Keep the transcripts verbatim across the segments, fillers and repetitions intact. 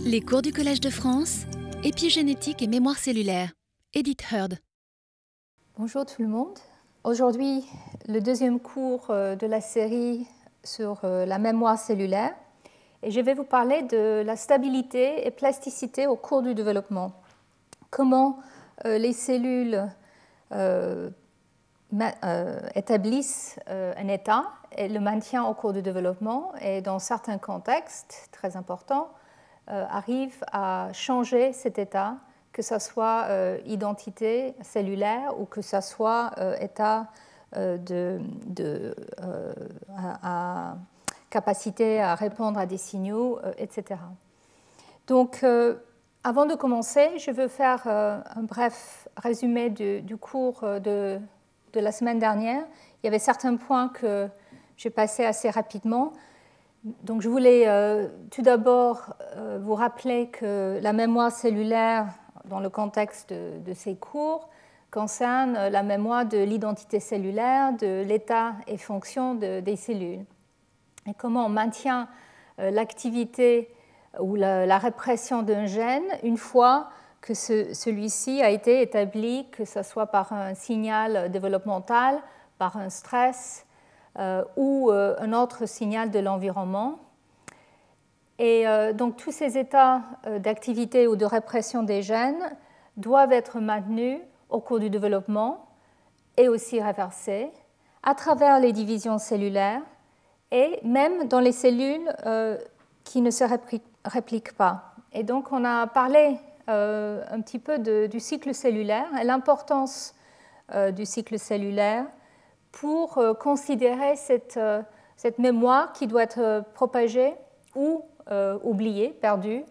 Les cours du Collège de France, épigénétique et mémoire cellulaire. Edith Heard. Bonjour tout le monde. Aujourd'hui, le deuxième cours de la série sur la mémoire cellulaire. Et je vais vous parler de la stabilité et plasticité au cours du développement. Comment les cellules euh, euh, établissent euh, un état et le maintiennent au cours du développement et dans certains contextes très importants, euh, arrivent à changer cet état, que ce soit euh, identité cellulaire ou que ce soit euh, état euh, de, de euh, à, à capacité à répondre à des signaux, euh, et cetera. Donc, euh, avant de commencer, je veux faire euh, un bref résumé du, du cours de, de la semaine dernière. Il y avait certains points que j'ai passés assez rapidement. Donc, je voulais euh, tout d'abord euh, vous rappeler que la mémoire cellulaire, dans le contexte de, de ces cours, concerne la mémoire de l'identité cellulaire, de l'état et fonction de, des cellules. Et comment on maintient euh, l'activité ou la, la répression d'un gène une fois que ce, celui-ci a été établi, que ce soit par un signal développemental, par un stress, Euh, ou euh, un autre signal de l'environnement. Et euh, donc tous ces états euh, d'activité ou de répression des gènes doivent être maintenus au cours du développement et aussi réversés à travers les divisions cellulaires et même dans les cellules euh, qui ne se répliquent pas. Et donc on a parlé euh, un petit peu de, du cycle cellulaire et l'importance euh, du cycle cellulaire pour considérer cette, cette mémoire qui doit être propagée ou euh, oubliée, perdue.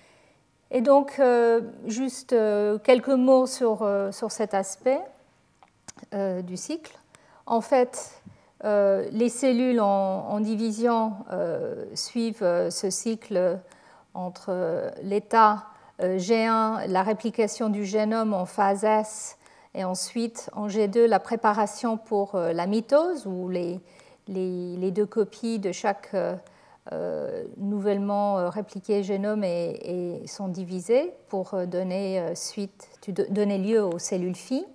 Et donc, euh, juste euh, quelques mots sur, euh, sur cet aspect euh, du cycle. En fait, euh, les cellules en, en division euh, suivent euh, ce cycle entre l'état euh, G un, la réplication du génome en phase S, et ensuite, en G deux, la préparation pour la mitose, où les, les, les deux copies de chaque euh, nouvellement répliqué génome et, et sont divisées pour donner, suite, donner lieu aux cellules filles.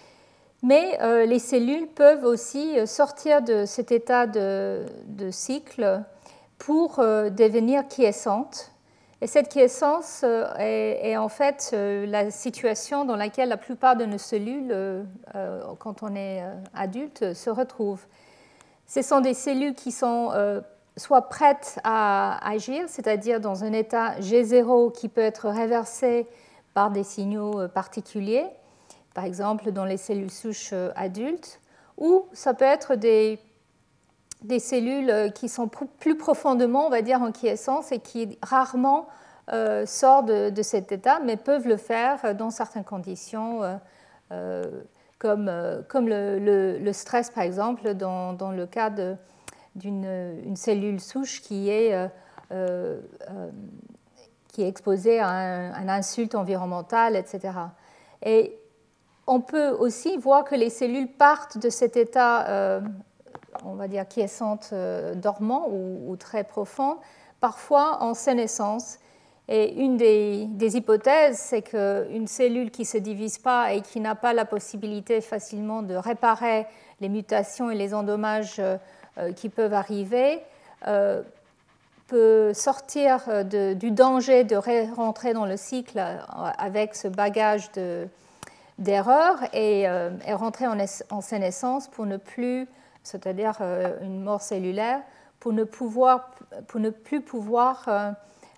Mais euh, les cellules peuvent aussi sortir de cet état de, de cycle pour euh, devenir quiescentes. Et cette quiescence est, est en fait la situation dans laquelle la plupart de nos cellules, euh, quand on est adulte, se retrouvent. Ce sont des cellules qui sont euh, soit prêtes à agir, c'est-à-dire dans un état G zéro qui peut être réversé par des signaux particuliers, par exemple dans les cellules souches adultes, ou ça peut être des des cellules qui sont plus profondément, on va dire, en quiescence et qui rarement euh, sortent de, de cet état, mais peuvent le faire dans certaines conditions, euh, euh, comme, euh, comme le, le, le stress, par exemple, dans, dans le cas d'une une cellule souche qui est, euh, euh, qui est exposée à un, un insulte environnementale, et cetera. Et on peut aussi voir que les cellules partent de cet état euh, on va dire quiescente, euh, dormant ou, ou très profond, parfois en sénescence. Et une des, des hypothèses, c'est qu'une cellule qui ne se divise pas et qui n'a pas la possibilité facilement de réparer les mutations et les endommages euh, qui peuvent arriver, euh, peut sortir de, du danger de rentrer dans le cycle avec ce bagage de, d'erreurs et, euh, et rentrer en, en sénescence pour ne plus c'est-à-dire une mort cellulaire, pour ne, pouvoir, pour ne plus pouvoir euh,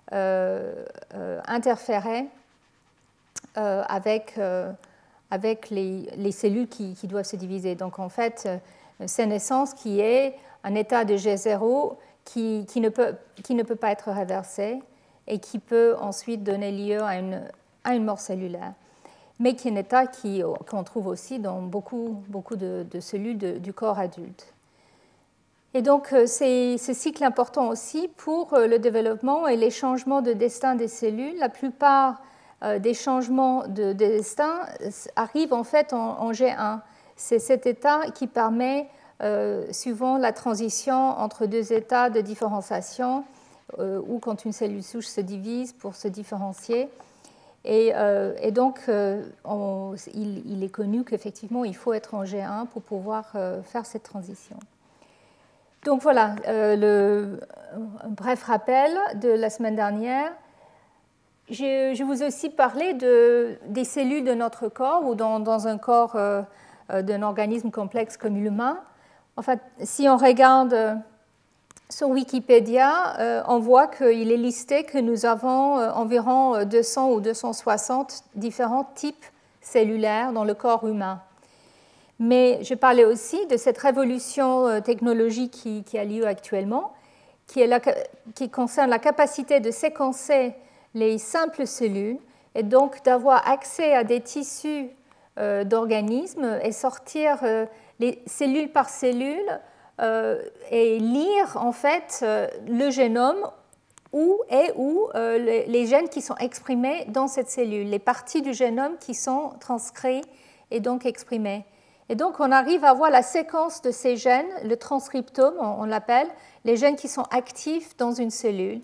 euh, interférer euh, avec, euh, avec les, les cellules qui, qui doivent se diviser. Donc en fait, une sénescence qui est un état de G zéro qui, qui, ne peut, qui ne peut pas être réversé et qui peut ensuite donner lieu à une, à une mort cellulaire, mais qui est un état qu'on trouve aussi dans beaucoup, beaucoup de, de cellules de, du corps adulte. Et donc, c'est ce cycle important aussi pour le développement et les changements de destin des cellules. La plupart des changements de destin arrivent en fait en, en G un. C'est cet état qui permet, euh, suivant la transition entre deux états de différenciation euh, ou quand une cellule souche se divise pour se différencier. Et, euh, et donc, euh, on, il, il est connu qu'effectivement, il faut être en G un pour pouvoir euh, faire cette transition. Donc voilà, euh, le, un bref rappel de la semaine dernière. Je, je vous ai aussi parlé de, des cellules de notre corps ou dans, dans un corps euh, d'un organisme complexe comme l'humain. En fait, si on regarde sur Wikipédia, euh, on voit qu'il est listé que nous avons euh, environ deux cents ou deux cent soixante différents types cellulaires dans le corps humain. Mais je parlais aussi de cette révolution euh, technologique qui, qui a lieu actuellement, qui, est la, qui concerne la capacité de séquencer les simples cellules et donc d'avoir accès à des tissus euh, d'organismes et sortir euh, les cellules par cellule euh, et lire en fait euh, le génome où et où euh, les, les gènes qui sont exprimés dans cette cellule, les parties du génome qui sont transcrites et donc exprimées. Et donc on arrive à voir la séquence de ces gènes, le transcriptome on, on l'appelle, les gènes qui sont actifs dans une cellule.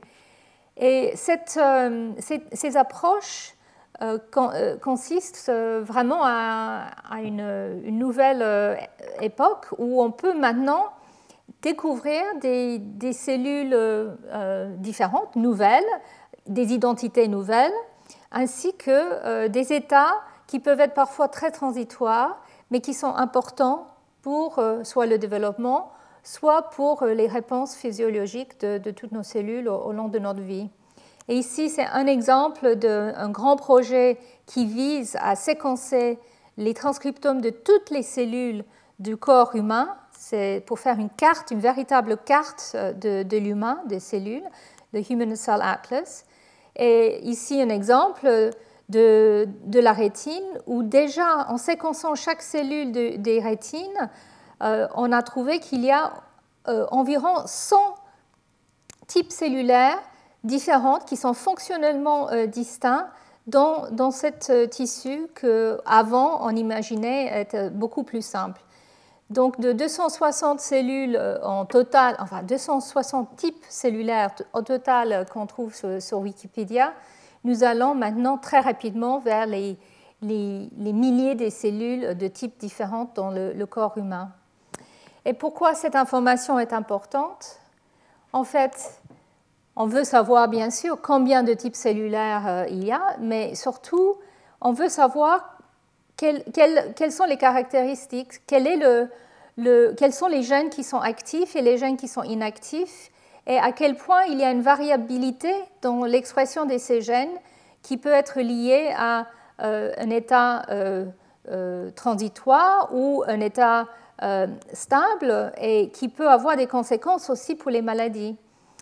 Et cette, euh, ces, ces approches euh, con, euh, consistent euh, vraiment à, à une, une nouvelle euh, époque où on peut maintenant découvrir des, des cellules euh, différentes, nouvelles, des identités nouvelles, ainsi que euh, des états qui peuvent être parfois très transitoires, mais qui sont importants pour euh, soit le développement, soit pour les réponses physiologiques de, de toutes nos cellules au, au long de notre vie. Et ici, c'est un exemple d'un grand projet qui vise à séquencer les transcriptomes de toutes les cellules du corps humain. C'est pour faire une carte, une véritable carte de, de l'humain, des cellules, le Human Cell Atlas. Et ici, un exemple de, de la rétine, où déjà, en séquençant chaque cellule de, des rétines, euh, on a trouvé qu'il y a euh, environ cent types cellulaires différents qui sont fonctionnellement euh, distincts dans, dans ce euh, tissu qu'avant, on imaginait être beaucoup plus simple. Donc, de deux cent soixante cellules en total, enfin deux cent soixante types cellulaires en total qu'on trouve sur, sur Wikipédia, nous allons maintenant très rapidement vers les, les, les milliers de cellules de types différents dans le, le corps humain. Et pourquoi cette information est importante? En fait, on veut savoir bien sûr combien de types cellulaires euh, il y a, mais surtout, on veut savoir quelles, quelles, quelles sont les caractéristiques, quel est le, le, quels sont les gènes qui sont actifs et les gènes qui sont inactifs, et à quel point il y a une variabilité dans l'expression de ces gènes qui peut être liée à euh, un état euh, euh, transitoire ou un état euh, stable et qui peut avoir des conséquences aussi pour les maladies.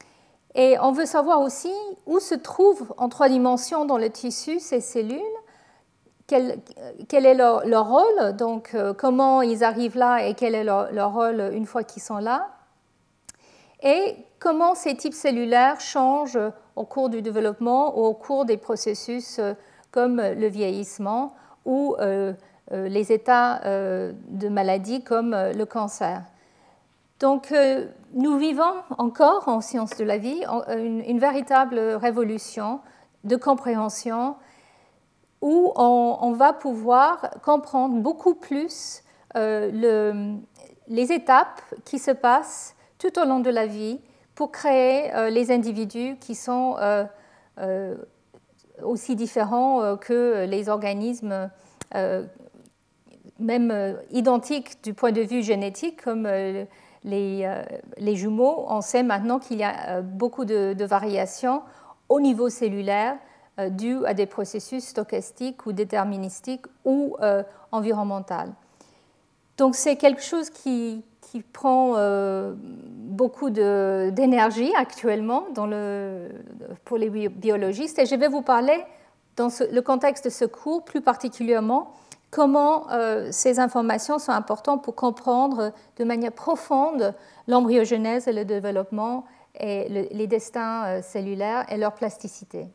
Et on veut savoir aussi où se trouvent en trois dimensions dans le tissu ces cellules, quel, quel est leur, leur rôle, donc euh, comment ils arrivent là et quel est leur, leur rôle une fois qu'ils sont là, et comment ces types cellulaires changent au cours du développement ou au cours des processus euh, comme le vieillissement ou euh, euh, les états euh, de maladie comme euh, le cancer. Donc, euh, nous vivons encore en sciences de la vie une, une véritable révolution de compréhension où on, on va pouvoir comprendre beaucoup plus euh, le, les étapes qui se passent tout au long de la vie pour créer euh, les individus qui sont euh, euh, aussi différents euh, que les organismes euh, même euh, identiques du point de vue génétique comme euh, les, euh, les jumeaux. On sait maintenant qu'il y a euh, beaucoup de, de variations au niveau cellulaire euh, dues à des processus stochastiques ou déterministiques ou euh, environnementaux. Donc c'est quelque chose qui, qui prend euh, beaucoup de, d'énergie actuellement dans le, pour les biologistes. Et je vais vous parler, dans ce, le contexte de ce cours, plus particulièrement, comment euh, ces informations sont importantes pour comprendre de manière profonde l'embryogenèse et le développement et le, les destins euh, cellulaires et leur plasticité.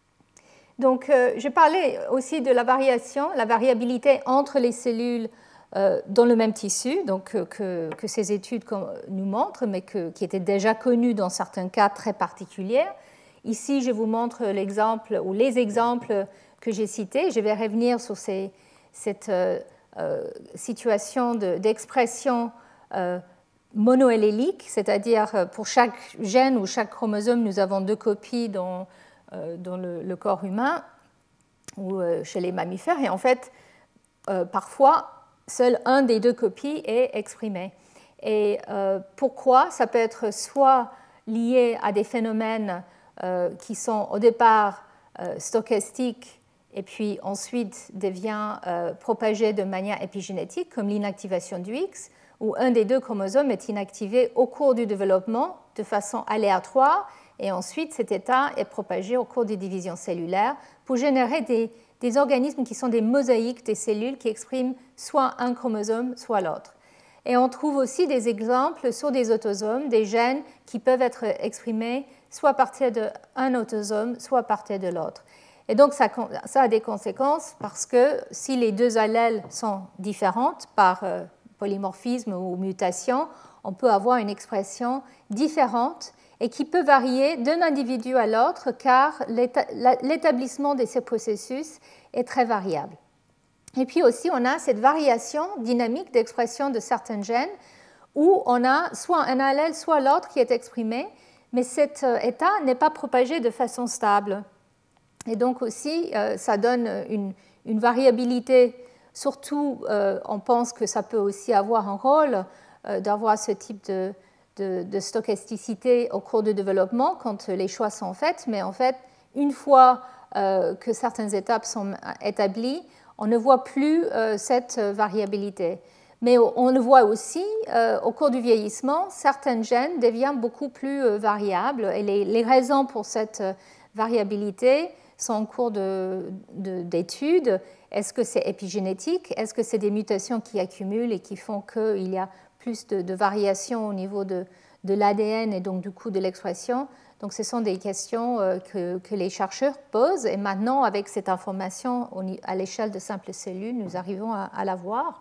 Donc, euh, je parlais aussi de la variation, la variabilité entre les cellules euh, dans le même tissu, donc, euh, que, que ces études nous montrent, mais que, qui étaient déjà connues dans certains cas très particuliers. Ici, je vous montre l'exemple ou les exemples que j'ai cités. Je vais revenir sur ces, cette euh, euh, situation de, d'expression euh, monoallélique, c'est-à-dire pour chaque gène ou chaque chromosome, nous avons deux copies dans, euh, dans le, le corps humain ou euh, chez les mammifères. Et en fait, euh, parfois, seul un des deux copies est exprimé. Et euh, pourquoi? Ça peut être soit lié à des phénomènes euh, qui sont au départ euh, stochastiques et puis ensuite devient euh, propagé de manière épigénétique, comme l'inactivation du X, où un des deux chromosomes est inactivé au cours du développement de façon aléatoire, et ensuite cet état est propagé au cours des divisions cellulaires pour générer des, des organismes qui sont des mosaïques des cellules qui expriment soit un chromosome, soit l'autre. Et on trouve aussi des exemples sur des autosomes, des gènes qui peuvent être exprimés soit à partir d'un autosome, soit à partir de l'autre. Et donc ça, ça a des conséquences parce que si les deux allèles sont différentes par euh, polymorphisme ou mutation, on peut avoir une expression différente et qui peut varier d'un individu à l'autre car l'établissement de ces processus est très variable. Et puis aussi, on a cette variation dynamique d'expression de certains gènes où on a soit un allèle, soit l'autre qui est exprimé, mais cet état n'est pas propagé de façon stable. Et donc aussi, ça donne une, une variabilité. Surtout, on pense que ça peut aussi avoir un rôle d'avoir ce type de, de, de stochasticité au cours du développement quand les choix sont faits. Mais en fait, une fois que certaines étapes sont établies, on ne voit plus cette variabilité. Mais on le voit aussi, euh, au cours du vieillissement, certains gènes deviennent beaucoup plus euh, variables. Et les, les raisons pour cette euh, variabilité sont en cours de, de, d'études. Est-ce que c'est épigénétique? Est-ce que c'est des mutations qui accumulent et qui font qu'il y a plus de, de variations au niveau de, de l'A D N et donc du coup de l'expression? Donc ce sont des questions euh, que, que les chercheurs posent. Et maintenant, avec cette information à l'échelle de simples cellules, nous arrivons à, à la voir.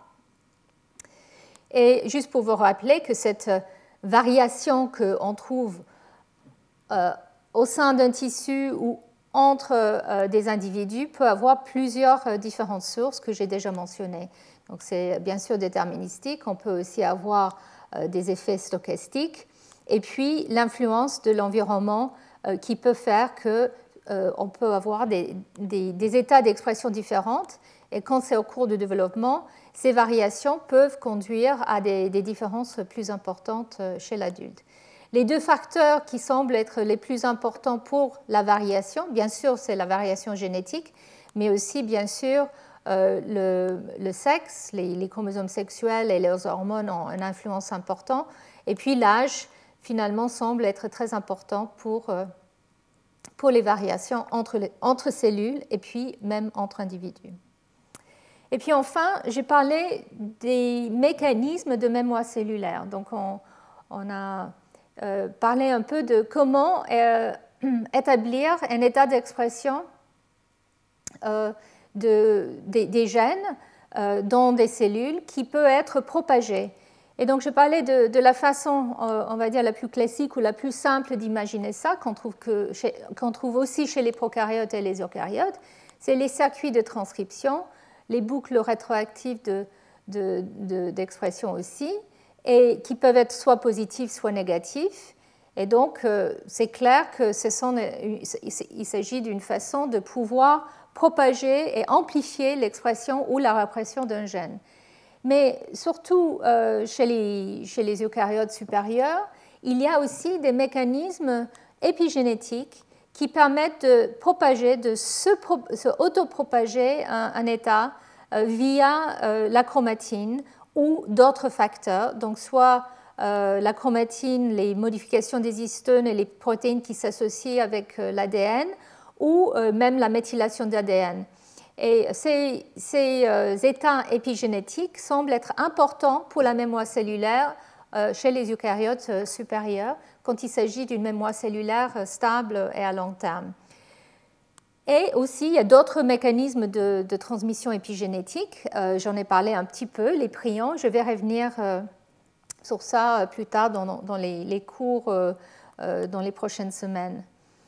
Et juste pour vous rappeler que cette variation qu'on trouve euh, au sein d'un tissu ou entre euh, des individus peut avoir plusieurs euh, différentes sources que j'ai déjà mentionnées. Donc c'est bien sûr déterministique, on peut aussi avoir euh, des effets stochastiques, et puis l'influence de l'environnement euh, qui peut faire qu'on euh, peut avoir des, des, des états d'expression différentes, et quand c'est au cours du développement, ces variations peuvent conduire à des, des différences plus importantes chez l'adulte. Les deux facteurs qui semblent être les plus importants pour la variation, bien sûr, c'est la variation génétique, mais aussi, bien sûr, euh, le, le sexe, les, les chromosomes sexuels et leurs hormones ont une influence importante. Et puis l'âge, finalement, semble être très important pour, euh, pour les variations entre, les, entre cellules et puis même entre individus. Et puis enfin, j'ai parlé des mécanismes de mémoire cellulaire. Donc on, on a euh, parlé un peu de comment euh, établir un état d'expression euh, de, des, des gènes euh, dans des cellules qui peut être propagé. Et donc je parlais de, de la façon, euh, on va dire, la plus classique ou la plus simple d'imaginer ça, qu'on trouve, que chez, qu'on trouve aussi chez les prokaryotes et les eucaryotes, c'est les circuits de transcription, les boucles rétroactives de, de, de, d'expression aussi, et qui peuvent être soit positifs, soit négatifs. Et donc, euh, c'est clair que ce sont, il s'agit d'une façon de pouvoir propager et amplifier l'expression ou la répression d'un gène. Mais surtout, euh, chez, les, chez les eucaryotes supérieurs, il y a aussi des mécanismes épigénétiques qui permettent de propager, de se, se autopropager un, un état euh, via euh, la chromatine ou d'autres facteurs, donc soit euh, la chromatine, les modifications des histones et les protéines qui s'associent avec euh, l'A D N, ou euh, même la méthylation d'A D N. Et ces, ces euh, états épigénétiques semblent être importants pour la mémoire cellulaire euh, chez les eucaryotes euh, supérieurs, quand il s'agit d'une mémoire cellulaire stable et à long terme. Et aussi, il y a d'autres mécanismes de, de transmission épigénétique. Euh, j'en ai parlé un petit peu, les prions. Je vais revenir euh, sur ça euh, plus tard dans, dans les, les cours euh, euh, dans les prochaines semaines.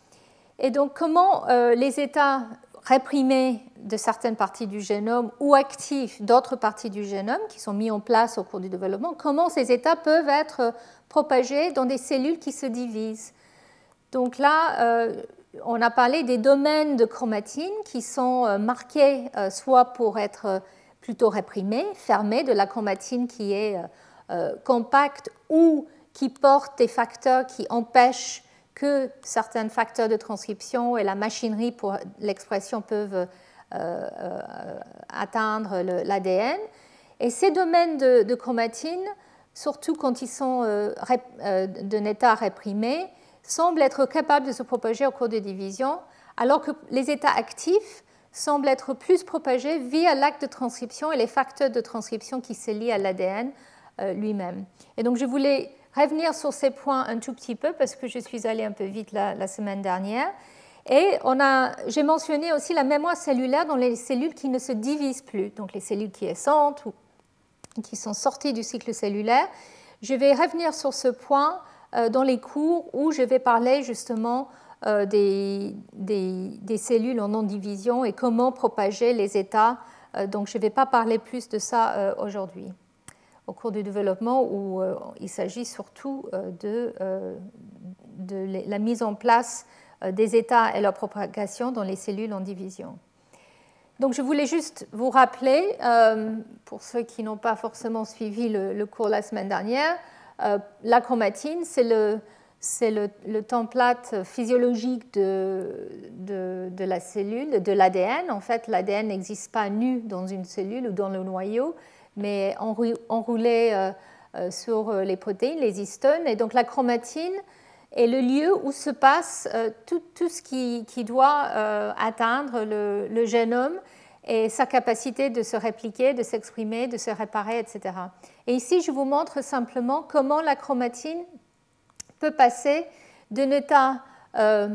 Et donc, comment euh, les états réprimés de certaines parties du génome ou actifs d'autres parties du génome qui sont mis en place au cours du développement, comment ces états peuvent être propagés dans des cellules qui se divisent. Donc là, euh, on a parlé des domaines de chromatine qui sont marqués soit pour être plutôt réprimés, fermés, de la chromatine qui est compacte ou qui porte des facteurs qui empêchent que certains facteurs de transcription et la machinerie pour l'expression peuvent euh, atteindre l'A D N. Et ces domaines de, de chromatine, surtout quand ils sont euh, euh, d'un état réprimé, semblent être capables de se propager au cours de division, alors que les états actifs semblent être plus propagés via l'acte de transcription et les facteurs de transcription qui se lient à l'A D N euh, lui-même. Et donc je voulais revenir sur ces points un tout petit peu parce que je suis allée un peu vite la, la semaine dernière. Et on a, j'ai mentionné aussi la mémoire cellulaire dans les cellules qui ne se divisent plus, donc les cellules quiescentes ou qui sont sorties du cycle cellulaire. Je vais revenir sur ce point dans les cours où je vais parler justement euh, des, des, des cellules en non-division et comment propager les états. Euh, donc je ne vais pas parler plus de ça euh, aujourd'hui, au cours du développement où euh, il s'agit surtout euh, de, euh, de la mise en place euh, des états et leur propagation dans les cellules en division. Donc je voulais juste vous rappeler, euh, pour ceux qui n'ont pas forcément suivi le, le cours la semaine dernière, Euh, la chromatine, c'est le, c'est le, le template physiologique de, de, de la cellule, de l'A D N. En fait, l'A D N n'existe pas nu dans une cellule ou dans le noyau, mais enroulé euh, euh, sur les protéines, les histones. Et donc la chromatine est le lieu où se passe euh, tout, tout ce qui, qui doit euh, atteindre le, le génome et sa capacité de se répliquer, de s'exprimer, de se réparer, et cetera. Et ici, je vous montre simplement comment la chromatine peut passer d'un état euh,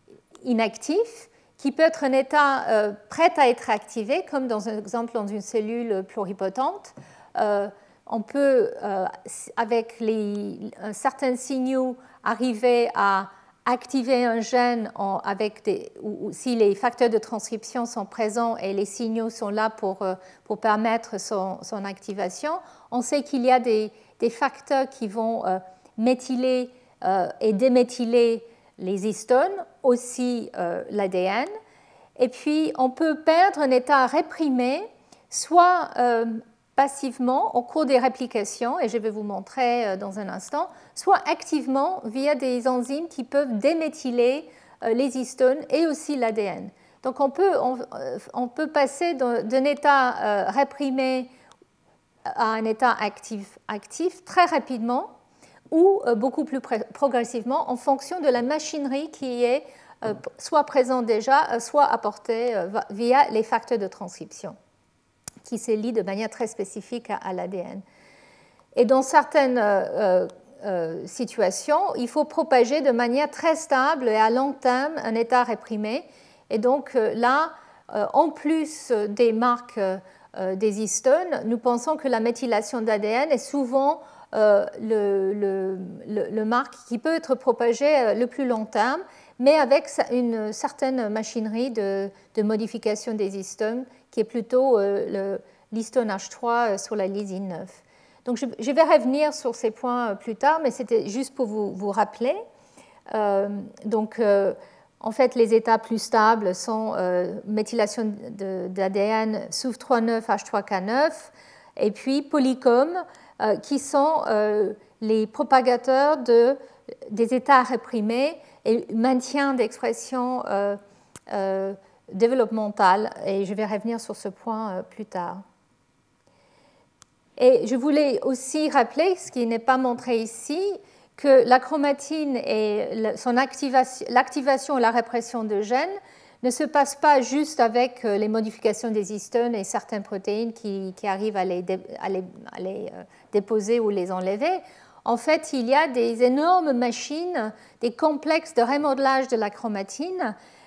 inactif, qui peut être un état euh, prêt à être activé, comme dans un exemple dans une cellule pluripotente. Euh, on peut, euh, avec les, certains signaux, arriver à activer un gène en, avec des, ou, ou si les facteurs de transcription sont présents et les signaux sont là pour, pour permettre son, son activation. On sait qu'il y a des, des facteurs qui vont euh, méthyler euh, et déméthyler les histones, aussi euh, l'A D N. Et puis, on peut perdre un état réprimé, soit euh, passivement au cours des réplications, et je vais vous montrer dans un instant, soit activement via des enzymes qui peuvent déméthyler les histones et aussi l'A D N. Donc on peut, on, on peut passer d'un état réprimé à un état actif, actif très rapidement ou beaucoup plus progressivement en fonction de la machinerie qui est soit présente déjà, soit apportée via les facteurs de transcription, qui se lient de manière très spécifique à, à l'A D N. Et dans certaines euh, euh, situations, il faut propager de manière très stable et à long terme un état réprimé. Et donc euh, là, euh, en plus des marques euh, des histones, nous pensons que la méthylation d'A D N est souvent euh, le, le, le, le marque qui peut être propagé le plus long terme, mais avec une certaine machinerie de, de modification des histones qui est plutôt euh, l'histone H trois sur la lysine neuf. Donc je, je vais revenir sur ces points plus tard, mais c'était juste pour vous, vous rappeler. Euh, donc euh, en fait, les états plus stables sont euh, méthylation d'A D N S O U F trois neuf H trois K neuf et puis polycom, euh, qui sont euh, les propagateurs de, des états réprimés et maintien d'expression euh, euh, développementale. Et je vais revenir sur ce point euh, plus tard. Et je voulais aussi rappeler, ce qui n'est pas montré ici, que la chromatine et son activation, l'activation et la répression de gènes ne se passe pas juste avec les modifications des histones et certaines protéines qui, qui arrivent à les, dé, à les, à les déposer ou les enlever. En fait, il y a des énormes machines, des complexes de remodelage de la chromatine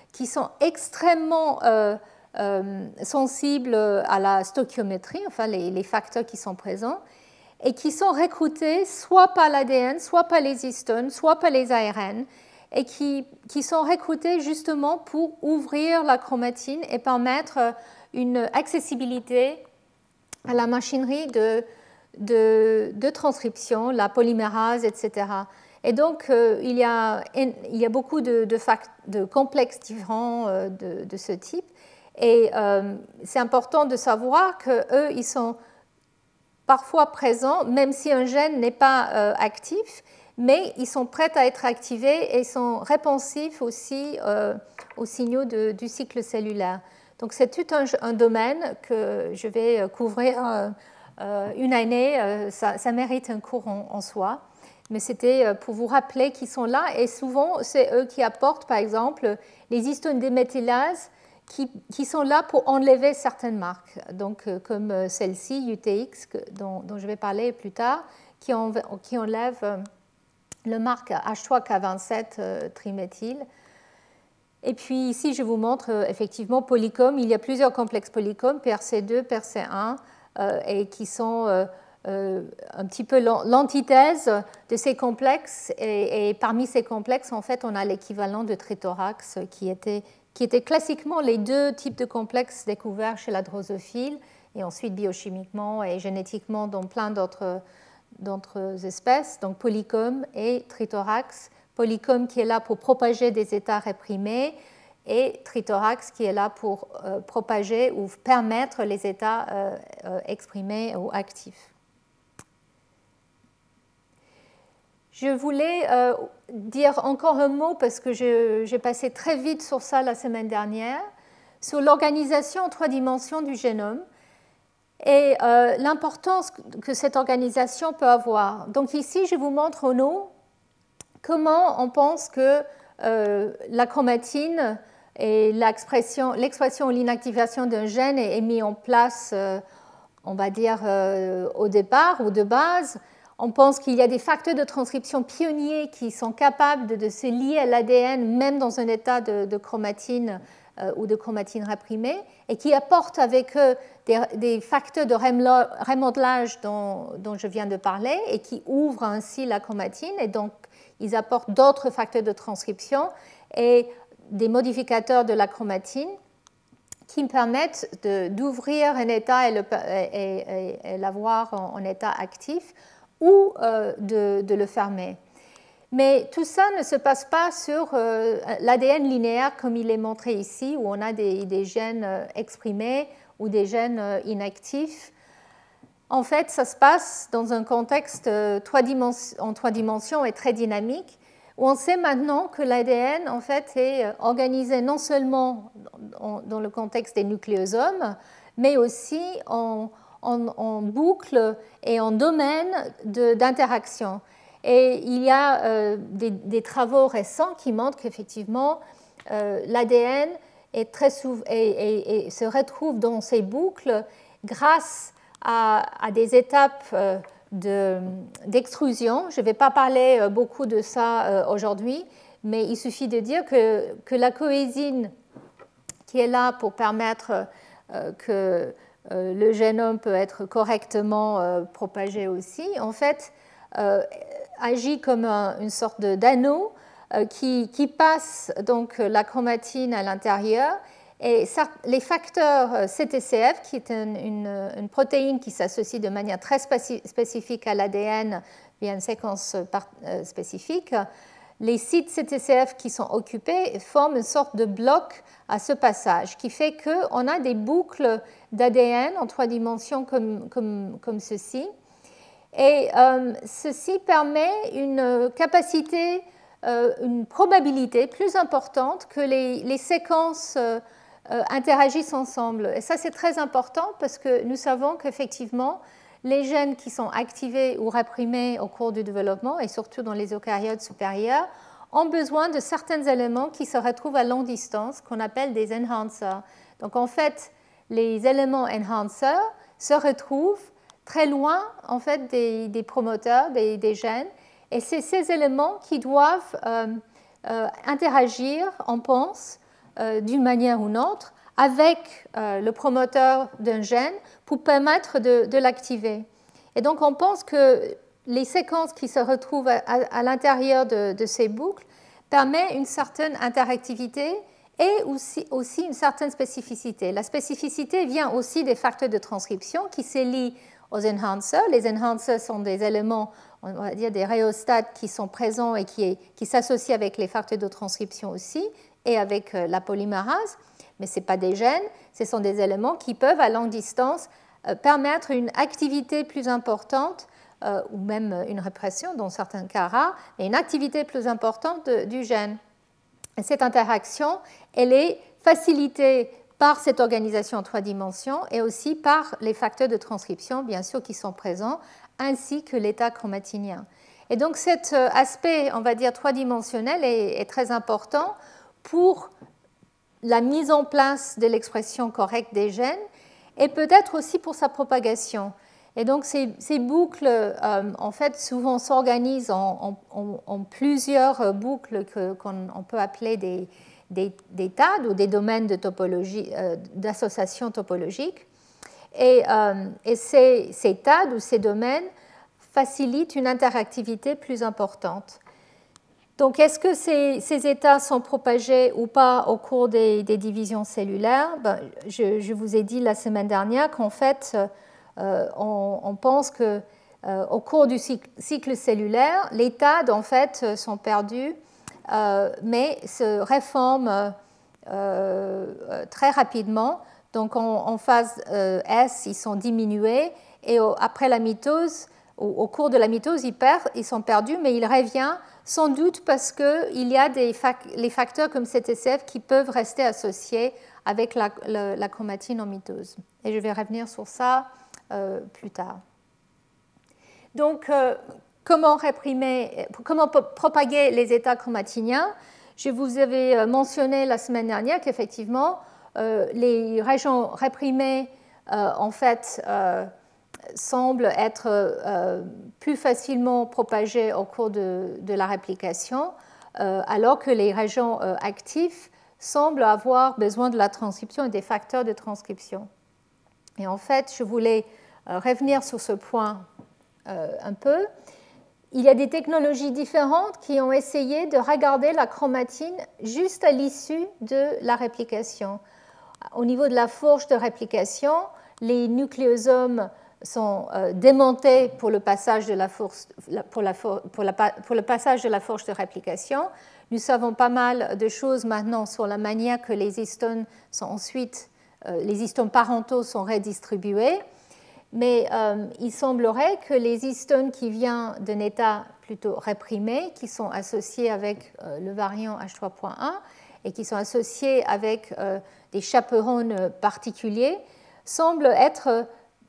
qui sont extrêmement euh, euh, sensibles à la stoichiométrie, enfin les, les facteurs qui sont présents, et qui sont recrutés soit par l'A D N, soit par les histones, soit par les A R N, et qui, qui sont recrutés justement pour ouvrir la chromatine et permettre une accessibilité à la machinerie de, de, de transcription, la polymérase, et cetera. Et donc, euh, il, y a, il y a beaucoup de, de, fact, de complexes différents euh, de, de ce type. Et euh, c'est important de savoir qu'eux, ils sont parfois présents, même si un gène n'est pas euh, actif, mais ils sont prêts à être activés et sont réponsifs aussi euh, aux signaux de, du cycle cellulaire. Donc c'est tout un, un domaine que je vais couvrir euh, euh, une année, euh, ça, ça mérite un cours en, en soi, mais c'était pour vous rappeler qu'ils sont là, et souvent c'est eux qui apportent par exemple les histones déméthylases qui, qui sont là pour enlever certaines marques, donc euh, comme celle-ci, U T X, que, dont, dont je vais parler plus tard, qui, en, qui enlève euh, le marque H trois K vingt-sept euh, triméthyle. Et puis ici, je vous montre euh, effectivement polycom. Il y a plusieurs complexes polycom, P R C deux, P R C un, euh, et qui sont euh, euh, un petit peu l'antithèse de ces complexes. Et, et parmi ces complexes, en fait, on a l'équivalent de trithorax, qui était, qui était classiquement les deux types de complexes découverts chez la drosophile, et ensuite biochimiquement et génétiquement dans plein d'autres d'autres espèces, donc polycom et trithorax. Polycom qui est là pour propager des états réprimés et trithorax qui est là pour euh, propager ou permettre les états euh, euh, exprimés ou actifs. Je voulais euh, dire encore un mot, parce que je, j'ai passé très vite sur ça la semaine dernière, sur l'organisation en trois dimensions du génome et euh, l'importance que cette organisation peut avoir. Donc ici, je vous montre en haut comment on pense que euh, la chromatine et l'expression, l'expression ou l'inactivation d'un gène est, est mis en place, euh, on va dire, euh, au départ ou de base. On pense qu'il y a des facteurs de transcription pionniers qui sont capables de, de se lier à l'A D N, même dans un état de, de chromatine euh, ou de chromatine réprimée, et qui apportent avec eux des, des facteurs de remodelage dont, dont je viens de parler, et qui ouvrent ainsi la chromatine, et donc ils apportent d'autres facteurs de transcription et des modificateurs de la chromatine qui me permettent de, d'ouvrir un état et, le, et, et, et l'avoir en, en état actif, ou euh, de, de le fermer. Mais tout ça ne se passe pas sur euh, l'A D N linéaire comme il est montré ici, où on a des, des gènes exprimés ou des gènes inactifs. En fait, ça se passe dans un contexte euh, trois dimensions, en trois dimensions et très dynamique, où on sait maintenant que l'A D N en fait, est organisé non seulement dans, dans le contexte des nucléosomes, mais aussi en En, en boucle et en domaine de, d'interaction. Et il y a euh, des, des travaux récents qui montrent qu'effectivement, euh, l'A D N est très souvent, et, et, et se retrouve dans ces boucles grâce à, à des étapes euh, de, d'extrusion. Je ne vais pas parler beaucoup de ça euh, aujourd'hui, mais il suffit de dire que, que la coésine qui est là pour permettre euh, que Euh, le génome peut être correctement euh, propagé aussi, en fait, euh, agit comme un, une sorte de, d'anneau euh, qui, qui passe donc la chromatine à l'intérieur. Et ça, les facteurs C T C F, qui est une, une, une protéine qui s'associe de manière très spécifique à l'A D N via une séquence par, euh, spécifique, les sites C T C F qui sont occupés forment une sorte de bloc à ce passage, qui fait qu'on a des boucles d'A D N en trois dimensions comme, comme, comme ceci. Et euh, ceci permet une capacité, euh, une probabilité plus importante que les, les séquences euh, interagissent ensemble. Et ça, c'est très important parce que nous savons qu'effectivement, les gènes qui sont activés ou réprimés au cours du développement, et surtout dans les eucaryotes supérieurs, ont besoin de certains éléments qui se retrouvent à longue distance, qu'on appelle des enhancers. Donc en fait, les éléments enhancers se retrouvent très loin en fait, des, des promoteurs, des, des gènes, et c'est ces éléments qui doivent euh, euh, interagir, on pense, euh, d'une manière ou d'une autre avec euh, le promoteur d'un gène pour permettre de, de l'activer. Et donc on pense que les séquences qui se retrouvent à, à, à l'intérieur de, de ces boucles permettent une certaine interactivité et aussi, aussi une certaine spécificité. La spécificité vient aussi des facteurs de transcription qui se lient aux enhancers. Les enhancers sont des éléments, on va dire des rhéostats qui sont présents et qui, qui s'associent avec les facteurs de transcription aussi et avec la polymérase, mais ce ne sont pas des gènes, ce sont des éléments qui peuvent à longue distance permettre une activité plus importante euh, ou même une répression dans certains cas rares, mais une activité plus importante de, du gène. Et cette interaction, elle est facilitée par cette organisation en trois dimensions et aussi par les facteurs de transcription, bien sûr, qui sont présents, ainsi que l'état chromatinien. Et donc cet aspect, on va dire, trois-dimensionnel est, est très important pour la mise en place de l'expression correcte des gènes et peut-être aussi pour sa propagation. Et donc ces, ces boucles, euh, en fait, souvent s'organisent en, en, en plusieurs boucles que, qu'on on peut appeler des, des, des T A D ou des domaines de topologie, euh, d'association topologique. Et, euh, et ces, ces T A D ou ces domaines facilitent une interactivité plus importante. Donc, est-ce que ces, ces états sont propagés ou pas au cours des, des divisions cellulaires? Ben, je, je vous ai dit la semaine dernière qu'en fait, euh, on, on pense que euh, au cours du cycle, cycle cellulaire, les T A D en fait sont perdus, euh, mais se réforment euh, très rapidement. Donc, en, en phase euh, S, ils sont diminués et au, après la mitose, au, au cours de la mitose, ils, perdent, ils sont perdus, mais ils reviennent sans doute parce qu'il y a des fac- les facteurs comme C T C F qui peuvent rester associés avec la, la, la chromatine en mitose. Et je vais revenir sur ça euh, plus tard. Donc, euh, comment réprimer, comment propager les états chromatiniens? Je vous avais mentionné la semaine dernière qu'effectivement, euh, les régions réprimées, euh, en fait, euh, semblent être euh, plus facilement propagées au cours de, de la réplication, euh, alors que les régions euh, actives semblent avoir besoin de la transcription et des facteurs de transcription. Et en fait, je voulais euh, revenir sur ce point euh, un peu. Il y a des technologies différentes qui ont essayé de regarder la chromatine juste à l'issue de la réplication. Au niveau de la fourche de réplication, les nucléosomes sont euh, démontés pour le passage de la fourche, pour la, pour la, pour le passage de la fourche de réplication. Nous savons pas mal de choses maintenant sur la manière que les histones sont ensuite, euh, les histones parentaux sont redistribués, mais euh, il semblerait que les histones qui viennent d'un état plutôt réprimé, qui sont associés avec euh, le variant H trois point un et qui sont associés avec euh, des chaperones particuliers, semblent être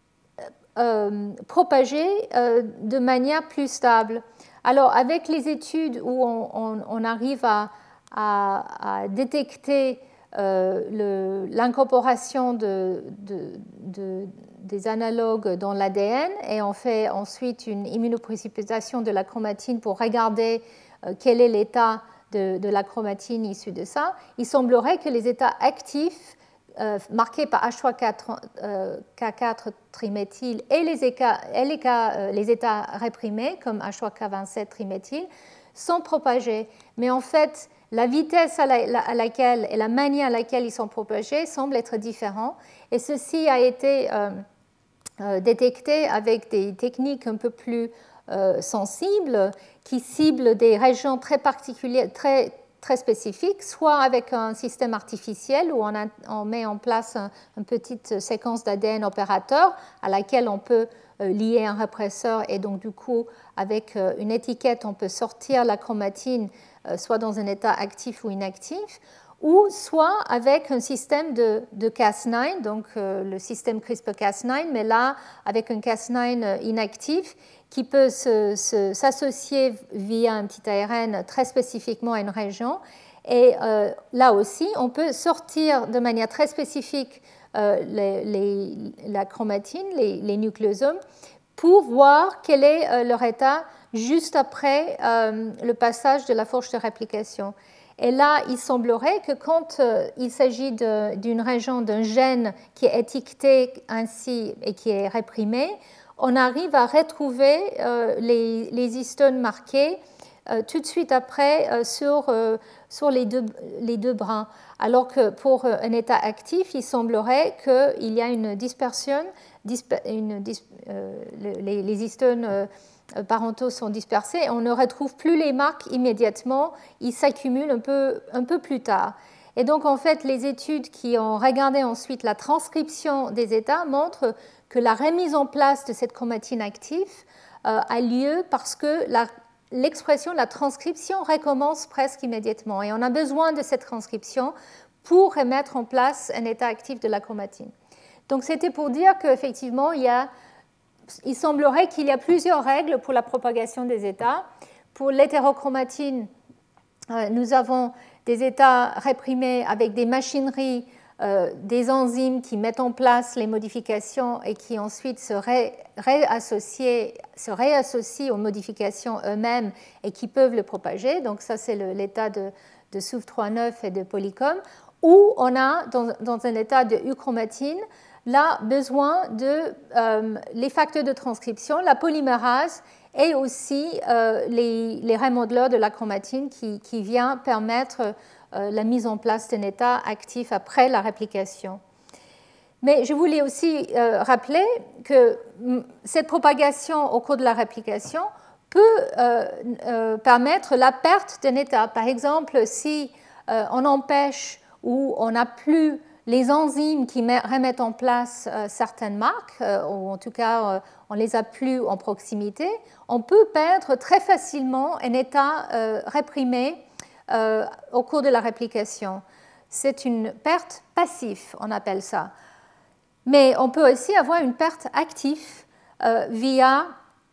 Euh, propagés euh, de manière plus stable. Alors, avec les études où on, on, on arrive à, à, à détecter euh, l'incorporation de, de, de, des analogues dans l'A D N et on fait ensuite une immunoprécipitation de la chromatine pour regarder euh, quel est l'état de, de la chromatine issue de ça, il semblerait que les états actifs Euh, marqués par H trois K quatre triméthyle et les, éca, et les, cas, euh, les états réprimés comme H trois K vingt-sept triméthyle sont propagés. Mais en fait, la vitesse à, la, à laquelle et la manière à laquelle ils sont propagés semblent être différents. Et ceci a été euh, euh, détecté avec des techniques un peu plus euh, sensibles qui ciblent des régions très particulières, très très spécifique, soit avec un système artificiel où on, a, on met en place un, une petite séquence d'A D N opérateur à laquelle on peut euh, lier un répresseur et donc du coup avec euh, une étiquette on peut sortir la chromatine euh, soit dans un état actif ou inactif, ou soit avec un système de, de Cas neuf, donc euh, le système CRISPR Cas neuf, mais là avec un Cas neuf inactif qui peut se, se, s'associer via un petit A R N très spécifiquement à une région. Et euh, là aussi, on peut sortir de manière très spécifique euh, les, les, la chromatine, les, les nucléosomes, pour voir quel est euh, leur état juste après euh, le passage de la fourche de réplication. Et là, il semblerait que quand euh, il s'agit d'une région d'un gène qui est étiqueté ainsi et qui est réprimé, on arrive à retrouver euh, les, les histones marqués euh, tout de suite après euh, sur, euh, sur les, deux, les deux brins. Alors que pour un état actif, il semblerait qu'il y a une dispersion, une, euh, les, les histones euh, parentaux sont dispersés, et on ne retrouve plus les marques immédiatement, ils s'accumulent un peu, un peu plus tard. Et donc, en fait, les études qui ont regardé ensuite la transcription des états montrent que la remise en place de cette chromatine active euh, a lieu parce que l'expression, la, la transcription recommence presque immédiatement. Et on a besoin de cette transcription pour remettre en place un état actif de la chromatine. Donc, c'était pour dire qu'effectivement, il y a Il semblerait qu'il y a plusieurs règles pour la propagation des états. Pour l'hétérochromatine, nous avons des états réprimés avec des machineries, euh, des enzymes qui mettent en place les modifications et qui ensuite se, ré, réassocient, se réassocient aux modifications eux-mêmes et qui peuvent le propager. Donc ça, c'est l'état de, de S U V trois neuf et de Polycom. Ou on a, dans, dans un état de euchromatine, là, besoin de euh, les facteurs de transcription, la polymérase et aussi euh, les, les remodeleurs de la chromatine qui, qui vient permettre euh, la mise en place d'un état actif après la réplication. Mais je voulais aussi euh, rappeler que cette propagation au cours de la réplication peut euh, euh, permettre la perte d'un état. Par exemple, si euh, on empêche ou on n'a plus les enzymes qui remettent en place euh, certaines marques, euh, ou en tout cas euh, on ne les a plus en proximité, on peut perdre très facilement un état euh, réprimé euh, au cours de la réplication. C'est une perte passive, on appelle ça. Mais on peut aussi avoir une perte active euh, via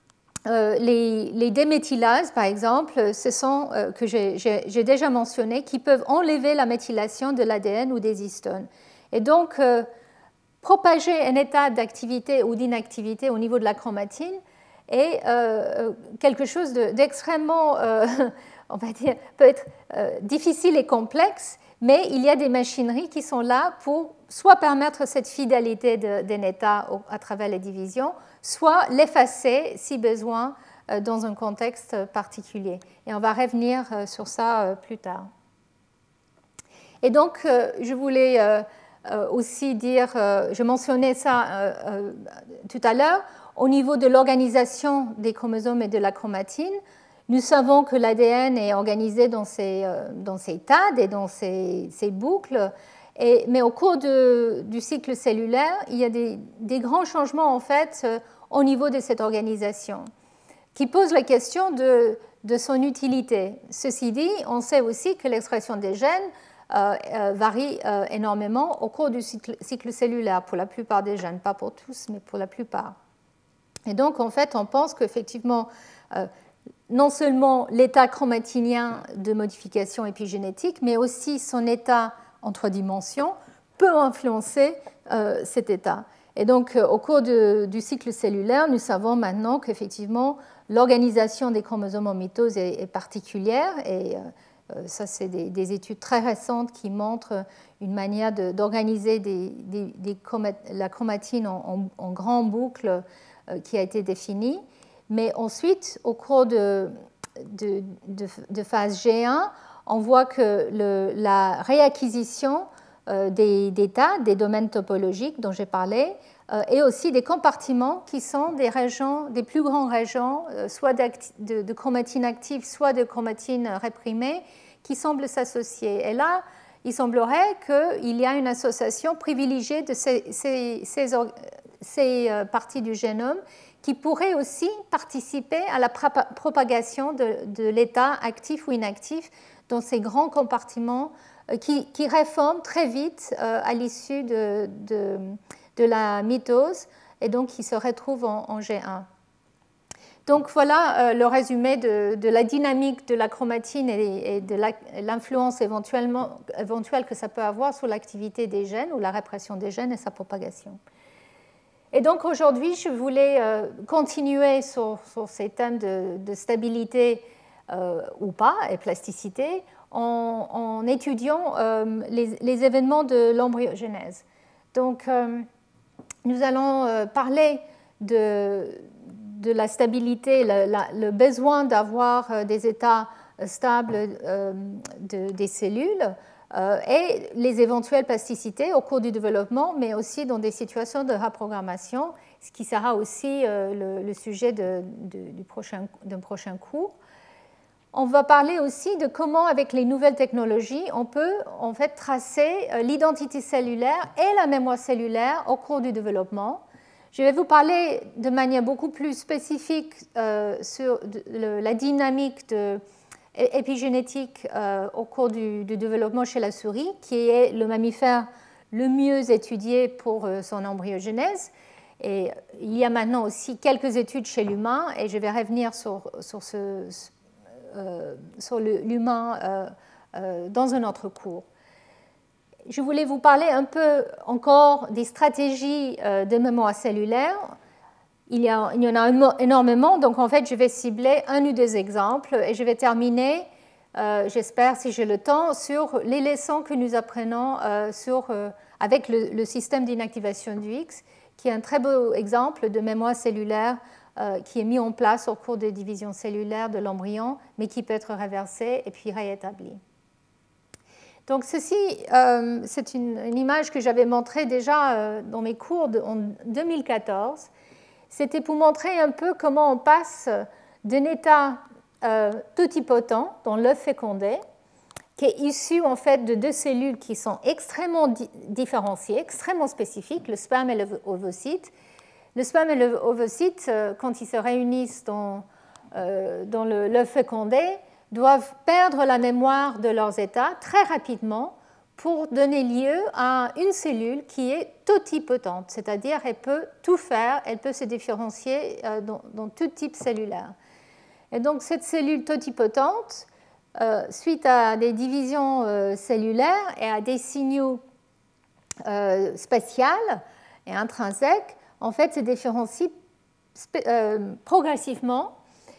euh, les, les déméthylases, par exemple, ce sont, euh, que j'ai déjà mentionné, qui peuvent enlever la méthylation de l'A D N ou des histones. Et donc, euh, propager un état d'activité ou d'inactivité au niveau de la chromatine est euh, quelque chose d'extrêmement, euh, on va dire, peut être euh, difficile et complexe, mais il y a des machineries qui sont là pour soit permettre cette fidélité d'un état à travers les divisions, soit l'effacer si besoin dans un contexte particulier. Et on va revenir sur ça plus tard. Et donc, je voulais aussi dire, je mentionnais ça tout à l'heure, au niveau de l'organisation des chromosomes et de la chromatine, nous savons que l'A D N est organisé dans ces, dans ces tads et dans ces, ces boucles, et, mais au cours de, du cycle cellulaire, il y a des, des grands changements en fait au niveau de cette organisation qui posent la question de, de son utilité. Ceci dit, on sait aussi que l'expression des gènes euh, euh, varie euh, énormément au cours du cycle, cycle cellulaire pour la plupart des gènes, pas pour tous, mais pour la plupart. Et donc, en fait, on pense qu'effectivement, euh, non seulement l'état chromatinien de modification épigénétique, mais aussi son état en trois dimensions peut influencer euh, cet état. Et donc, euh, au cours de, du cycle cellulaire, nous savons maintenant qu'effectivement, l'organisation des chromosomes en mitose est, est particulière. Et euh, ça, c'est des, des études très récentes qui montrent une manière d'organiser des, des, des chromat la chromatine en, en, en grande boucle euh, qui a été définie. Mais ensuite, au cours de, de, de, de phase G un, on voit que le, la réacquisition euh, des, des tas, des domaines topologiques dont j'ai parlé, euh, et aussi des compartiments qui sont des régions, des plus grandes régions, euh, soit de, de chromatine active, soit de chromatine réprimée, qui semblent s'associer. Et là, il semblerait qu'il y a une association privilégiée de ces, ces, ces, ces parties du génome qui pourraient aussi participer à la propagation de, de l'état actif ou inactif dans ces grands compartiments qui, qui réforment très vite euh, à l'issue de, de, de la mitose et donc qui se retrouvent en, en G un. Donc voilà euh, le résumé de, de la dynamique de la chromatine et, et de l'influence éventuellement éventuelle que ça peut avoir sur l'activité des gènes ou la répression des gènes et sa propagation. Et donc aujourd'hui, je voulais euh, continuer sur, sur ces thèmes de, de stabilité euh, ou pas et plasticité en, en étudiant euh, les, les événements de l'embryogenèse. Donc, euh, nous allons euh, parler de, de la stabilité, le, la, le besoin d'avoir euh, des états stables euh, de, des cellules euh, et les éventuelles plasticités au cours du développement, mais aussi dans des situations de reprogrammation, ce qui sera aussi euh, le, le sujet de, de, du prochain, d'un prochain cours. On va parler aussi de comment, avec les nouvelles technologies, on peut en fait tracer l'identité cellulaire et la mémoire cellulaire au cours du développement. Je vais vous parler de manière beaucoup plus spécifique euh, sur de, le, la dynamique de, épigénétique euh, au cours du, du développement chez la souris, qui est le mammifère le mieux étudié pour euh, son embryogenèse. Et il y a maintenant aussi quelques études chez l'humain, et je vais revenir sur, sur ce Euh, sur l'humain euh, euh, dans un autre cours. Je voulais vous parler un peu encore des stratégies euh, de mémoire cellulaire. Il y, a, il y en a énormément, donc en fait je vais cibler un ou deux exemples et je vais terminer, euh, j'espère si j'ai le temps, sur les leçons que nous apprenons euh, sur, euh, avec le, le système d'inactivation du X, qui est un très beau exemple de mémoire cellulaire Euh, qui est mis en place au cours des divisions cellulaires de l'embryon, mais qui peut être réversé et puis réétabli. Donc ceci, euh, c'est une, une image que j'avais montrée déjà euh, dans mes cours de, en deux mille quatorze. C'était pour montrer un peu comment on passe d'un état euh, totipotent, dans l'œuf fécondé, qui est issu en fait de deux cellules qui sont extrêmement di- différenciées, extrêmement spécifiques, le sperme et l'ovocyte. Le sperme et l'ovocyte, quand ils se réunissent dans, euh, dans l'œuf fécondé, doivent perdre la mémoire de leurs états très rapidement pour donner lieu à une cellule qui est totipotente, c'est-à-dire elle peut tout faire, elle peut se différencier euh, dans, dans tout type cellulaire. Et donc cette cellule totipotente, euh, suite à des divisions euh, cellulaires et à des signaux euh, spatiaux et intrinsèques, en fait, se différencie euh, progressivement.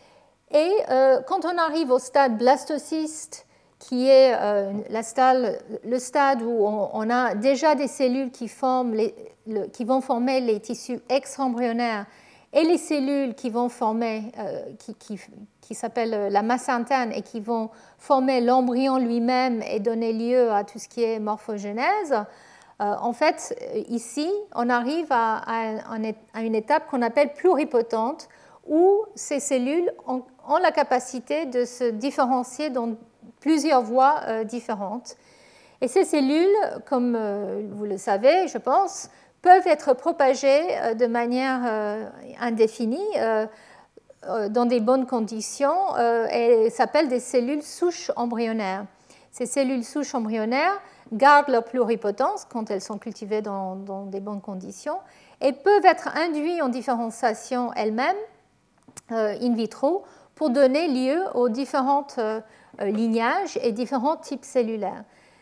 Et euh, quand on arrive au stade blastocyste, qui est euh, la stade, le stade où on, on a déjà des cellules qui, forment les, le, qui vont former les tissus extra-embryonnaires et les cellules qui vont former, euh, qui, qui, qui s'appellent la masse interne et qui vont former l'embryon lui-même et donner lieu à tout ce qui est morphogénèse. Euh, en fait, ici, on arrive à, à, à une étape qu'on appelle pluripotente, où ces cellules ont, ont la capacité de se différencier dans plusieurs voies euh, différentes. Et ces cellules, comme euh, vous le savez, je pense, peuvent être propagées euh, de manière euh, indéfinie euh, euh, dans des bonnes conditions euh, et s'appellent des cellules souches embryonnaires. Ces cellules souches embryonnaires gardent leur pluripotence quand elles sont cultivées dans, dans des bonnes conditions et peuvent être induites en différenciation elles-mêmes euh, in vitro pour donner lieu aux différents euh, lignages et différents types cellulaires.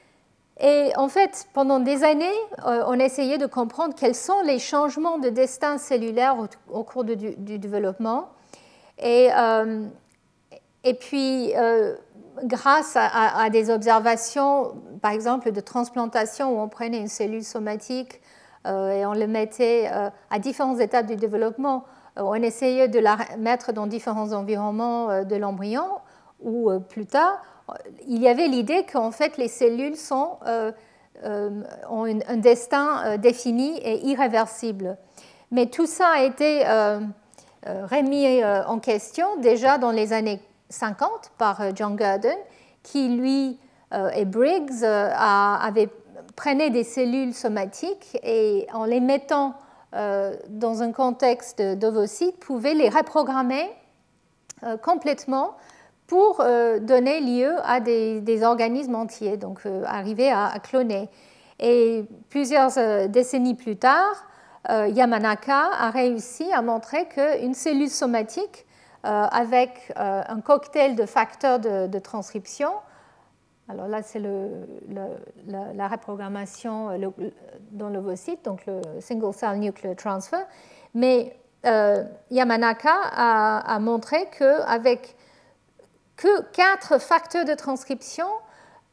Et en fait, pendant des années, euh, on essayait de comprendre quels sont les changements de destin cellulaire au, au cours de, du, du développement. Et, euh, et puis, euh, grâce à, à, à des observations, par exemple, de transplantation, où on prenait une cellule somatique euh, et on le mettait euh, à différentes étapes du développement, euh, on essayait de la mettre dans différents environnements euh, de l'embryon, ou euh, plus tard, il y avait l'idée qu'en fait, les cellules sont, euh, euh, ont une, un destin euh, défini et irréversible. Mais tout ça a été euh, remis euh, en question déjà dans les années cinquante par John Gurdon, qui lui euh, et Briggs euh, avaient prenaient des cellules somatiques et en les mettant euh, dans un contexte d'ovocytes, pouvaient les reprogrammer euh, complètement pour euh, donner lieu à des, des organismes entiers, donc euh, arriver à, à cloner. Et plusieurs euh, décennies plus tard, euh, Yamanaka a réussi à montrer qu'une cellule somatique euh, avec euh, un cocktail de facteurs de, de transcription, alors là c'est le, le, la, la reprogrammation le, dans l'ovocyte, donc le single cell nuclear transfer, mais euh, Yamanaka a, a montré qu'avec que quatre facteurs de transcription,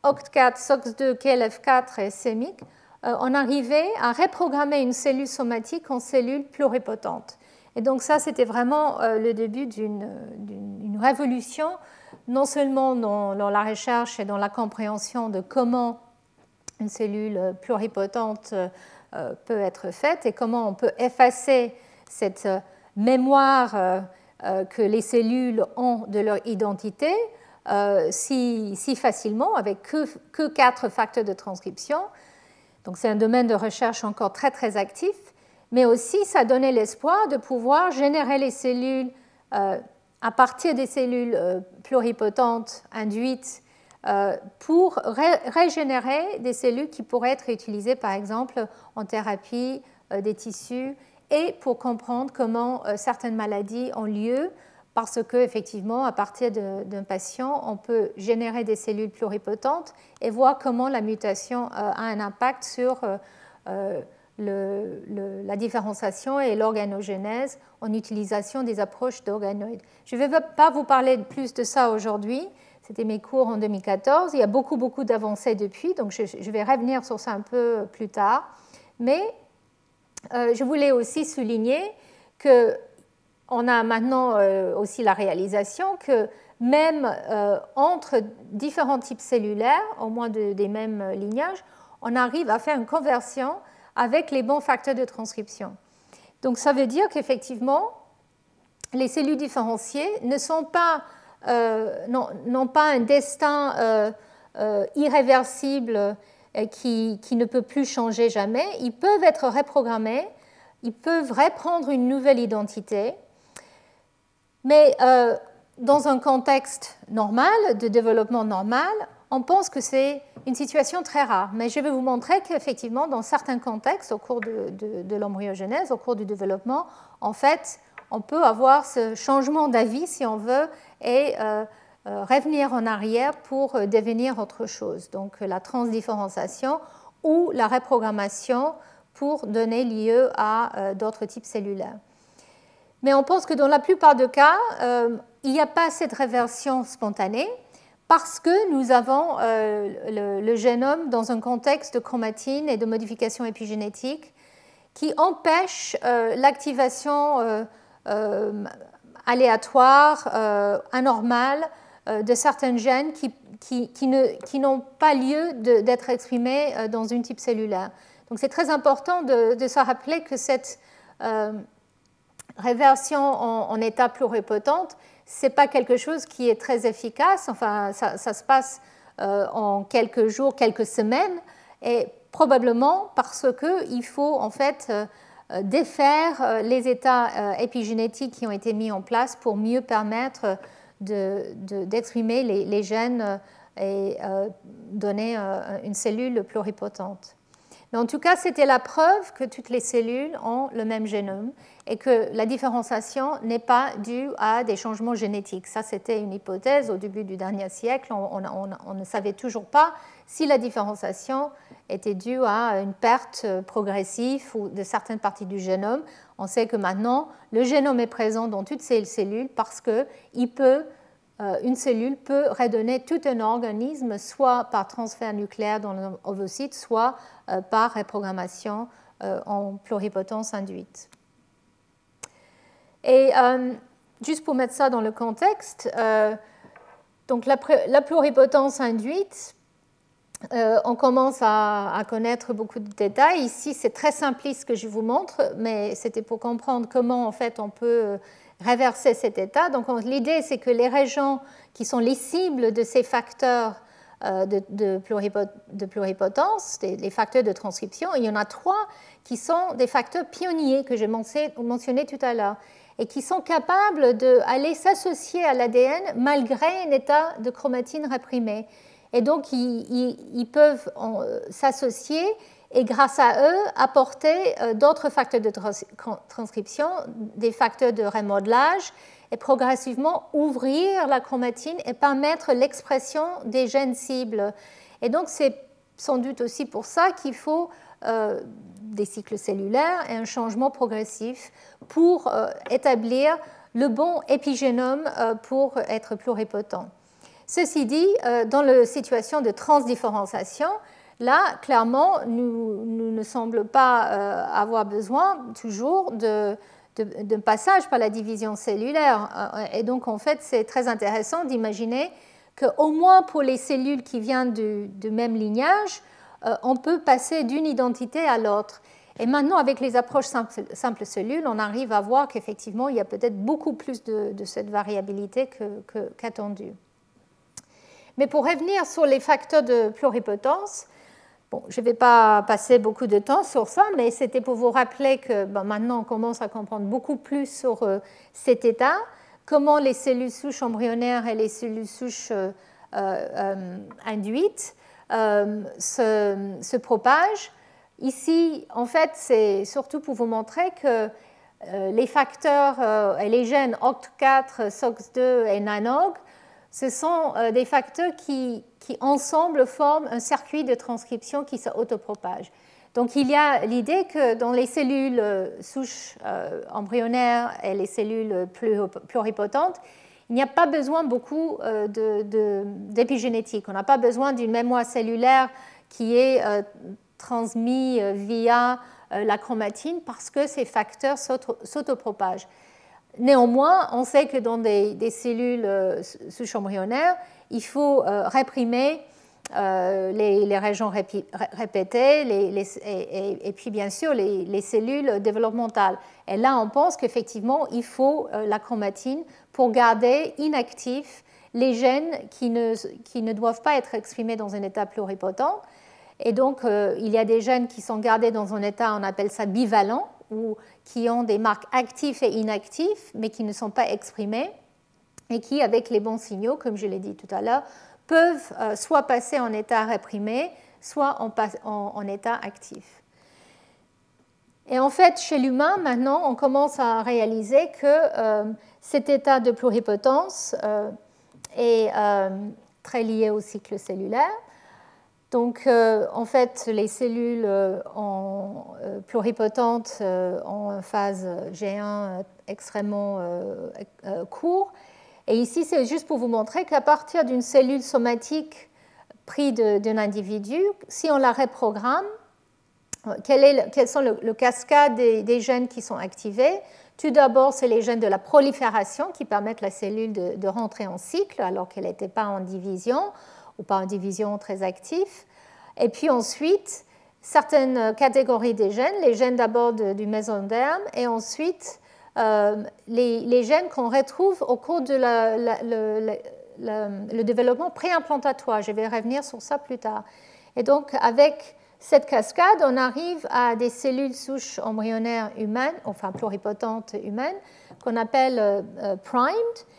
O C T quatre, S O X deux, K L F quatre et C M Y C, euh, on arrivait à reprogrammer une cellule somatique en cellule pluripotente. Et donc ça, c'était vraiment euh, le début d'une, d'une révolution, non seulement dans, dans la recherche et dans la compréhension de comment une cellule pluripotente euh, peut être faite et comment on peut effacer cette euh, mémoire euh, euh, que les cellules ont de leur identité euh, si, si facilement avec que, que quatre facteurs de transcription. Donc c'est un domaine de recherche encore très très actif, mais aussi ça donnait l'espoir de pouvoir générer les cellules euh, à partir des cellules euh, pluripotentes induites euh, pour ré- régénérer des cellules qui pourraient être utilisées par exemple en thérapie euh, des tissus et pour comprendre comment euh, certaines maladies ont lieu parce qu'effectivement, à partir de, d'un patient, on peut générer des cellules pluripotentes et voir comment la mutation euh, a un impact sur euh, euh, le, le, la différenciation et l'organogénèse en utilisation des approches d'organoïdes. Je ne vais pas vous parler plus de ça aujourd'hui, c'était mes cours en deux mille quatorze, il y a beaucoup, beaucoup d'avancées depuis, donc je, je vais revenir sur ça un peu plus tard, mais euh, je voulais aussi souligner que on a maintenant euh, aussi la réalisation que même euh, entre différents types cellulaires, au moins de, des mêmes lignages, on arrive à faire une conversion avec les bons facteurs de transcription. Donc ça veut dire qu'effectivement, les cellules différenciées ne sont pas, euh, non, n'ont pas un destin euh, euh, irréversible euh, qui, qui ne peut plus changer jamais. Ils peuvent être reprogrammés, ils peuvent reprendre une nouvelle identité. Mais euh, dans un contexte normal, de développement normal, on pense que c'est une situation très rare. Mais je vais vous montrer qu'effectivement, dans certains contextes, au cours de, de, de l'embryogenèse, au cours du développement, en fait, on peut avoir ce changement d'avis, si on veut, et euh, euh, revenir en arrière pour devenir autre chose. Donc la transdifférenciation ou la reprogrammation pour donner lieu à euh, d'autres types cellulaires. Mais on pense que dans la plupart des cas, euh, il n'y a pas cette réversion spontanée parce que nous avons euh, le, le génome dans un contexte de chromatine et de modification épigénétique qui empêche euh, l'activation euh, euh, aléatoire, euh, anormale euh, de certains gènes qui, qui, qui, ne, qui n'ont pas lieu de, d'être exprimés euh, dans une type cellulaire. Donc c'est très important de, de se rappeler que cette euh, réversion en, en état pluripotente, ce n'est pas quelque chose qui est très efficace, enfin ça, ça se passe euh, en quelques jours, quelques semaines, et probablement parce qu'il faut en fait euh, défaire euh, les états euh, épigénétiques qui ont été mis en place pour mieux permettre de, de, d'exprimer les, les gènes euh, et euh, donner euh, une cellule pluripotente. Mais en tout cas, c'était la preuve que toutes les cellules ont le même génome et que la différenciation n'est pas due à des changements génétiques. Ça, c'était une hypothèse au début du dernier siècle. On, on, on ne savait toujours pas si la différenciation était due à une perte progressive ou de certaines parties du génome. On sait que maintenant, le génome est présent dans toutes ces cellules parce qu'il peut une cellule peut redonner tout un organisme, soit par transfert nucléaire dans l'ovocyte, soit par reprogrammation en pluripotence induite. Et euh, juste pour mettre ça dans le contexte, euh, donc la, la pluripotence induite, euh, on commence à, à connaître beaucoup de détails. Ici, c'est très simpliste ce que je vous montre, mais c'était pour comprendre comment en fait on peut réverser cet état. Donc l'idée, c'est que les régions qui sont les cibles de ces facteurs euh, de, de, pluripot, de pluripotence, des, les facteurs de transcription, il y en a trois qui sont des facteurs pionniers que j'ai mentionné tout à l'heure et qui sont capables d'aller s'associer à l'A D N malgré un état de chromatine réprimé. Et donc, ils, ils, ils peuvent s'associer et grâce à eux, apporter d'autres facteurs de transcription, des facteurs de remodelage, et progressivement ouvrir la chromatine et permettre l'expression des gènes cibles. Et donc, c'est sans doute aussi pour ça qu'il faut euh, des cycles cellulaires et un changement progressif pour euh, établir le bon épigénome euh, pour être pluripotent. Ceci dit, dans la situation de transdifférenciation, là, clairement, nous, nous ne semblons pas euh, avoir besoin toujours de, de, de passage par la division cellulaire. Et donc, en fait, c'est très intéressant d'imaginer qu'au moins pour les cellules qui viennent du, du même lignage, euh, on peut passer d'une identité à l'autre. Et maintenant, avec les approches simples, simples cellules, on arrive à voir qu'effectivement, il y a peut-être beaucoup plus de, de cette variabilité que, que, qu'attendu. Mais pour revenir sur les facteurs de pluripotence, bon, je ne vais pas passer beaucoup de temps sur ça, mais c'était pour vous rappeler que ben, maintenant on commence à comprendre beaucoup plus sur euh, cet état, comment les cellules souches embryonnaires et les cellules souches euh, euh, induites euh, se, se propagent. Ici, en fait, c'est surtout pour vous montrer que euh, les facteurs euh, et les gènes O C T quatre, S O X deux et N A N O G, ce sont euh, des facteurs qui, qui, ensemble, forment un circuit de transcription qui s'autopropage. Donc, il y a l'idée que dans les cellules euh, souches euh, embryonnaires et les cellules pluripotentes, il n'y a pas besoin beaucoup euh, de, de, d'épigénétique. On n'a pas besoin d'une mémoire cellulaire qui est euh, transmise via euh, la chromatine parce que ces facteurs s'autopropagent. Néanmoins, on sait que dans des, des cellules euh, souches embryonnaires, il faut euh, réprimer euh, les, les régions répi, répétées les, les, et, et, et puis bien sûr les, les cellules développementales. Et là, on pense qu'effectivement, il faut euh, la chromatine pour garder inactifs les gènes qui ne, qui ne doivent pas être exprimés dans un état pluripotent. Et donc, euh, il y a des gènes qui sont gardés dans un état, on appelle ça bivalent, ou qui ont des marques actifs et inactifs, mais qui ne sont pas exprimés, et qui, avec les bons signaux, comme je l'ai dit tout à l'heure, peuvent euh, soit passer en état réprimé, soit en, en, en état actif. Et en fait, chez l'humain, maintenant, on commence à réaliser que euh, cet état de pluripotence euh, est euh, très lié au cycle cellulaire. Donc, euh, en fait, les cellules euh, en, euh, pluripotentes euh, ont une phase G un euh, extrêmement euh, euh, court. Et ici, c'est juste pour vous montrer qu'à partir d'une cellule somatique prise d'un individu, si on la reprogramme, quel est le, quelles sont le, le cascade des, des gènes qui sont activés? Tout d'abord, c'est les gènes de la prolifération qui permettent à la cellule de, de rentrer en cycle alors qu'elle n'était pas en division, ou pas en division très actif. Et puis ensuite, certaines catégories des gènes, les gènes d'abord du mésenderme, et ensuite euh, les, les gènes qu'on retrouve au cours de la, la, la, la, la, le développement préimplantatoire. Je vais revenir sur ça plus tard. Et donc, avec cette cascade, on arrive à des cellules souches embryonnaires humaines, enfin pluripotentes humaines, qu'on appelle euh, primed.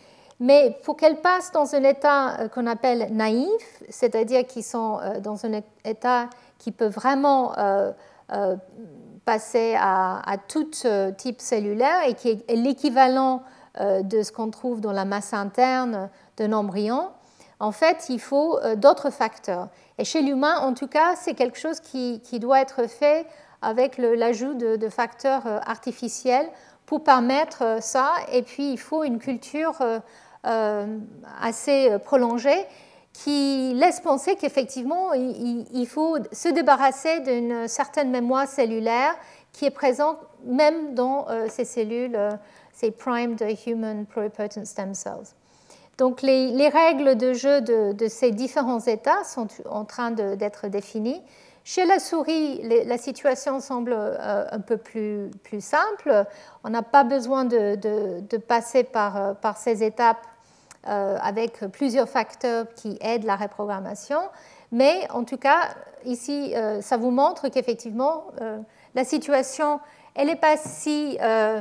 Mais pour qu'elles passent dans un état qu'on appelle naïf, c'est-à-dire qu'ils sont dans un état qui peut vraiment euh, euh, passer à, à tout type cellulaire et qui est l'équivalent euh, de ce qu'on trouve dans la masse interne d'un embryon, en fait, il faut euh, d'autres facteurs. Et chez l'humain, en tout cas, c'est quelque chose qui, qui doit être fait avec l'ajout de, de facteurs euh, artificiels pour permettre ça. Et puis, il faut une culture euh, euh, assez prolongée qui laisse penser qu'effectivement, il, il faut se débarrasser d'une certaine mémoire cellulaire qui est présente même dans euh, ces cellules, euh, ces primed human pluripotent stem cells. Donc, les, les règles de jeu de, de ces différents états sont en train d'être définies. Chez la souris, la situation semble un peu plus, plus simple. On n'a pas besoin de, de, de passer par, par ces étapes euh, avec plusieurs facteurs qui aident la reprogrammation. Mais en tout cas, ici, euh, ça vous montre qu'effectivement, euh, la situation, elle n'est pas si euh,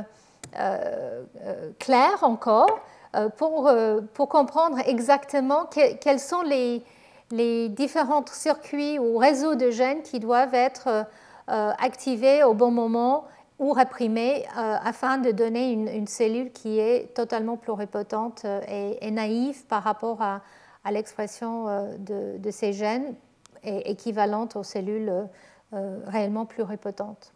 euh, claire encore euh, pour, euh, pour comprendre exactement que, quels sont les les différents circuits ou réseaux de gènes qui doivent être euh, activés au bon moment ou réprimés euh, afin de donner une, une cellule qui est totalement pluripotente et, et naïve par rapport à, à l'expression euh, de, de ces gènes et équivalente aux cellules euh, réellement pluripotentes.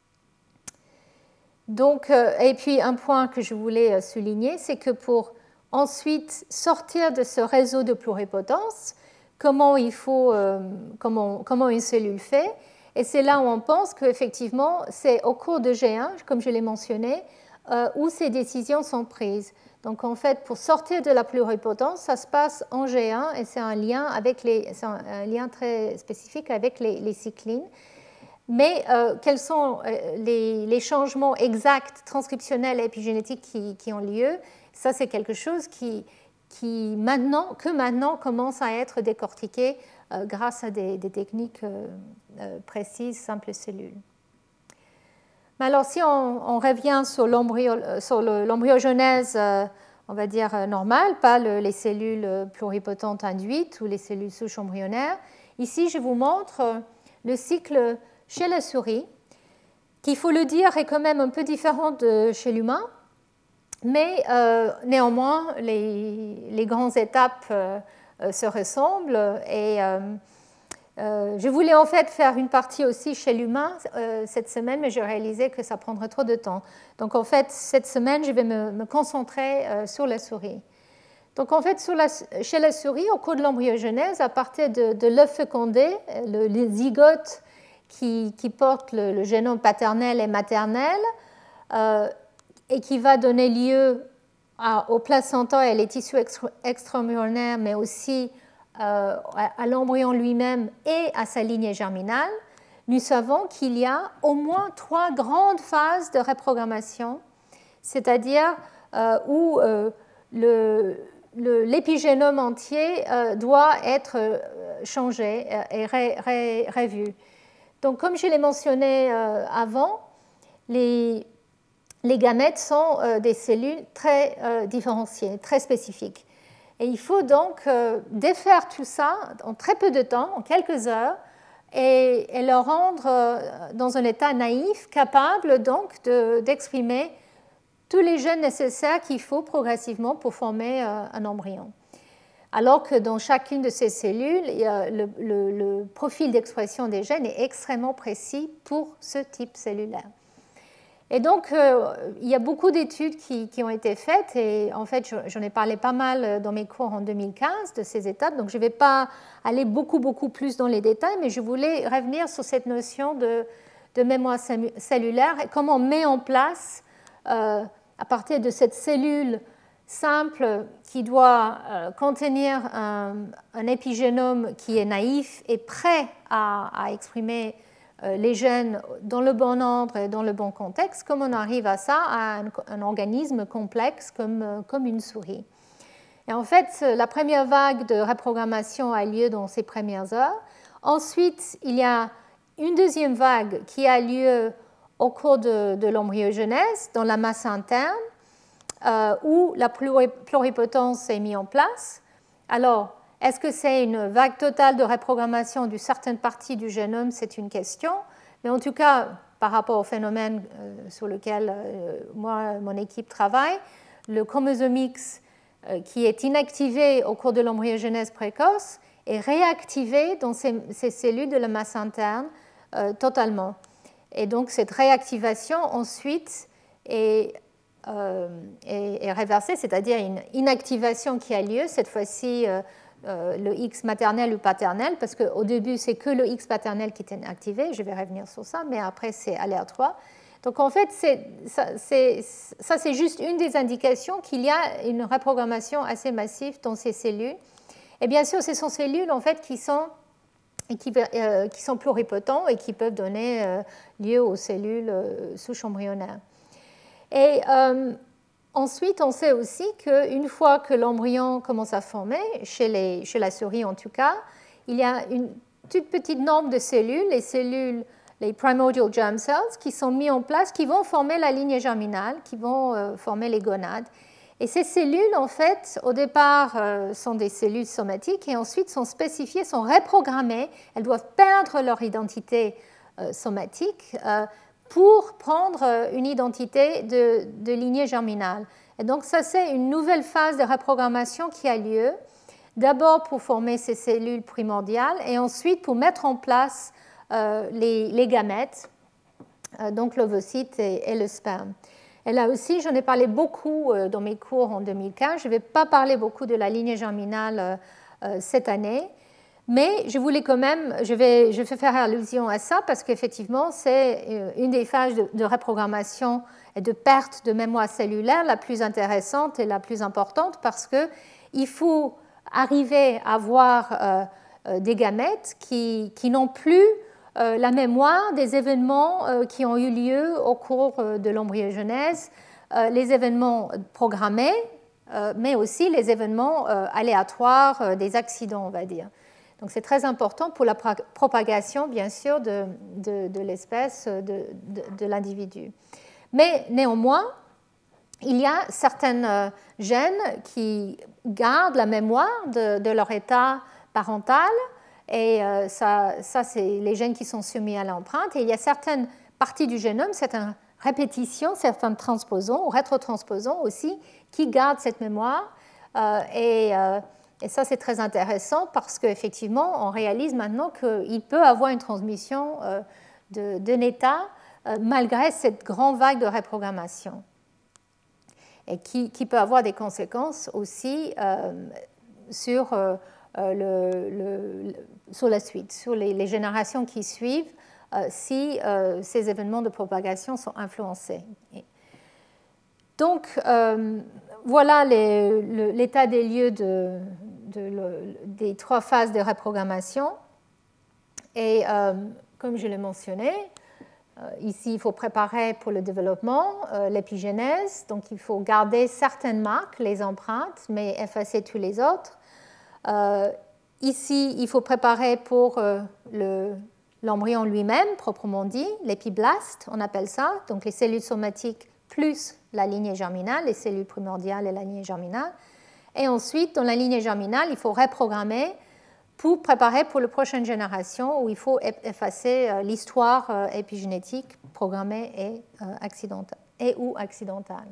Donc, euh, et puis un point que je voulais souligner, c'est que pour ensuite sortir de ce réseau de pluripotence, comment, il faut, euh, comment, comment une cellule fait. Et c'est là où on pense qu'effectivement, c'est au cours de G un, comme je l'ai mentionné, euh, où ces décisions sont prises. Donc en fait, pour sortir de la pluripotence, ça se passe en G un et c'est un lien, avec les, c'est un, un lien très spécifique avec les, les cyclines. Mais euh, quels sont euh, les, les changements exacts transcriptionnels et épigénétiques qui, qui ont lieu? Ça, c'est quelque chose qui, qui maintenant, que maintenant commence à être décortiqué euh, grâce à des, des techniques euh, euh, précises, simples cellules. Mais alors, si on, on revient sur, l'embryo, sur le, l'embryogenèse, euh, on va dire euh, normale, pas le, les cellules pluripotentes induites ou les cellules souches embryonnaires, ici, je vous montre euh, le cycle chez la souris, qui, il faut le dire, est quand même un peu différent de chez l'humain, mais euh, néanmoins, les, les grandes étapes euh, se ressemblent et euh, Euh, je voulais en fait faire une partie aussi chez l'humain euh, cette semaine, mais j'ai réalisé que ça prendrait trop de temps. Donc en fait, cette semaine, je vais me, me concentrer euh, sur la souris. Donc en fait, sur la, chez la souris, au cours de l'embryogenèse, à partir de, de l'œuf fécondé, le, le zygote qui, qui porte le, le génome paternel et maternel, euh, et qui va donner lieu à, au placenta et à les tissus extra, extra-embryonnaires, mais aussi Euh, à l'embryon lui-même et à sa lignée germinale, nous savons qu'il y a au moins trois grandes phases de reprogrammation, c'est-à-dire euh, où euh, le, le, l'épigénome entier euh, doit être euh, changé et ré, ré, revu. Donc, comme je l'ai mentionné euh, avant, les, les gamètes sont euh, des cellules très euh, différenciées, très spécifiques. Et il faut donc euh, défaire tout ça en très peu de temps, en quelques heures, et, et le rendre euh, dans un état naïf, capable donc de, d'exprimer tous les gènes nécessaires qu'il faut progressivement pour former euh, un embryon. Alors que dans chacune de ces cellules, il y a le, le, le profil d'expression des gènes est extrêmement précis pour ce type cellulaire. Et donc, euh, il y a beaucoup d'études qui, qui ont été faites, et en fait, j'en ai parlé pas mal dans mes cours en deux mille quinze de ces étapes, donc je ne vais pas aller beaucoup, beaucoup plus dans les détails, mais je voulais revenir sur cette notion de, de mémoire cellulaire et comment on met en place, euh, à partir de cette cellule simple qui doit euh, contenir un, un épigénome qui est naïf et prêt à, à exprimer les gènes dans le bon ordre et dans le bon contexte, comme on arrive à ça, à un, un organisme complexe comme, comme une souris. Et en fait, la première vague de reprogrammation a lieu dans ces premières heures. Ensuite, il y a une deuxième vague qui a lieu au cours de, de l'embryogenèse, dans la masse interne, euh, où la pluripotence est mise en place. Alors, est-ce que c'est une vague totale de reprogrammation d'une certaine partie du génome? C'est une question. Mais en tout cas, par rapport au phénomène euh, sur lequel euh, moi, mon équipe travaille, le chromosome X euh, qui est inactivé au cours de l'embryogenèse précoce est réactivé dans ces, ces cellules de la masse interne euh, totalement. Et donc, cette réactivation ensuite est, euh, est, est réversée, c'est-à-dire une inactivation qui a lieu, cette fois-ci euh, Euh, le X maternel ou paternel, parce qu'au début, c'est que le X paternel qui est activé, je vais revenir sur ça, mais après, c'est aléatoire. Donc, en fait, c'est, ça, c'est, ça, c'est juste une des indications qu'il y a une reprogrammation assez massive dans ces cellules. Et bien sûr, ce sont ces cellules, en fait, qui sont, qui, euh, qui sont pluripotents et qui peuvent donner euh, lieu aux cellules euh, souches embryonnaires. Et euh, ensuite, on sait aussi qu'une fois que l'embryon commence à former, chez, les, chez la souris en tout cas, il y a une toute petite nombre de cellules, les cellules, les primordial germ cells, qui sont mises en place, qui vont former la lignée germinale, qui vont euh, former les gonades. Et ces cellules, en fait, au départ, euh, sont des cellules somatiques et ensuite sont spécifiées, sont reprogrammées. Elles doivent perdre leur identité euh, somatique euh, pour prendre une identité de, de lignée germinale. Et donc, ça, c'est une nouvelle phase de reprogrammation qui a lieu, d'abord pour former ces cellules primordiales et ensuite pour mettre en place euh, les, les gamètes, euh, donc l'ovocyte et, et le sperme. Et là aussi, j'en ai parlé beaucoup dans mes cours en deux mille quinze. Je ne vais pas parler beaucoup de la lignée germinale cette année, mais je voulais quand même, je vais, je vais faire allusion à ça parce qu'effectivement, c'est une des phases de, de reprogrammation et de perte de mémoire cellulaire la plus intéressante et la plus importante parce qu'il faut arriver à avoir euh, des gamètes qui, qui n'ont plus euh, la mémoire des événements euh, qui ont eu lieu au cours euh, de l'embryogenèse, euh, les événements programmés, euh, mais aussi les événements euh, aléatoires, euh, des accidents, on va dire. Donc c'est très important pour la propagation, bien sûr, de, de, de l'espèce, de, de, de l'individu. Mais néanmoins, il y a certains gènes qui gardent la mémoire de, de leur état parental, et euh, ça, ça c'est les gènes qui sont soumis à l'empreinte. Et il y a certaines parties du génome, certaines répétitions, certains transposons ou rétrotransposons aussi, qui gardent cette mémoire. Euh, et, euh, et ça, c'est très intéressant parce qu'effectivement, on réalise maintenant qu'il peut avoir une transmission euh, de, d'un état euh, malgré cette grande vague de reprogrammation, et qui, qui peut avoir des conséquences aussi euh, sur, euh, le, le, sur la suite, sur les, les générations qui suivent, euh, si euh, ces événements de propagation sont influencés. Et donc, euh, voilà les, le, l'état des lieux de, de le, des trois phases de reprogrammation. Et euh, comme je l'ai mentionné, Euh, ici, il faut préparer pour le développement euh, l'épigénèse, donc il faut garder certaines marques, les empreintes, mais effacer tous les autres. Euh, ici, il faut préparer pour euh, le, l'embryon lui-même, proprement dit, l'épiblaste, on appelle ça, donc les cellules somatiques plus la lignée germinale, les cellules primordiales et la lignée germinale. Et ensuite, dans la lignée germinale, il faut reprogrammer pour préparer pour la prochaine génération où il faut effacer l'histoire épigénétique programmée et, accidentale, et ou accidentale.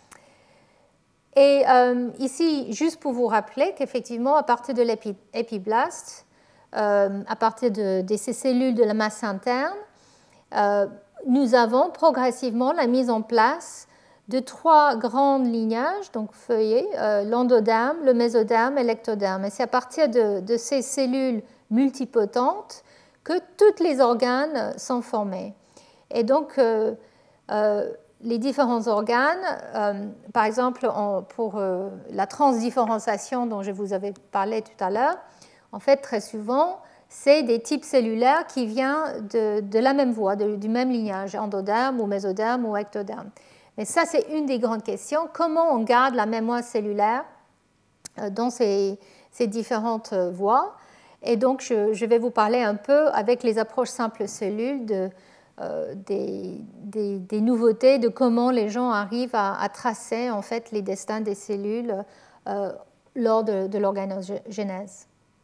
Et euh, ici, juste pour vous rappeler qu'effectivement, à partir de l'épiblaste, euh, à partir de, de ces cellules de la masse interne, euh, nous avons progressivement la mise en place de trois grands lignages, donc feuillets, euh, l'endoderme, le mésoderme et l'ectoderme. Et c'est à partir de, de ces cellules multipotentes que tous les organes sont formés. Et donc, euh, euh, les différents organes, euh, par exemple, en, pour euh, la transdifférenciation dont je vous avais parlé tout à l'heure, en fait, très souvent, c'est des types cellulaires qui viennent de, de la même voie, de, du même lignage, endoderme ou mésoderme ou ectoderme. Mais ça, c'est une des grandes questions. Comment on garde la mémoire cellulaire dans ces, ces différentes voies? Et donc, je, je vais vous parler un peu avec les approches simples cellules de, euh, des, des, des nouveautés, de comment les gens arrivent à, à tracer en fait les destins des cellules euh, lors de, de l'organogenèse.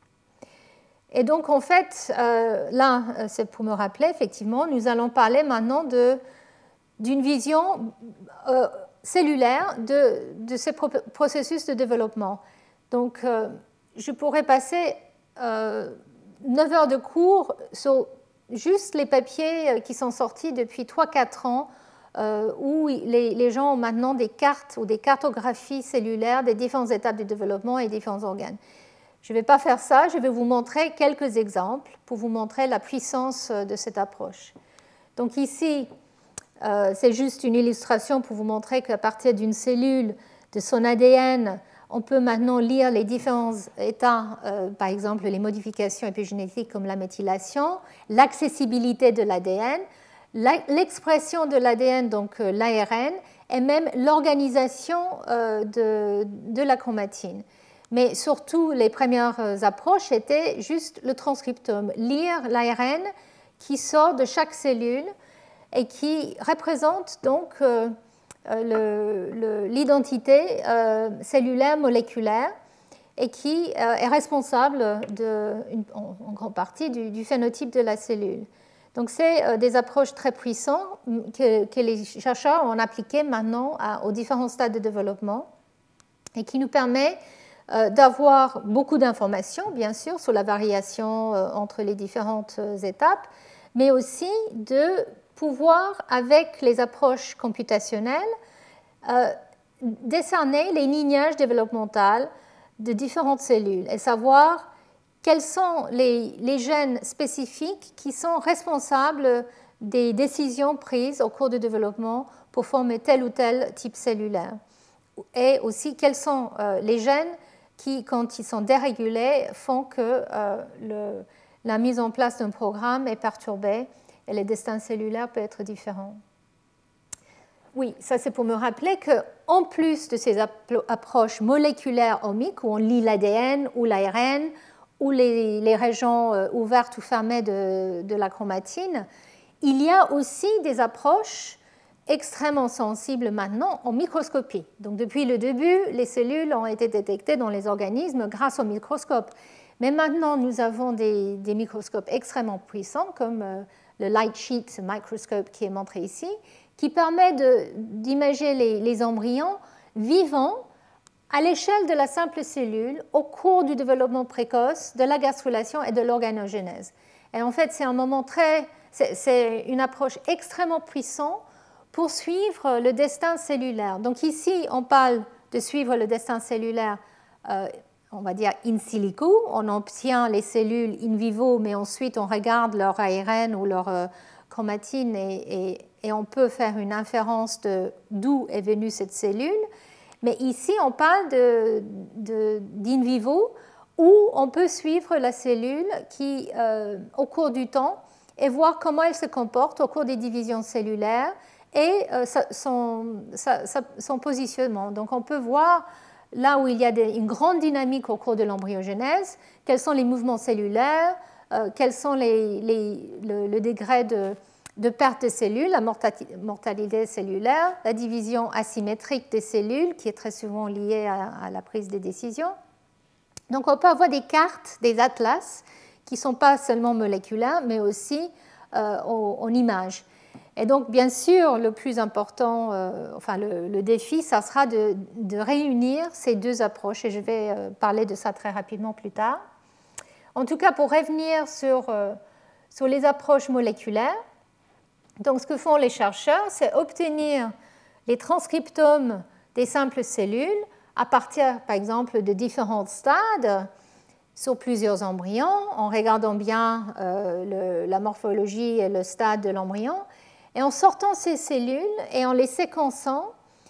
Et donc, en fait, euh, là, c'est pour me rappeler, effectivement, nous allons parler maintenant de d'une vision euh, cellulaire de, de ces processus de développement. Donc, euh, je pourrais passer euh, neuf heures de cours sur juste les papiers qui sont sortis depuis trois à quatre ans, euh, où les, les gens ont maintenant des cartes ou des cartographies cellulaires des différentes étapes du développement et des différents organes. Je ne vais pas faire ça, je vais vous montrer quelques exemples pour vous montrer la puissance de cette approche. Donc ici, Euh, c'est juste une illustration pour vous montrer qu'à partir d'une cellule, de son A D N, on peut maintenant lire les différents états, euh, par exemple les modifications épigénétiques comme la méthylation, l'accessibilité de l'A D N, la, l'expression de l'A D N, donc euh, l'A R N, et même l'organisation euh, de, de la chromatine. Mais surtout, les premières approches étaient juste le transcriptome, lire l'A R N qui sort de chaque cellule et qui représente donc euh, le, le, l'identité euh, cellulaire moléculaire et qui euh, est responsable de, une, en, en grande partie du, du phénotype de la cellule. Donc c'est euh, des approches très puissantes que, que les chercheurs ont appliquées maintenant à, aux différents stades de développement et qui nous permet euh, d'avoir beaucoup d'informations, bien sûr, sur la variation euh, entre les différentes euh, étapes, mais aussi de pouvoir, avec les approches computationnelles, euh, décerner les lignages développementaux de différentes cellules et savoir quels sont les, les gènes spécifiques qui sont responsables des décisions prises au cours du développement pour former tel ou tel type cellulaire. Et aussi quels sont euh, les gènes qui, quand ils sont dérégulés, font que euh, le, la mise en place d'un programme est perturbée et le destin cellulaire peut être différent. Oui, ça c'est pour me rappeler qu'en plus de ces approches moléculaires omiques, où on lit l'A D N ou l'A R N, ou les, les régions ouvertes ou fermées de, de la chromatine, il y a aussi des approches extrêmement sensibles maintenant en microscopie. Donc depuis le début, les cellules ont été détectées dans les organismes grâce au microscope. Mais maintenant, nous avons des, des microscopes extrêmement puissants, comme euh, le Light Sheet Microscope qui est montré ici, qui permet d'imager les, les embryons vivants à l'échelle de la simple cellule au cours du développement précoce de la gastrulation et de l'organogénèse. Et en fait, c'est un moment très, c'est une approche extrêmement puissante pour suivre le destin cellulaire. Donc ici, on parle de suivre le destin cellulaire, euh, on va dire in silico. On obtient les cellules in vivo, mais ensuite on regarde leur A R N ou leur euh, chromatine et, et, et on peut faire une inférence de d'où est venue cette cellule. Mais ici, on parle de, de, d'in vivo, où on peut suivre la cellule qui, euh, au cours du temps, et voir comment elle se comporte au cours des divisions cellulaires et euh, son, sa, son positionnement. Donc, on peut voir là où il y a des, une grande dynamique au cours de l'embryogenèse, quels sont les mouvements cellulaires, euh, quels sont les, les, le, le degré de, de perte de cellules, la mortalité cellulaire, la division asymétrique des cellules, qui est très souvent liée à, à la prise des décisions. Donc, on peut avoir des cartes, des atlas, qui ne sont pas seulement moléculaires, mais aussi euh, en, en images. Et donc, bien sûr, le plus important, euh, enfin, le, le défi, ça sera de, de réunir ces deux approches, et je vais euh, parler de ça très rapidement plus tard. En tout cas, pour revenir sur, euh, sur les approches moléculaires, donc, ce que font les chercheurs, c'est obtenir les transcriptomes des simples cellules à partir, par exemple, de différents stades sur plusieurs embryons, en regardant bien euh, le, la morphologie et le stade de l'embryon. Et en sortant ces cellules et en les séquençant,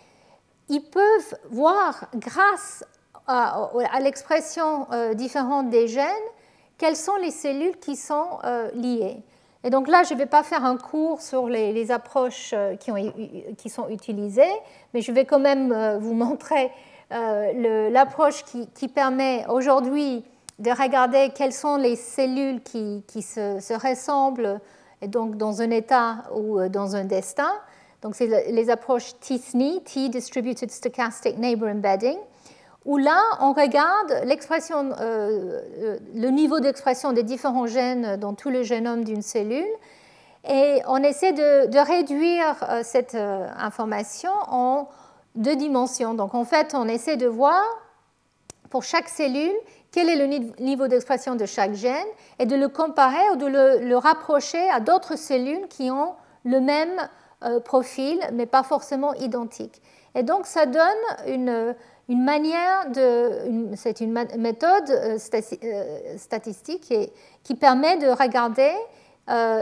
ils peuvent voir, grâce à, à l'expression euh, différente des gènes, quelles sont les cellules qui sont euh, liées. Et donc là, je ne vais pas faire un cours sur les, les approches qui, ont, qui sont utilisées, mais je vais quand même euh, vous montrer euh, l'approche qui, qui permet aujourd'hui de regarder quelles sont les cellules qui, qui se, se ressemblent et donc dans un état ou dans un destin. Donc c'est les approches T S N E, T Distributed Stochastic Neighbor Embedding, où là on regarde l'expression, euh, le niveau d'expression des différents gènes dans tout le génome d'une cellule, et on essaie de, de réduire euh, cette euh, information en deux dimensions. Donc en fait, on essaie de voir pour chaque cellule quel est le niveau d'expression de chaque gène et de le comparer ou de le, le rapprocher à d'autres cellules qui ont le même euh, profil, mais pas forcément identique. Et donc, ça donne une, une manière de... C'est une méthode euh, statistique qui, qui permet de regarder euh,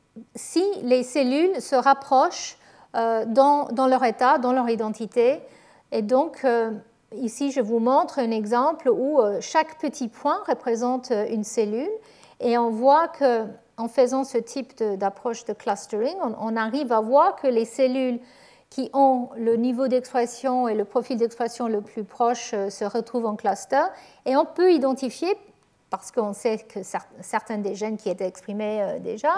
si les cellules se rapprochent euh, dans, dans leur état, dans leur identité. Et donc... Euh, Ici, je vous montre un exemple où chaque petit point représente une cellule et on voit qu'en faisant ce type d'approche de, de clustering, on, on arrive à voir que les cellules qui ont le niveau d'expression et le profil d'expression le plus proche se retrouvent en cluster et on peut identifier, parce qu'on sait que certains des gènes qui étaient exprimés déjà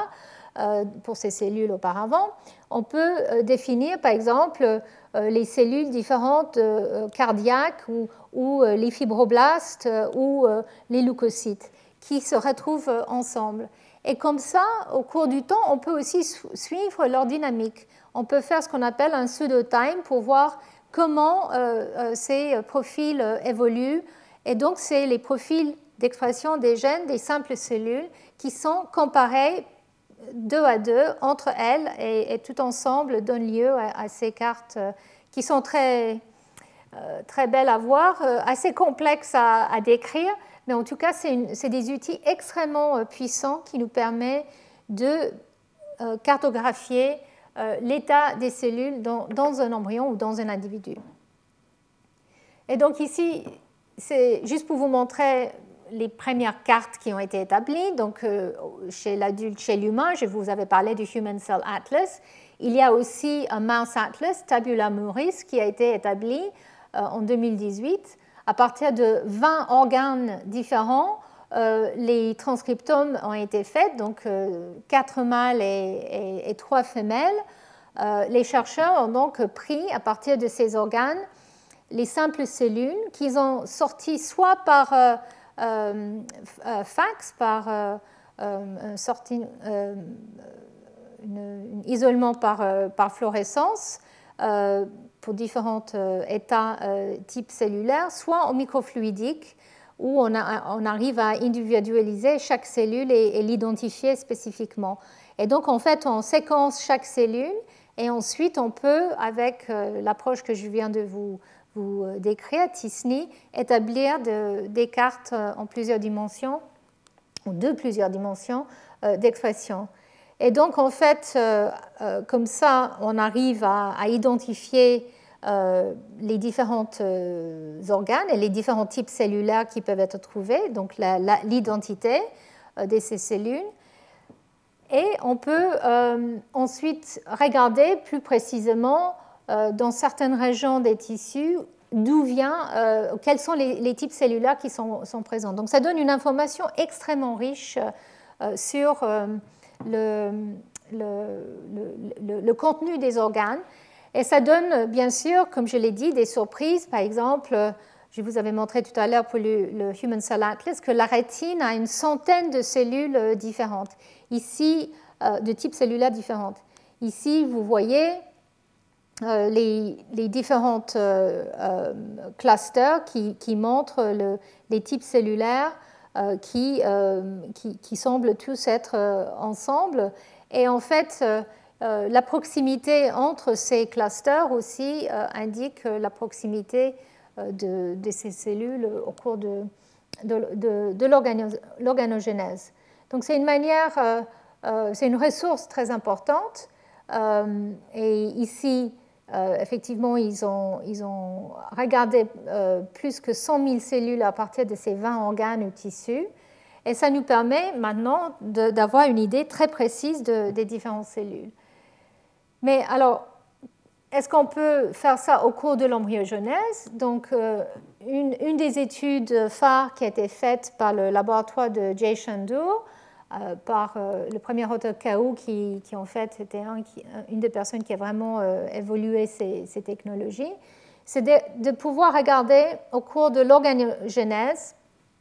pour ces cellules auparavant, on peut définir par exemple les cellules différentes cardiaques ou, ou les fibroblastes ou les leucocytes qui se retrouvent ensemble. Et comme ça, au cours du temps, on peut aussi suivre leur dynamique. On peut faire ce qu'on appelle un pseudo-time pour voir comment ces profils évoluent. Et donc, c'est les profils d'expression des gènes des simples cellules qui sont comparés deux à deux entre elles et, et tout ensemble donnent lieu à, à ces cartes qui sont très, euh, très belles à voir, euh, assez complexes à, à décrire, mais en tout cas, c'est des outils extrêmement euh, puissants qui nous permettent de euh, cartographier euh, l'état des cellules dans, dans un embryon ou dans un individu. Et donc ici, c'est juste pour vous montrer les premières cartes qui ont été établies. Donc, euh, chez l'adulte, chez l'humain, je vous avais parlé du Human Cell Atlas. Il y a aussi un Mouse Atlas, Tabula Muris, qui a été établi euh, en deux mille dix-huit. À partir de vingt organes différents, euh, les transcriptomes ont été faits, donc euh, quatre mâles et, et, et trois femelles. Euh, les chercheurs ont donc pris, à partir de ces organes, les simples cellules qu'ils ont sorties soit par euh, euh, fax, par euh, euh, sortie, euh, une, une isolement par, euh, par fluorescence euh, pour différents euh, états euh, types cellulaires, soit en microfluidique, où on, a, on arrive à individualiser chaque cellule et, et l'identifier spécifiquement. Et donc, en fait, on séquence chaque cellule et ensuite, on peut, avec euh, l'approche que je viens de vous vous décrire, T S N I, établir de, des cartes en plusieurs dimensions, ou de plusieurs dimensions euh, d'expression. Et donc, en fait, euh, euh, comme ça, on arrive à, à identifier euh, les différents euh, organes et les différents types cellulaires qui peuvent être trouvés, donc l'identité euh, de ces cellules. Et on peut euh, ensuite regarder plus précisément euh, dans certaines régions des tissus d'où vient, euh, quels sont les, les types cellulaires qui sont, sont présents. Donc ça donne une information extrêmement riche euh, sur euh, le, le, le, le contenu des organes. Et ça donne, bien sûr, comme je l'ai dit, des surprises. Par exemple, je vous avais montré tout à l'heure pour le, le Human Cell Atlas que la rétine a une centaine de cellules différentes. Ici, euh, de types cellulaires différents. Ici, vous voyez euh, les, les différents euh, euh, clusters qui, qui montrent le, les types cellulaires euh, qui, euh, qui, qui semblent tous être euh, ensemble. Et en fait, euh, euh, la proximité entre ces clusters aussi euh, indique la proximité euh, de, de ces cellules au cours de, de, de, de l'organogénèse. Donc c'est une manière, euh, euh, c'est une ressource très importante. Euh, et ici, euh, effectivement, ils ont, ils ont regardé euh, plus que cent mille cellules à partir de ces vingt organes ou tissus. Et ça nous permet maintenant de, d'avoir une idée très précise de, des différentes cellules. Mais alors, est-ce qu'on peut faire ça au cours de l'embryogenèse? Donc, euh, une, une des études phares qui a été faite par le laboratoire de Jay Shandur, Euh, par euh, le premier auteur Kao, qui, qui en fait était un, qui, une des personnes qui a vraiment euh, évolué ces, ces technologies, c'est de, de pouvoir regarder au cours de l'organogénèse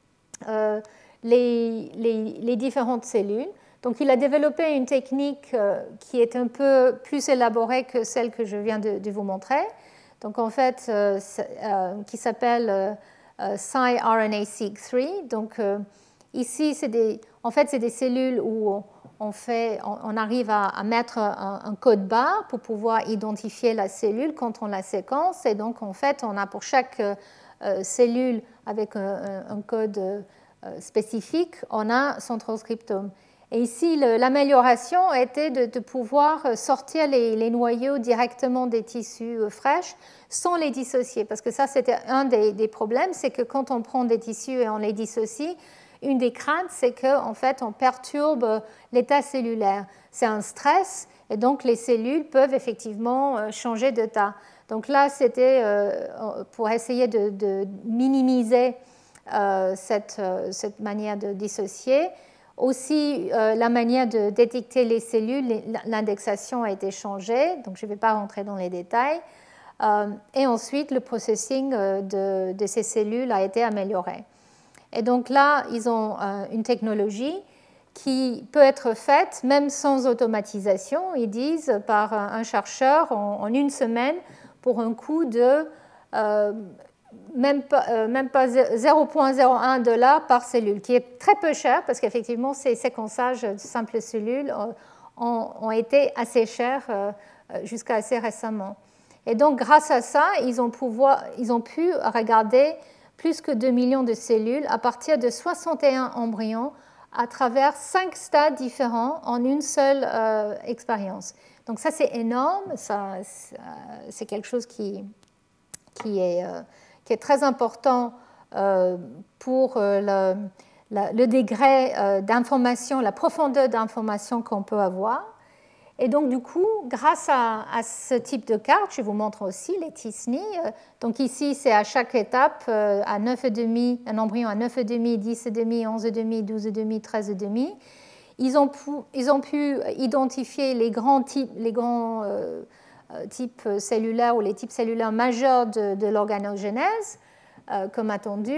euh, les, les, les différentes cellules. Donc il a développé une technique euh, qui est un peu plus élaborée que celle que je viens de, de vous montrer, donc en fait euh, euh, qui s'appelle euh, euh, scRNA-seq trois. Donc euh, ici, c'est des, en fait, c'est des cellules où on, fait, on, on arrive à, à mettre un, un code barre pour pouvoir identifier la cellule quand on la séquence. Et donc, en fait, on a pour chaque euh, cellule avec un, un code euh, spécifique, on a son transcriptome. Et ici, le, l'amélioration était de, de pouvoir sortir les, les noyaux directement des tissus euh, fraîches sans les dissocier. Parce que ça, c'était un des, des problèmes, c'est que quand on prend des tissus et on les dissocie, une des craintes, c'est qu'en fait, on perturbe l'état cellulaire. C'est un stress, et donc les cellules peuvent effectivement changer d'état. Donc là, c'était euh, pour essayer de, de minimiser euh, cette, cette manière de dissocier. Aussi, euh, la manière de détecter les cellules, l'indexation a été changée, donc je ne vais pas rentrer dans les détails. Euh, et ensuite, le processing de, de ces cellules a été amélioré. Et donc là, ils ont euh, une technologie qui peut être faite même sans automatisation, ils disent, par un chercheur en, en une semaine pour un coût de euh, même pas, euh, même pas zéro virgule zéro un dollar par cellule, qui est très peu cher parce qu'effectivement, ces séquençages de simples cellules ont, ont été assez chers euh, jusqu'à assez récemment. Et donc, grâce à ça, ils ont, pouvoir, ils ont pu regarder plus que deux millions de cellules à partir de soixante et un embryons à travers cinq stades différents en une seule euh, expérience. Donc ça, c'est énorme, ça, c'est quelque chose qui, qui, est, euh, qui est très important euh, pour euh, le, la, le degré euh, d'information, la profondeur d'information qu'on peut avoir. Et donc, du coup, grâce à, à ce type de carte, je vous montre aussi les T S N I. Donc ici, c'est à chaque étape, euh, à neuf virgule cinq, un embryon à neuf virgule cinq, dix virgule cinq, onze virgule cinq, douze virgule cinq, treize virgule cinq. Ils ont, pu, ils ont pu identifier les grands types, les grands, euh, types cellulaires ou les types cellulaires majeurs de, de l'organogenèse, euh, comme attendu.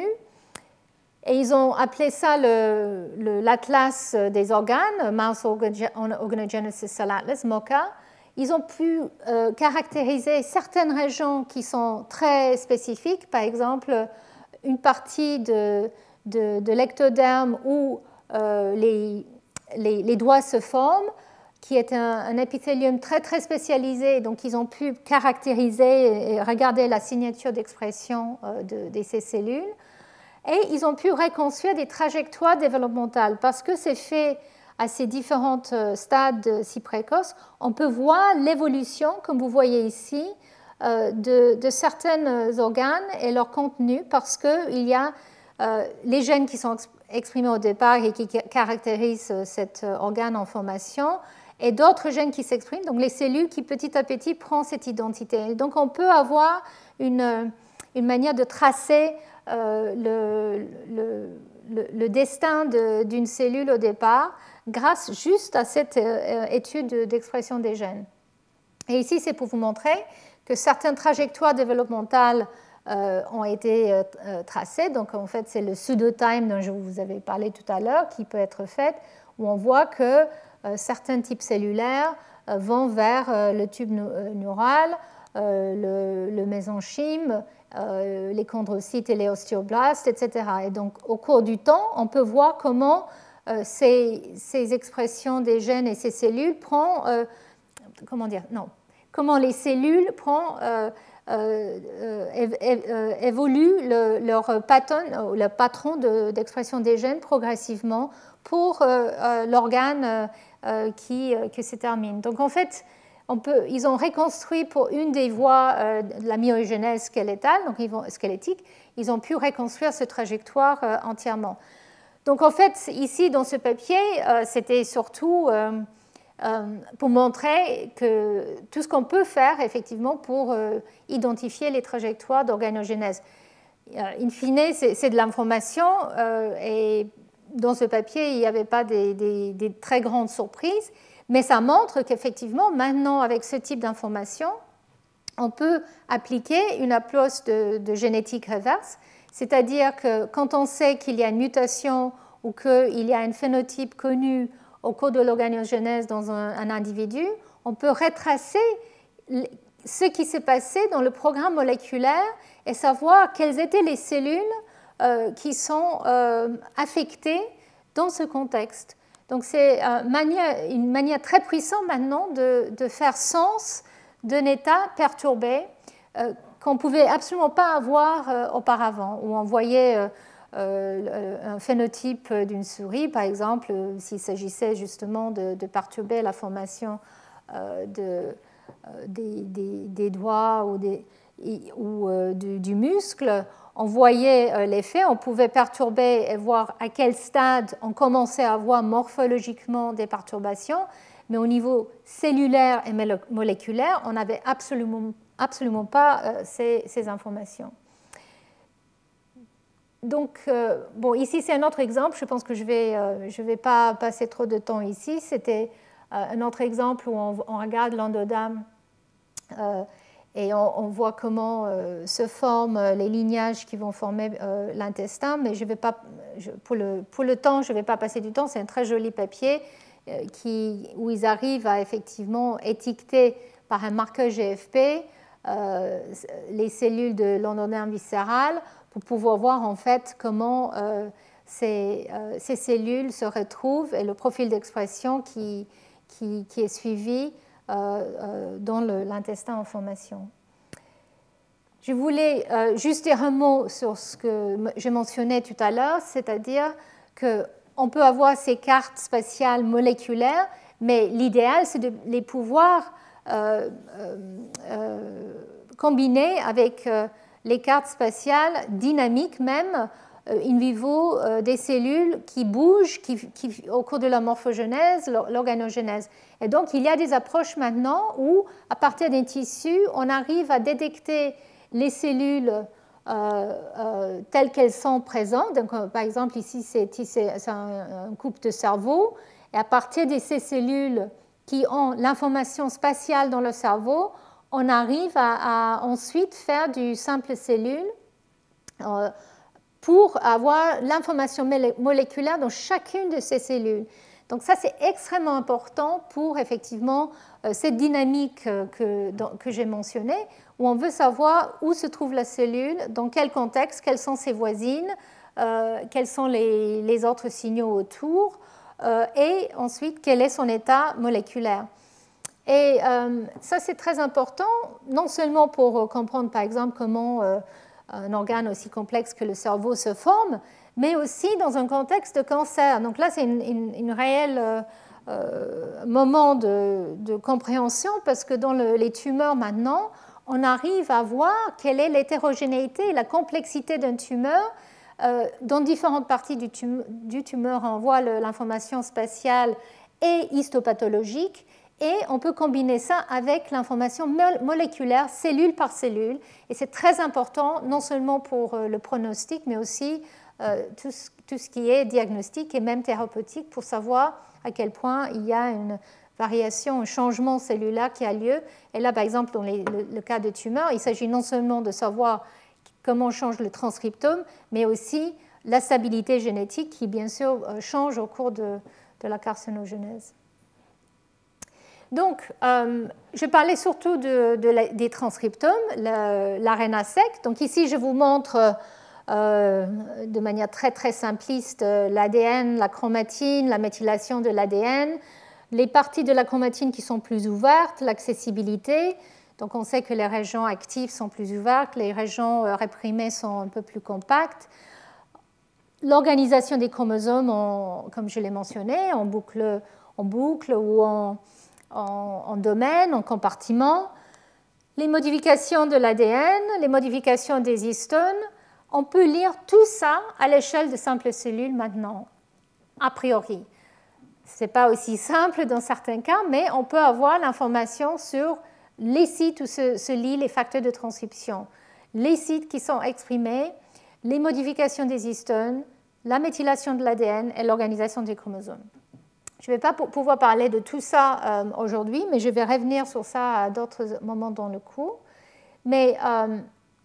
Et ils ont appelé ça le, le, l'atlas des organes, Mouse Organogenesis Cell Atlas, MOCA. Ils ont pu euh, caractériser certaines régions qui sont très spécifiques, par exemple une partie de, de, de l'ectoderme où euh, les, les, les doigts se forment, qui est un, un épithélium très, très spécialisé. Donc, ils ont pu caractériser et regarder la signature d'expression euh, de, de ces cellules. Et ils ont pu reconstruire des trajectoires développementales parce que c'est fait à ces différents stades si précoces. On peut voir l'évolution, comme vous voyez ici, de, de certains organes et leur contenu parce qu'il y a les gènes qui sont exprimés au départ et qui caractérisent cet organe en formation et d'autres gènes qui s'expriment, donc les cellules qui petit à petit prennent cette identité. Et donc on peut avoir une, une manière de tracer Euh, le, le, le, le destin de, d'une cellule au départ grâce juste à cette euh, étude d'expression des gènes. Et ici, c'est pour vous montrer que certaines trajectoires développementales euh, ont été euh, tracées. Donc, en fait, c'est le pseudo-time dont je vous avais parlé tout à l'heure qui peut être fait, où on voit que euh, certains types cellulaires euh, vont vers euh, le tube neural, euh, le, le mésenchyme, Euh, les chondrocytes et les ostéoblastes, et cetera. Et donc, au cours du temps, on peut voir comment euh, ces, ces expressions des gènes et ces cellules prennent, euh, comment dire, non, comment les cellules prennent, euh, euh, euh, évoluent le, leur, patron, le patron de, d'expression des gènes progressivement pour euh, euh, l'organe euh, qui, euh, qui se termine. Donc, en fait, On peut, ils ont reconstruit pour une des voies euh, de la myogenèse squeletale, donc ils vont, squelettique, ils ont pu reconstruire cette trajectoire euh, entièrement. Donc en fait, ici dans ce papier, euh, c'était surtout euh, euh, pour montrer que tout ce qu'on peut faire effectivement pour euh, identifier les trajectoires d'organogenèse. Euh, in fine, c'est, c'est de l'information euh, et dans ce papier, il n'y avait pas des, des, des très grandes surprises. Mais ça montre qu'effectivement, maintenant, avec ce type d'information, on peut appliquer une approche de, de génétique reverse, c'est-à-dire que quand on sait qu'il y a une mutation ou qu'il y a un phénotype connu au cours de l'organogenèse dans un, un individu, on peut retracer ce qui s'est passé dans le programme moléculaire et savoir quelles étaient les cellules euh, qui sont euh, affectées dans ce contexte. Donc c'est une manière très puissante maintenant de, de faire sens d'un état perturbé euh, qu'on ne pouvait absolument pas avoir euh, auparavant, où on voyait euh, euh, un phénotype d'une souris, par exemple, s'il s'agissait justement de, de perturber la formation euh, de, euh, des, des, des doigts ou, des, ou euh, du, du muscle. On voyait l'effet, on pouvait perturber et voir à quel stade on commençait à avoir morphologiquement des perturbations, mais au niveau cellulaire et moléculaire, on n'avait absolument, absolument pas ces, ces informations. Donc, euh, bon, ici c'est un autre exemple, je pense que je ne vais, euh, je vais pas passer trop de temps ici. C'était euh, un autre exemple où on, on regarde l'endoderme euh, et on, on voit comment euh, se forment les lignages qui vont former euh, l'intestin, mais je vais pas, je, pour, le, pour le temps, je ne vais pas passer du temps. C'est un très joli papier euh, qui, où ils arrivent à effectivement étiqueter par un marqueur G F P euh, les cellules de l'endoderme viscéral pour pouvoir voir en fait comment euh, ces, euh, ces cellules se retrouvent et le profil d'expression qui, qui, qui est suivi Euh, euh, dans le, l'intestin en formation. je voulais euh, juste dire un mot sur ce que j'ai mentionné tout à l'heure, c'est-à-dire qu'on peut avoir ces cartes spatiales moléculaires, mais l'idéal, c'est de les pouvoir euh, euh, combiner avec euh, les cartes spatiales dynamiques même, euh, in vivo, euh, des cellules qui bougent qui, qui, au cours de la morphogenèse, l'organogenèse. Et donc, il y a des approches maintenant où, à partir des tissus, on arrive à détecter les cellules euh, euh, telles qu'elles sont présentes. Donc, euh, par exemple, ici, c'est, c'est un, un couple de cerveau. Et à partir de ces cellules qui ont l'information spatiale dans le cerveau, on arrive à, à ensuite faire du simple cellule euh, pour avoir l'information moléculaire dans chacune de ces cellules. Donc ça, c'est extrêmement important pour effectivement euh, cette dynamique euh, que, dans, que j'ai mentionnée, où on veut savoir où se trouve la cellule, dans quel contexte, quelles sont ses voisines, euh, quels sont les, les autres signaux autour, euh, et ensuite quel est son état moléculaire. Et euh, ça, c'est très important, non seulement pour comprendre, par exemple, comment euh, un organe aussi complexe que le cerveau se forme, mais aussi dans un contexte de cancer. Donc là, c'est une, une, une réelle euh, euh, moment de, de compréhension, parce que dans le, les tumeurs maintenant, on arrive à voir quelle est l'hétérogénéité et la complexité d'une tumeur. Euh, dans différentes parties du, tum du tumeur, on voit l'information spatiale et histopathologique, et on peut combiner ça avec l'information moléculaire, cellule par cellule. Et c'est très important, non seulement pour le pronostic, mais aussi euh, tout, ce, tout ce qui est diagnostic et même thérapeutique, pour savoir à quel point il y a une variation, un changement cellulaire qui a lieu. Et là, par exemple, dans les, le, le cas de tumeur, il s'agit non seulement de savoir comment change le transcriptome, mais aussi la stabilité génétique qui, bien sûr, change au cours de, de la carcinogenèse. Donc, euh, je parlais surtout de, de la, des transcriptomes, l'A R N A seq. Donc ici, je vous montre euh, de manière très, très simpliste l'A D N, la chromatine, la méthylation de l'A D N, les parties de la chromatine qui sont plus ouvertes, l'accessibilité. Donc on sait que les régions actives sont plus ouvertes, les régions réprimées sont un peu plus compactes. L'organisation des chromosomes, en, comme je l'ai mentionné, en boucle, en boucle ou en... En, en domaine, en compartiment, les modifications de l'A D N, les modifications des histones, on peut lire tout ça à l'échelle de simples cellules maintenant, a priori. Ce n'est pas aussi simple dans certains cas, mais on peut avoir l'information sur les sites où se, se lient les facteurs de transcription, les sites qui sont exprimés, les modifications des histones, la méthylation de l'A D N et l'organisation des chromosomes. Je ne vais pas pouvoir parler de tout ça euh, aujourd'hui, mais je vais revenir sur ça à d'autres moments dans le cours. Mais euh,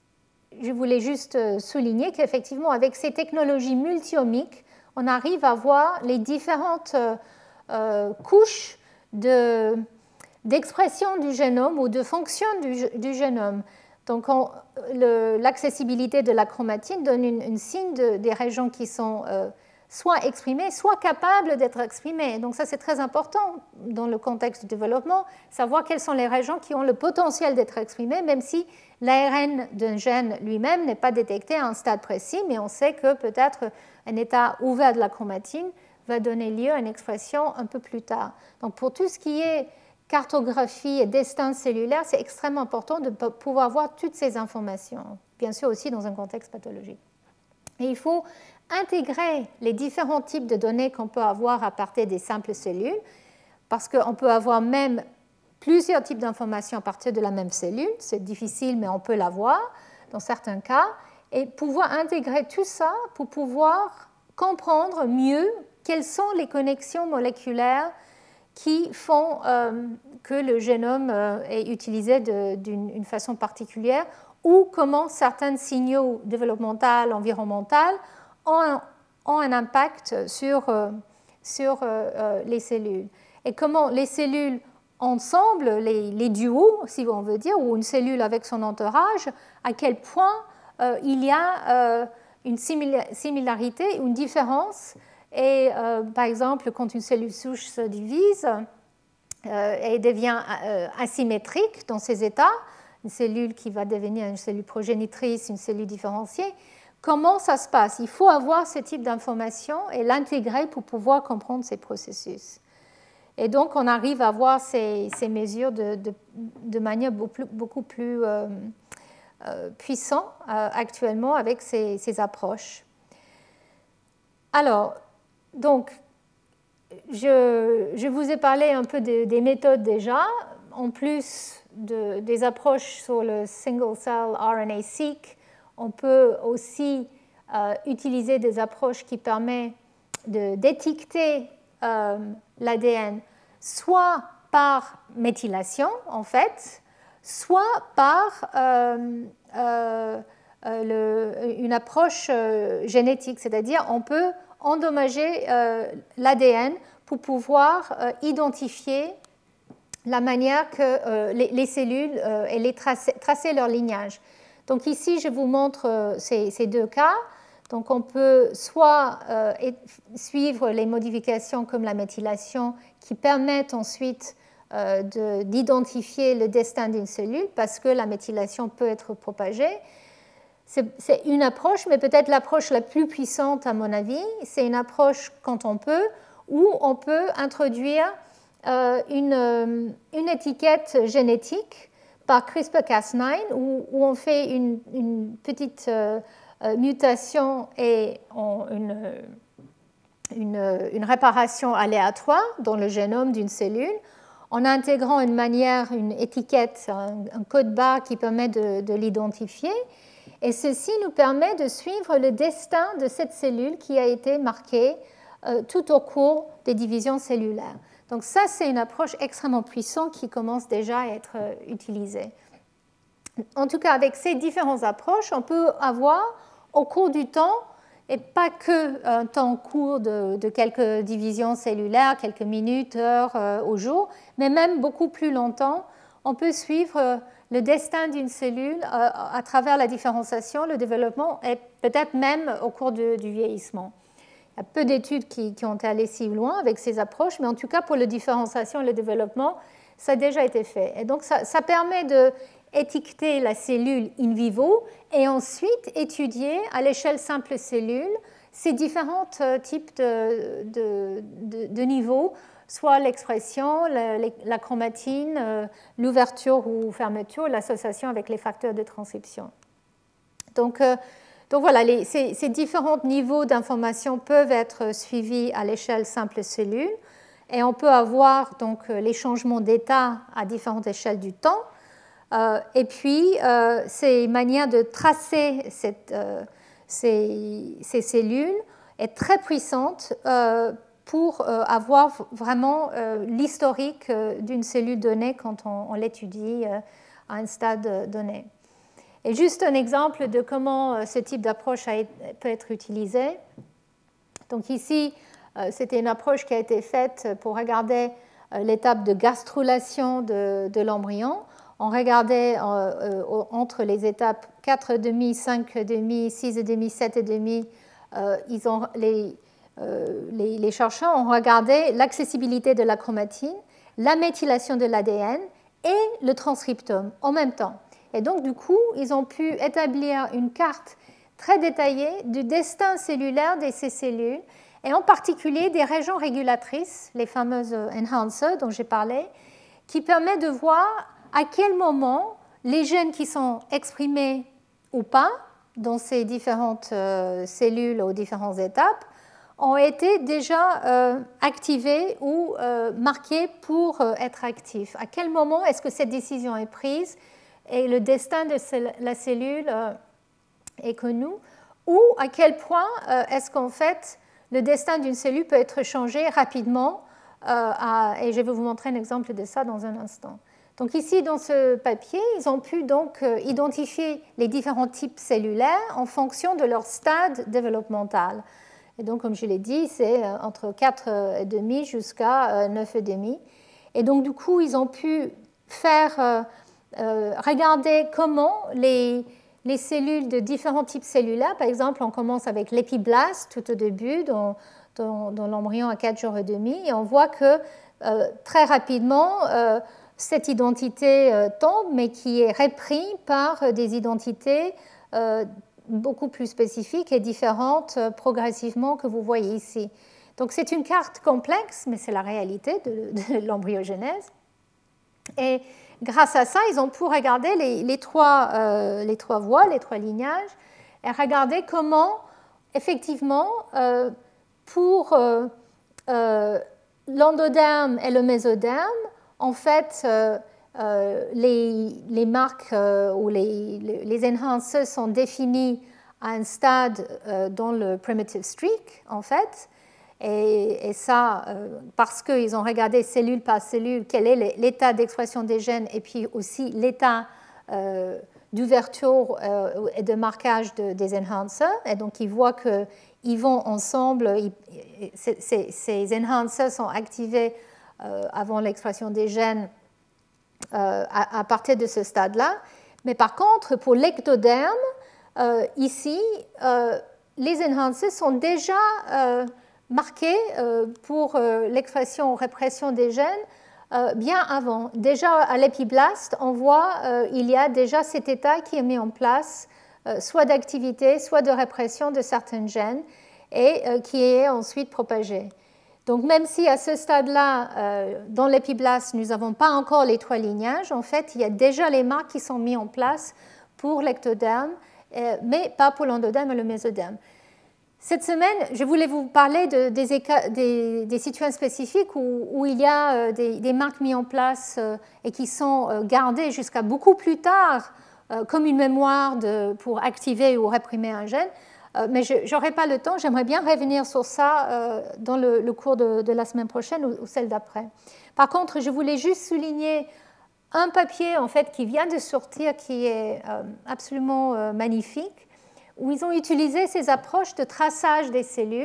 je voulais juste souligner qu'effectivement, avec ces technologies multiomiques, on arrive à voir les différentes euh, couches de, d'expression du génome ou de fonction du, du génome. Donc, l'accessibilité de la chromatine donne une, une signe de, des régions qui sont euh, soit exprimées, soit capables d'être exprimées. Donc ça, c'est très important dans le contexte du développement, savoir quelles sont les régions qui ont le potentiel d'être exprimées, même si l'A R N d'un gène lui-même n'est pas détecté à un stade précis, mais on sait que peut-être un état ouvert de la chromatine va donner lieu à une expression un peu plus tard. Donc pour tout ce qui est cartographie et destin cellulaire, c'est extrêmement important de pouvoir voir toutes ces informations, bien sûr aussi dans un contexte pathologique. Et il faut intégrer les différents types de données qu'on peut avoir à partir des simples cellules, parce qu'on peut avoir même plusieurs types d'informations à partir de la même cellule. C'est difficile, mais on peut l'avoir dans certains cas, et pouvoir intégrer tout ça pour pouvoir comprendre mieux quelles sont les connexions moléculaires qui font euh, que le génome euh, est utilisé d'une façon particulière, ou comment certains signaux développementaux, environnementaux ont un, ont un impact sur, euh, sur euh, les cellules. Et comment les cellules ensemble, les, les duos, si on veut dire, ou une cellule avec son entourage, à quel point euh, il y a euh, une similarité, une différence. Et euh, par exemple, quand une cellule souche se divise euh, et devient euh, asymétrique dans ses états, une cellule qui va devenir une cellule progénitrice, une cellule différenciée. Comment ça se passe? Il faut avoir ce type d'information et l'intégrer pour pouvoir comprendre ces processus. Et donc, on arrive à voir ces, ces mesures de, de, de manière beaucoup plus, beaucoup plus euh, euh, puissante euh, actuellement avec ces, ces approches. Alors, donc, je, je vous ai parlé un peu de, des méthodes déjà, en plus de, des approches sur le single-cell R N A-seq. On peut aussi euh, utiliser des approches qui permettent de, d'étiqueter euh, l'A D N, soit par méthylation, en fait, soit par euh, euh, le, une approche euh, génétique, c'est-à-dire on peut endommager euh, l'A D N pour pouvoir euh, identifier la manière que euh, les, les cellules euh, et les tracer, tracer leur lignage. Donc ici, je vous montre euh, ces, ces deux cas. Donc on peut soit euh, suivre les modifications comme la méthylation qui permettent ensuite euh, de, d'identifier le destin d'une cellule parce que la méthylation peut être propagée. C'est, c'est une approche, mais peut-être l'approche la plus puissante à mon avis. C'est une approche quand on peut, où on peut introduire euh, une, une étiquette génétique par CRISPR Cas neuf où, où on fait une, une petite euh, mutation et on, une, une, une réparation aléatoire dans le génome d'une cellule en intégrant une manière, une étiquette, un, un code barre qui permet de, de l'identifier. Et ceci nous permet de suivre le destin de cette cellule qui a été marquée euh, tout au cours des divisions cellulaires. Donc ça, c'est une approche extrêmement puissante qui commence déjà à être euh, utilisée. En tout cas, avec ces différentes approches, on peut avoir au cours du temps, et pas que un temps court de, de quelques divisions cellulaires, quelques minutes, heures euh, au jour, mais même beaucoup plus longtemps, on peut suivre euh, le destin d'une cellule euh, à travers la différenciation, le développement et peut-être même au cours de, du vieillissement. Il y a peu d'études qui, qui ont été allées si loin avec ces approches, mais en tout cas pour la différenciation et le développement, ça a déjà été fait. Et donc ça, ça permet d'étiqueter la cellule in vivo et ensuite étudier à l'échelle simple cellule ces différents types de, de, de, de niveaux, soit l'expression, la, la chromatine, euh, l'ouverture ou fermeture, l'association avec les facteurs de transcription. Donc, euh, donc voilà, les, ces, ces différents niveaux d'information peuvent être suivis à l'échelle simple cellule et on peut avoir donc les changements d'état à différentes échelles du temps. Euh, et puis, euh, ces manières de tracer cette, euh, ces, ces cellules est très puissante euh, pour euh, avoir vraiment euh, l'historique euh, d'une cellule donnée quand on, on l'étudie euh, à un stade donné. Et juste un exemple de comment euh, ce type d'approche a, peut être utilisé. Donc ici, euh, c'était une approche qui a été faite pour regarder euh, l'étape de gastrulation de, de l'embryon. On regardait euh, euh, entre les étapes quatre virgule cinq, cinq virgule cinq, six virgule cinq, sept virgule cinq, euh, ils ont, les, euh, les, les chercheurs ont regardé l'accessibilité de la chromatine, la méthylation de l'A D N et le transcriptome en même temps. Et donc, du coup, ils ont pu établir une carte très détaillée du destin cellulaire de ces cellules, et en particulier des régions régulatrices, les fameuses enhancers dont j'ai parlé, qui permettent de voir à quel moment les gènes qui sont exprimés ou pas dans ces différentes euh, cellules aux différentes étapes ont été déjà euh, activés ou euh, marqués pour euh, être actifs. À quel moment est-ce que cette décision est prise et le destin de la cellule euh, est connu, ou à quel point euh, est-ce qu'en fait le destin d'une cellule peut être changé rapidement, euh, à, et je vais vous montrer un exemple de ça dans un instant. Donc ici, dans ce papier, ils ont pu donc euh, identifier les différents types cellulaires en fonction de leur stade développemental. Et donc, comme je l'ai dit, c'est euh, entre quatre virgule cinq jusqu'à euh, neuf virgule cinq. Et donc, du coup, ils ont pu faire... Euh, Euh, regarder comment les, les cellules de différents types cellulaires, par exemple, on commence avec l'épiblaste tout au début, dans, dans, dans l'embryon à quatre jours et demi, et on voit que euh, très rapidement, euh, cette identité euh, tombe, mais qui est reprise par euh, des identités euh, beaucoup plus spécifiques et différentes euh, progressivement que vous voyez ici. Donc c'est une carte complexe, mais c'est la réalité de, de l'embryogenèse. Et grâce à ça, ils ont pu regarder les, les, trois, euh, les trois voies, les trois lignages, et regarder comment, effectivement, euh, pour euh, euh, l'endoderme et le mésoderme, en fait, euh, euh, les, les marques euh, ou les, les enhancers sont définis à un stade euh, dans le primitive streak, en fait. Et, et ça, euh, parce qu'ils ont regardé cellule par cellule quel est l'état d'expression des gènes et puis aussi l'état euh, d'ouverture euh, et de marquage de, des enhancers. Et donc, ils voient qu'ils vont ensemble, ils, ces, ces enhancers sont activés euh, avant l'expression des gènes euh, à, à partir de ce stade-là. Mais par contre, pour l'ectoderme, euh, ici, euh, les enhancers sont déjà euh, marqués euh, pour euh, l'expression ou répression des gènes euh, bien avant. Déjà à l'épiblaste, on voit euh, il y a déjà cet état qui est mis en place, euh, soit d'activité, soit de répression de certains gènes, et euh, qui est ensuite propagé. Donc même si à ce stade-là, euh, dans l'épiblaste, nous n'avons pas encore les trois lignages, en fait, il y a déjà les marques qui sont mises en place pour l'ectoderme, euh, mais pas pour l'endoderme et le mésoderme. Cette semaine, je voulais vous parler de, des, des, des situations spécifiques où, où il y a euh, des, des marques mises en place euh, et qui sont euh, gardées jusqu'à beaucoup plus tard euh, comme une mémoire de, pour activer ou réprimer un gène. Euh, mais je n'aurai pas le temps, j'aimerais bien revenir sur ça euh, dans le, le cours de, de la semaine prochaine ou, ou celle d'après. Par contre, je voulais juste souligner un papier en fait, qui vient de sortir qui est euh, absolument euh, magnifique, où ils ont utilisé ces approches de traçage des cellules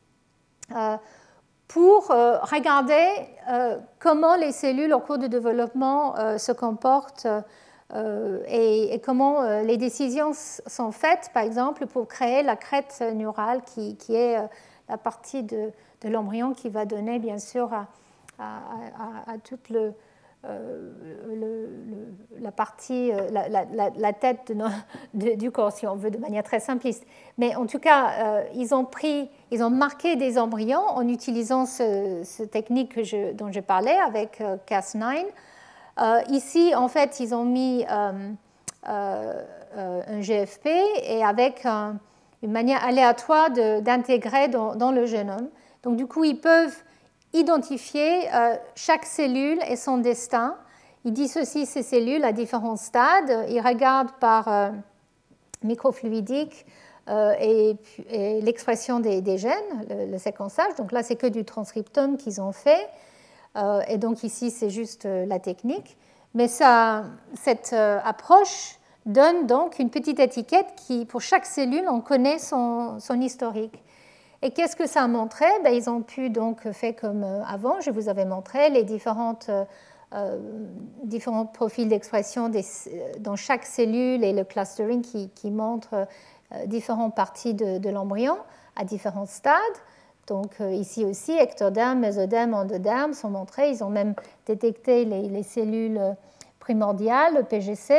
euh, pour euh, regarder euh, comment les cellules au cours du développement euh, se comportent euh, et, et comment euh, les décisions sont faites, par exemple, pour créer la crête neurale qui, qui est euh, la partie de, de l'embryon qui va donner, bien sûr, à, à, à, à toute le... Euh, le, le, la partie, la, la, la tête de nos, de, du corps, si on veut, de manière très simpliste. Mais en tout cas, euh, ils ont pris, ils ont marqué des embryons en utilisant ce, ce technique que je, dont je parlais avec euh, Cas neuf. Euh, ici, en fait, ils ont mis euh, euh, un G F P et avec un, une manière aléatoire d'intégrer dans, dans le génome. Donc, du coup, ils peuvent identifier euh, chaque cellule et son destin. Ils dissocient ces cellules à différents stades. Ils regardent par euh, microfluidique euh, et, et l'expression des, des gènes, le, le séquençage. Donc là, c'est que du transcriptome qu'ils ont fait. Euh, et donc ici, c'est juste euh, la technique. Mais ça, cette euh, approche donne donc une petite étiquette qui, pour chaque cellule, on connaît son, son historique. Et qu'est-ce que ça a montré? Ben, ils ont pu donc faire comme avant, je vous avais montré les différentes, euh, différents profils d'expression dans chaque cellule et le clustering qui, qui montre euh, différentes parties de, de l'embryon à différents stades. Donc euh, ici aussi, ectoderme, mésoderme, endoderme sont montrés. Ils ont même détecté les, les cellules primordiales, le P G C.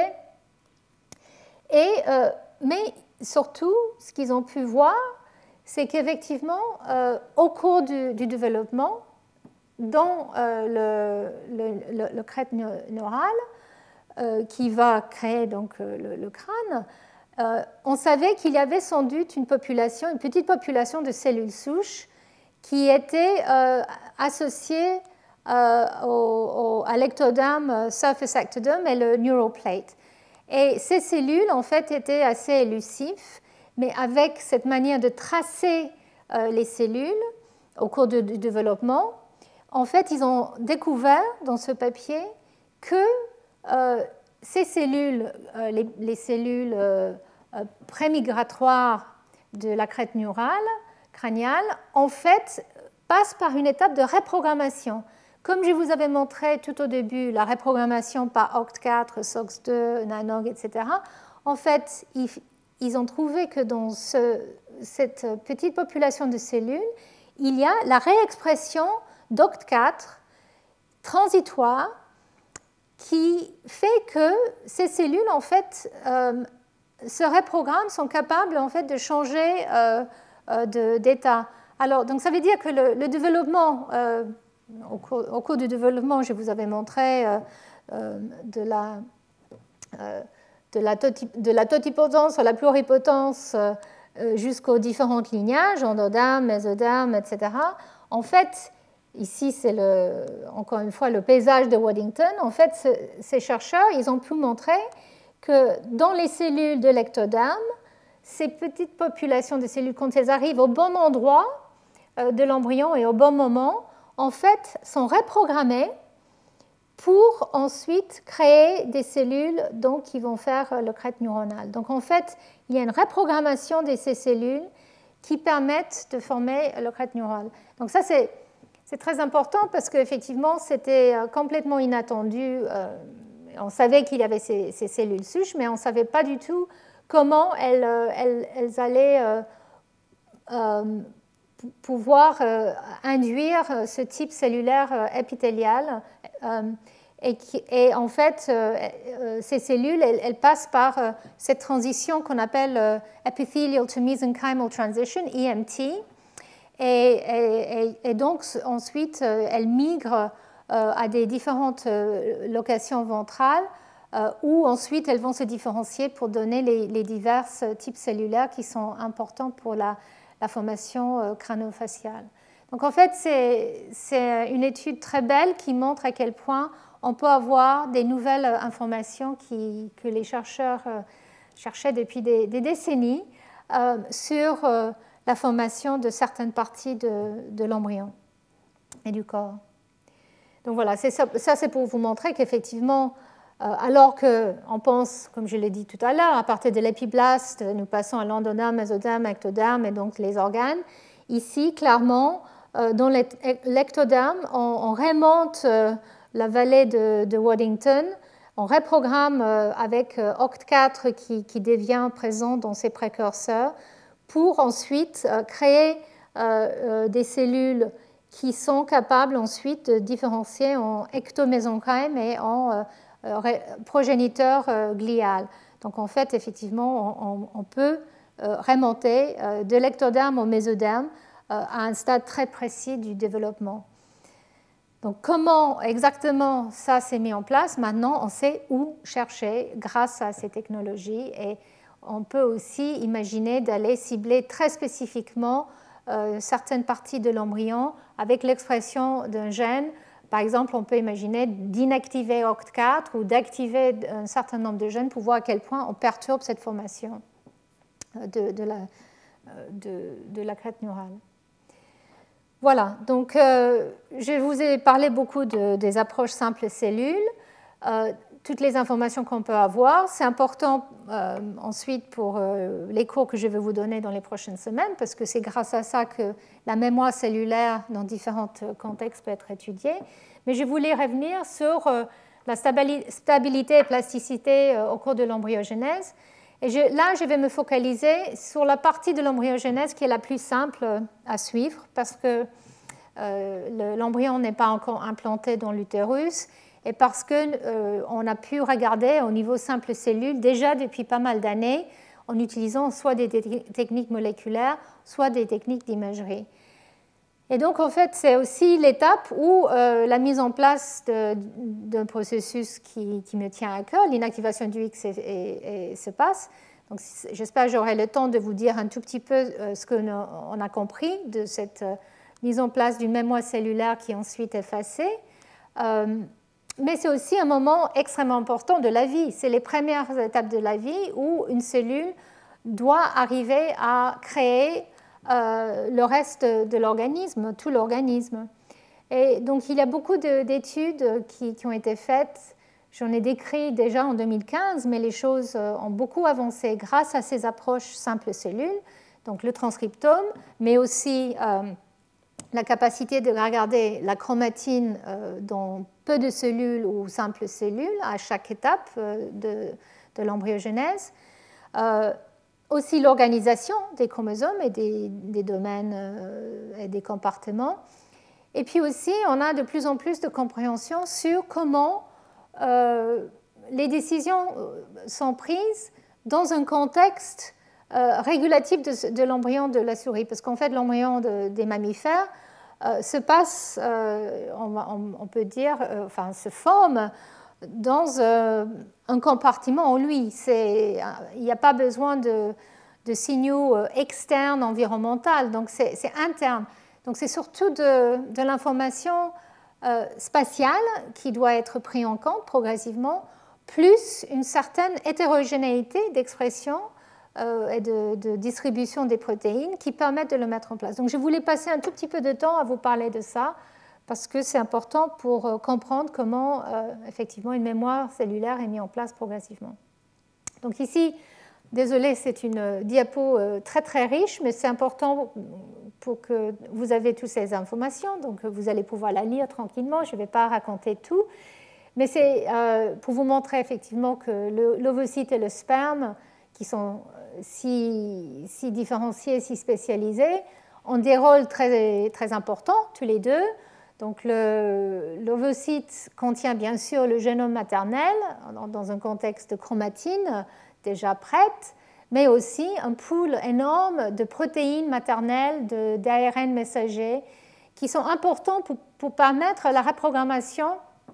Et, euh, mais surtout, ce qu'ils ont pu voir, c'est qu'effectivement, euh, au cours du, du développement, dans euh, le, le, le, le crête neural, euh, qui va créer donc, le, le crâne, euh, on savait qu'il y avait sans doute une population, une petite population de cellules souches qui étaient euh, associées euh, au, au, à l'ectoderme, surface ectoderm et le neuroplate. Et ces cellules, en fait, étaient assez élusives, mais avec cette manière de tracer euh, les cellules au cours du, du développement, en fait, ils ont découvert dans ce papier que euh, ces cellules, euh, les, les cellules euh, prémigratoires de la crête neurale, crâniale, en fait, passent par une étape de reprogrammation. Comme je vous avais montré tout au début, la reprogrammation par O C T quatre, S O X deux, NANOG, et cetera, en fait, ils Ils ont trouvé que dans ce, cette petite population de cellules, il y a la réexpression d'O C T quatre transitoire qui fait que ces cellules, en fait, euh, se reprogramment, sont capables, en fait, de changer euh, euh, d'état. Alors, donc, ça veut dire que le, le développement, euh, au, cours, au cours du développement, je vous avais montré euh, euh, de la... Euh, de la, de la totipotence à la pluripotence euh, jusqu'aux différents lignages, endoderme, mésoderme, et cetera. En fait, ici, c'est le, encore une fois le paysage de Waddington. En fait, ce, ces chercheurs, ils ont pu montrer que dans les cellules de l'ectoderme, ces petites populations de cellules, quand elles arrivent au bon endroit euh, de l'embryon et au bon moment, en fait, sont reprogrammées pour ensuite créer des cellules donc, qui vont faire le crête neuronal. Donc en fait, il y a une reprogrammation de ces cellules qui permettent de former le crête neuronal. Donc ça, c'est, c'est très important parce qu'effectivement, c'était complètement inattendu. Euh, on savait qu'il y avait ces, ces cellules souches, mais on ne savait pas du tout comment elles, elles, elles allaient euh, euh, pouvoir euh, induire ce type cellulaire euh, épithélial. Euh, Et, qui, et en fait, euh, euh, ces cellules, elles, elles passent par euh, cette transition qu'on appelle euh, epithelial to mesenchymal transition, E M T. Et, et, et donc, ensuite, euh, elles migrent euh, à des différentes euh, locations ventrales euh, où ensuite elles vont se différencier pour donner les, les divers types cellulaires qui sont importants pour la, la formation euh, crâno-faciale. Donc, en fait, c'est, c'est une étude très belle qui montre à quel point on peut avoir des nouvelles informations qui, que les chercheurs euh, cherchaient depuis des, des décennies euh, sur euh, la formation de certaines parties de, de l'embryon et du corps. Donc voilà, c'est ça, ça c'est pour vous montrer qu'effectivement, euh, alors qu'on pense, comme je l'ai dit tout à l'heure, à partir de l'épiblaste, nous passons à l'endoderme, mésoderme, ectoderme et donc les organes. Ici, clairement, euh, dans l'ectoderme, on, on remonte euh, la vallée de, de Waddington, on reprogramme euh, avec euh, O C T quatre qui, qui devient présent dans ces précurseurs pour ensuite euh, créer euh, euh, des cellules qui sont capables ensuite de différencier en ectomésenchyme et en euh, euh, progéniteur euh, glial. Donc en fait, effectivement, on, on peut euh, remonter euh, de l'ectoderme au mésoderme euh, à un stade très précis du développement. Donc comment exactement ça s'est mis en place? Maintenant, on sait où chercher grâce à ces technologies et on peut aussi imaginer d'aller cibler très spécifiquement euh, certaines parties de l'embryon avec l'expression d'un gène. Par exemple, on peut imaginer d'inactiver O C T quatre ou d'activer un certain nombre de gènes pour voir à quel point on perturbe cette formation de, de, la, de, de la crête neurale. Voilà, donc euh, je vous ai parlé beaucoup de, des approches simples cellules, euh, toutes les informations qu'on peut avoir. C'est important euh, ensuite pour euh, les cours que je vais vous donner dans les prochaines semaines, parce que c'est grâce à ça que la mémoire cellulaire dans différents contextes peut être étudiée. Mais je voulais revenir sur euh, la stabilité et plasticité euh, au cours de l'embryogenèse. Et je, là, je vais me focaliser sur la partie de l'embryogenèse qui est la plus simple à suivre parce que euh, l'embryon n'est pas encore implanté dans l'utérus et parce qu'on euh, a pu regarder au niveau simple cellule déjà depuis pas mal d'années en utilisant soit des techniques moléculaires, soit des techniques d'imagerie. Et donc, en fait, c'est aussi l'étape où euh, la mise en place d'un processus qui, qui me tient à cœur, l'inactivation du X, et, et, et se passe. Donc, j'espère que j'aurai le temps de vous dire un tout petit peu euh, ce qu'on a compris de cette euh, mise en place d'une mémoire cellulaire qui est ensuite effacée. Euh, mais c'est aussi un moment extrêmement important de la vie. C'est les premières étapes de la vie où une cellule doit arriver à créer Euh, le reste de l'organisme, tout l'organisme. Et donc, il y a beaucoup d'études qui, qui ont été faites. J'en ai décrit déjà en deux mille quinze, mais les choses ont beaucoup avancé grâce à ces approches simples cellules, donc le transcriptome, mais aussi euh, la capacité de regarder la chromatine euh, dans peu de cellules ou simples cellules à chaque étape euh, de, de l'embryogenèse. Euh, Aussi l'organisation des chromosomes et des, des domaines euh, et des compartiments. Et puis aussi, on a de plus en plus de compréhension sur comment euh, les décisions sont prises dans un contexte euh, régulatif de, de l'embryon de la souris, parce qu'en fait, l'embryon de, des mammifères euh, se passe, euh, on, on peut dire, euh, enfin, se forme dans euh, un compartiment en lui. Il n'y a pas besoin de, de signaux externes environnementaux, donc c'est interne. Donc c'est surtout de, de l'information euh, spatiale qui doit être prise en compte progressivement, plus une certaine hétérogénéité d'expression euh, et de, de distribution des protéines qui permettent de le mettre en place. Donc je voulais passer un tout petit peu de temps à vous parler de ça, parce que c'est important pour euh, comprendre comment euh, effectivement une mémoire cellulaire est mise en place progressivement. Donc ici, désolé, c'est une diapo euh, très très riche, mais c'est important pour que vous ayez toutes ces informations, donc vous allez pouvoir la lire tranquillement, je ne vais pas raconter tout, mais c'est euh, pour vous montrer effectivement que l'ovocyte et le sperme, qui sont si, si différenciés, si spécialisés, ont des rôles très, très importants, tous les deux. Donc l'ovocyte contient bien sûr le génome maternel dans un contexte de chromatine déjà prête, mais aussi un pool énorme de protéines maternelles, d'A R N messager, qui sont importants pour, pour permettre la reprogrammation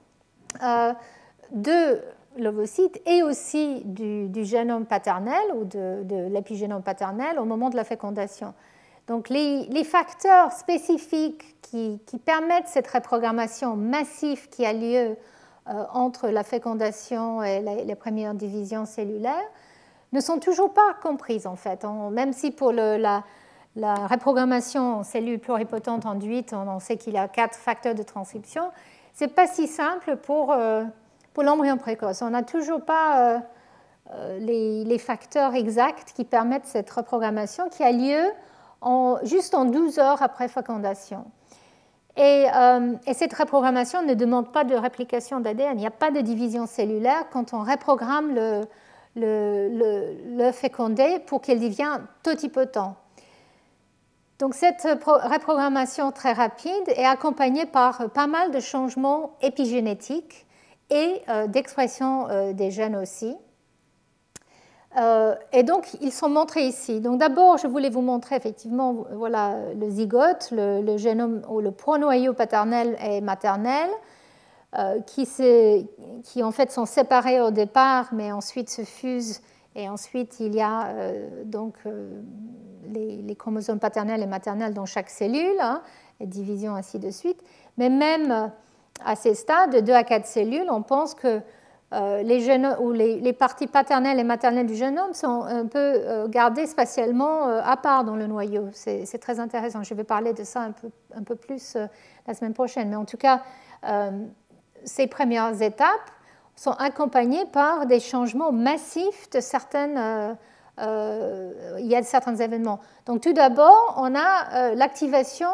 euh, de l'ovocyte et aussi du, du génome paternel ou de, de l'épigénome paternel au moment de la fécondation. Donc les, les facteurs spécifiques qui, qui permettent cette reprogrammation massive qui a lieu euh, entre la fécondation et les, les premières divisions cellulaires ne sont toujours pas comprises en fait. On, même si pour le, la, la reprogrammation en cellules pluripotentes induites, on, on sait qu'il y a quatre facteurs de transcription, ce n'est pas si simple pour, euh, pour l'embryon précoce. On n'a toujours pas euh, euh, les, les facteurs exacts qui permettent cette reprogrammation qui a lieu en, juste en douze heures après fécondation. Et, euh, et cette reprogrammation ne demande pas de réplication d'A D N. Il n'y a pas de division cellulaire quand on reprogramme le Le, le, le fécondé pour qu'il devienne totipotent. Donc cette reprogrammation très rapide est accompagnée par pas mal de changements épigénétiques et euh, d'expression euh, des gènes aussi. Euh, et donc ils sont montrés ici. Donc d'abord, je voulais vous montrer effectivement voilà, le zygote, le, le génome ou le pronoyau paternel et maternel. Euh, qui, qui en fait sont séparés au départ, mais ensuite se fusent, et ensuite il y a euh, donc euh, les, les chromosomes paternels et maternels dans chaque cellule, hein, et division ainsi de suite. Mais même à ces stades, de deux à quatre cellules, on pense que euh, les, génomes, ou les, les parties paternelles et maternelles du génome sont un peu euh, gardées spatialement euh, à part dans le noyau. C'est très intéressant. Je vais parler de ça un peu, un peu plus euh, la semaine prochaine. Mais en tout cas, euh, ces premières étapes sont accompagnées par des changements massifs de certaines, euh, euh, il y a certains événements. Donc tout d'abord, on a euh, l'activation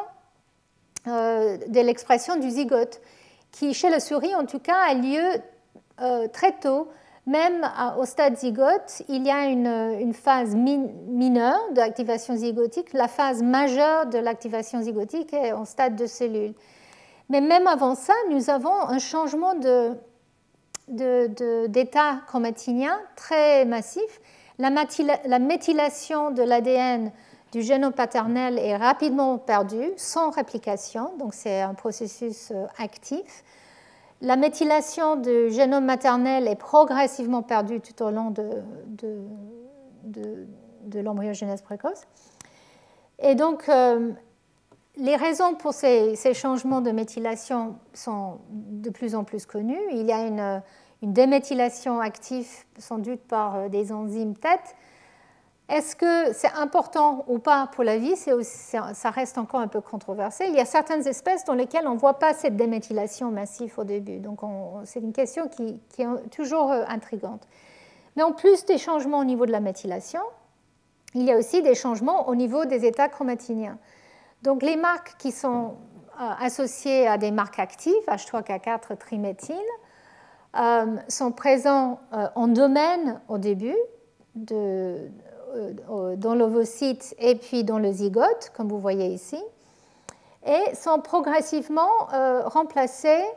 euh, de l'expression du zygote, qui chez la souris en tout cas a lieu euh, très tôt. Même à, au stade zygote, il y a une, une phase min, mineure de l'activation zygotique. La phase majeure de l'activation zygotique est au stade de cellule. Mais même avant ça, nous avons un changement de, de, de, d'état chromatinien très massif. La, mathila, la méthylation de l'A D N du génome paternel est rapidement perdue, sans réplication, donc c'est un processus actif. La méthylation du génome maternel est progressivement perdue tout au long de, de, de, de l'embryogenèse précoce. Et donc, euh, les raisons pour ces, ces changements de méthylation sont de plus en plus connues. Il y a une, une déméthylation active, sans doute par des enzymes T E T. Est-ce que c'est important ou pas pour la vie? Aussi, ça reste encore un peu controversé. Il y a certaines espèces dans lesquelles on ne voit pas cette déméthylation massive au début. Donc c'est une question qui, qui est toujours intrigante. Mais en plus des changements au niveau de la méthylation, il y a aussi des changements au niveau des états chromatiniens. Donc les marques qui sont euh, associées à des marques actives, H trois K quatre triméthyle, euh, sont présents euh, en domaine au début, de, euh, dans l'ovocyte et puis dans le zygote, comme vous voyez ici, et sont progressivement euh, remplacés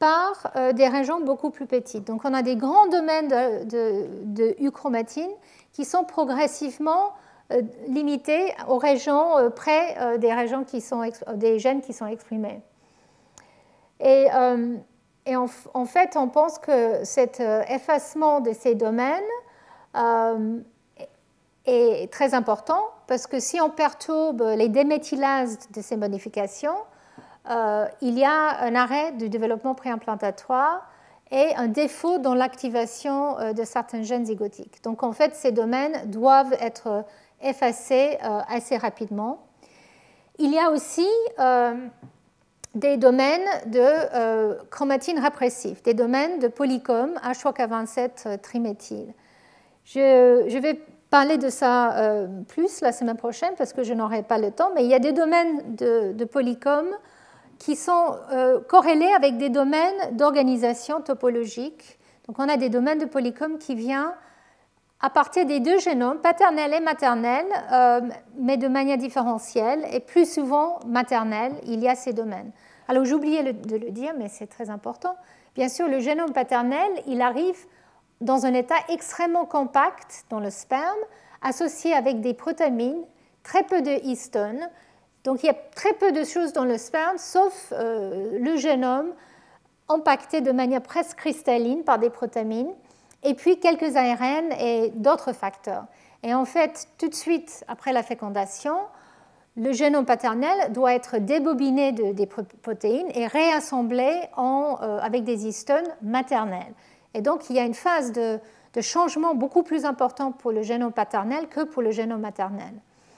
par euh, des régions beaucoup plus petites. Donc on a des grands domaines de, de, de euchromatine qui sont progressivement euh, limités aux régions euh, près euh, des, régions qui sont, des gènes qui sont exprimés. Et, euh, et en, en fait, on pense que cet euh, effacement de ces domaines euh, est très important parce que si on perturbe les déméthylases de ces modifications, euh, il y a un arrêt du développement préimplantatoire et un défaut dans l'activation euh, de certains gènes zygotiques. Donc en fait, ces domaines doivent être effacés euh, assez rapidement. Il y a aussi euh, des domaines de euh, chromatine répressive, des domaines de polycom H trois K vingt-sept triméthyle. Je, je vais parler de ça euh, plus la semaine prochaine parce que je n'aurai pas le temps, mais il y a des domaines de, de polycom qui sont euh, corrélés avec des domaines d'organisation topologique. Donc on a des domaines de polycom qui viennent à partir des deux génomes, paternel et maternel, euh, mais de manière différentielle, et plus souvent maternel, il y a ces domaines. Alors j'ai oublié le, de le dire, mais c'est très important. Bien sûr, le génome paternel, il arrive dans un état extrêmement compact dans le sperme, associé avec des protamines, très peu de histones. Donc il y a très peu de choses dans le sperme, sauf euh, le génome empaqueté de manière presque cristalline par des protamines, et puis quelques A R N et d'autres facteurs. Et en fait, tout de suite après la fécondation, le génome paternel doit être débobiné de, des protéines et réassemblé en, euh, avec des histones maternelles. Et donc, il y a une phase de, de changement beaucoup plus importante pour le génome paternel que pour le génome maternel.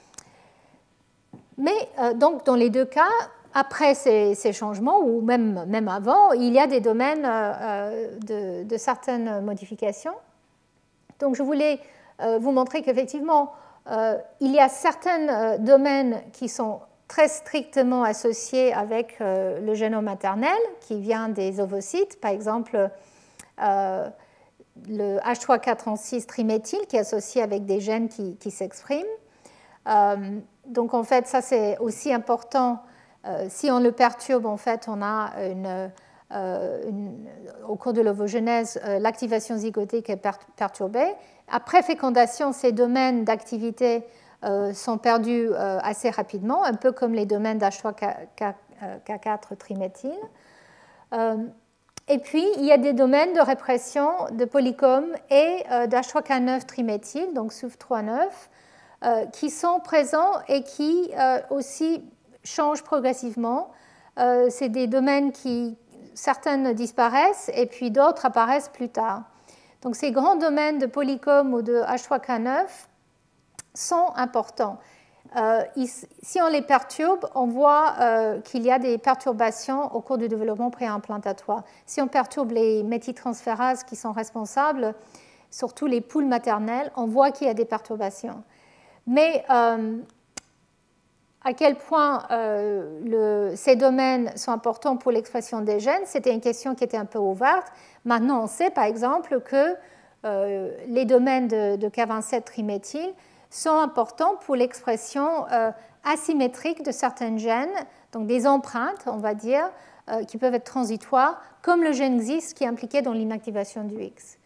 Mais euh, donc, dans les deux cas, après ces, ces changements, ou même, même avant, il y a des domaines euh, de, de certaines modifications. Donc, je voulais euh, vous montrer qu'effectivement, euh, il y a certains euh, domaines qui sont très strictement associés avec euh, le génome maternel, qui vient des ovocytes, par exemple, Euh, le H trois K trente-six triméthyle qui est associé avec des gènes qui, qui s'expriment. Euh, donc en fait, ça c'est aussi important. Euh, si on le perturbe, en fait, on a une, euh, une, au cours de l'ovogenèse, euh, l'activation zygotique est per- perturbée. Après fécondation, ces domaines d'activité euh, sont perdus euh, assez rapidement, un peu comme les domaines d'H trois K quatre triméthyle. Euh, Et puis, il y a des domaines de répression de polycom et euh, d'H trois K neuf triméthyle, donc S U V trois neuf, euh, qui sont présents et qui euh, aussi changent progressivement. Euh, c'est des domaines qui, certains disparaissent et puis d'autres apparaissent plus tard. Donc, ces grands domaines de polycom ou de H trois K neuf sont importants. Euh, si on les perturbe, on voit euh, qu'il y a des perturbations au cours du développement préimplantatoire. Si on perturbe les méthyltransférases qui sont responsables, surtout les poules maternelles, on voit qu'il y a des perturbations. Mais euh, à quel point euh, le, ces domaines sont importants pour l'expression des gènes, c'était une question qui était un peu ouverte. Maintenant, on sait par exemple que euh, les domaines de, de K vingt-sept triméthyle sont importants pour l'expression euh, asymétrique de certains gènes, donc des empreintes, on va dire, euh, qui peuvent être transitoires, comme le gène X I S qui est impliqué dans l'inactivation du X.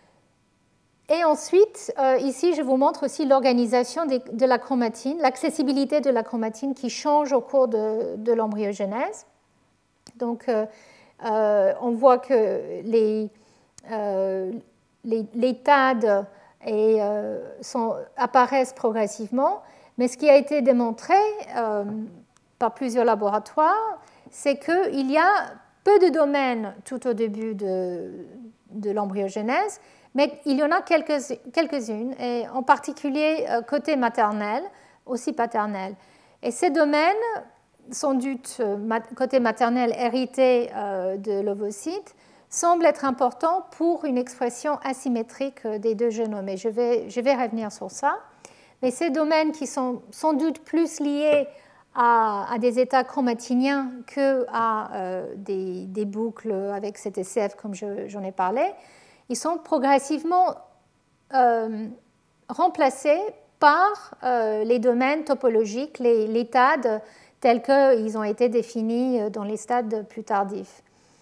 Et ensuite, euh, ici, je vous montre aussi l'organisation de la chromatine, l'accessibilité de la chromatine qui change au cours de, de l'embryogenèse. Donc, euh, euh, on voit que les, euh, les, les T A D et, euh, sont, apparaissent progressivement, mais ce qui a été démontré euh, par plusieurs laboratoires, c'est qu'il y a peu de domaines tout au début de, de l'embryogenèse, mais il y en a quelques, quelques-unes, et en particulier euh, côté maternel, aussi paternel. Et ces domaines, sans doute côté maternel hérité euh, de l'ovocyte, semble être important pour une expression asymétrique des deux génomes. Et je vais, je vais revenir sur ça. Mais ces domaines qui sont sans doute plus liés à, à des états chromatiniens qu'à euh, des, des boucles avec C T C F, comme je, j'en ai parlé, ils sont progressivement euh, remplacés par euh, les domaines topologiques, les, les T A D, tels qu'ils ont été définis dans les stades plus tardifs.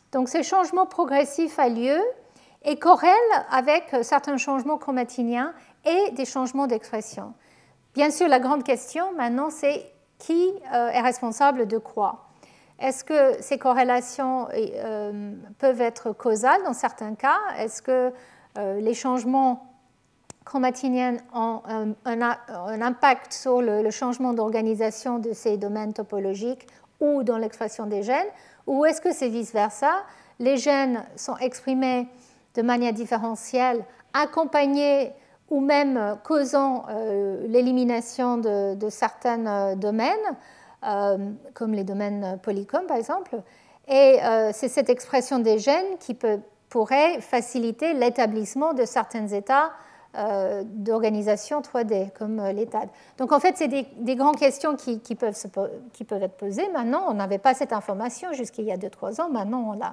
Donc ce changement progressif a lieu et corrèle avec certains changements chromatiniens et des changements d'expression. Bien sûr, la grande question maintenant, c'est qui est responsable de quoi? Est-ce que ces corrélations euh, peuvent être causales dans certains cas? Est-ce que euh, les changements chromatiniens ont un, un, un impact sur le, le changement d'organisation de ces domaines topologiques ou dans l'expression des gènes? Ou est-ce que c'est vice-versa? Les gènes sont exprimés de manière différentielle, accompagnés ou même causant euh, l'élimination de, de certains euh, domaines, euh, comme les domaines polycomes par exemple. Et euh, c'est cette expression des gènes qui peut, pourrait faciliter l'établissement de certains états euh, d'organisation trois D, comme euh, l'état. Donc en fait, c'est des, des grandes questions qui, qui, peuvent se, qui peuvent être posées. Maintenant, on n'avait pas cette information jusqu'il y a deux trois ans, maintenant on l'a.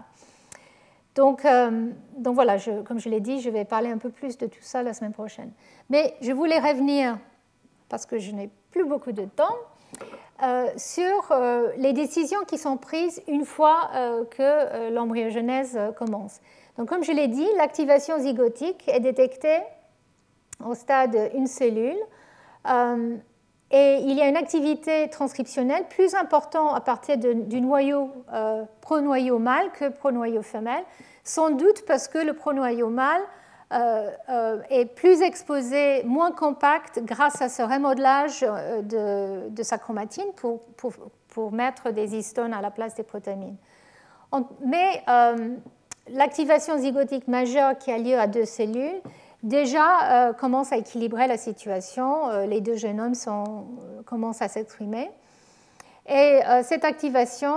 Donc, euh, donc voilà, je, comme je l'ai dit, je vais parler un peu plus de tout ça la semaine prochaine. Mais je voulais revenir, parce que je n'ai plus beaucoup de temps, euh, sur euh, les décisions qui sont prises une fois euh, que euh, l'embryogenèse commence. Donc comme je l'ai dit, l'activation zygotique est détectée au stade une cellule. Euh, Et il y a une activité transcriptionnelle plus importante à partir de, du noyau euh, pronoyau mâle que pronoyau femelle, sans doute parce que le pronoyau mâle euh, euh, est plus exposé, moins compact, grâce à ce remodelage de, de sa chromatine pour, pour, pour mettre des histones à la place des protamines. On, mais euh, l'activation zygotique majeure qui a lieu à deux cellules déjà euh, commence à équilibrer la situation, euh, les deux génomes sont, euh, commencent à s'exprimer. Et euh, cette activation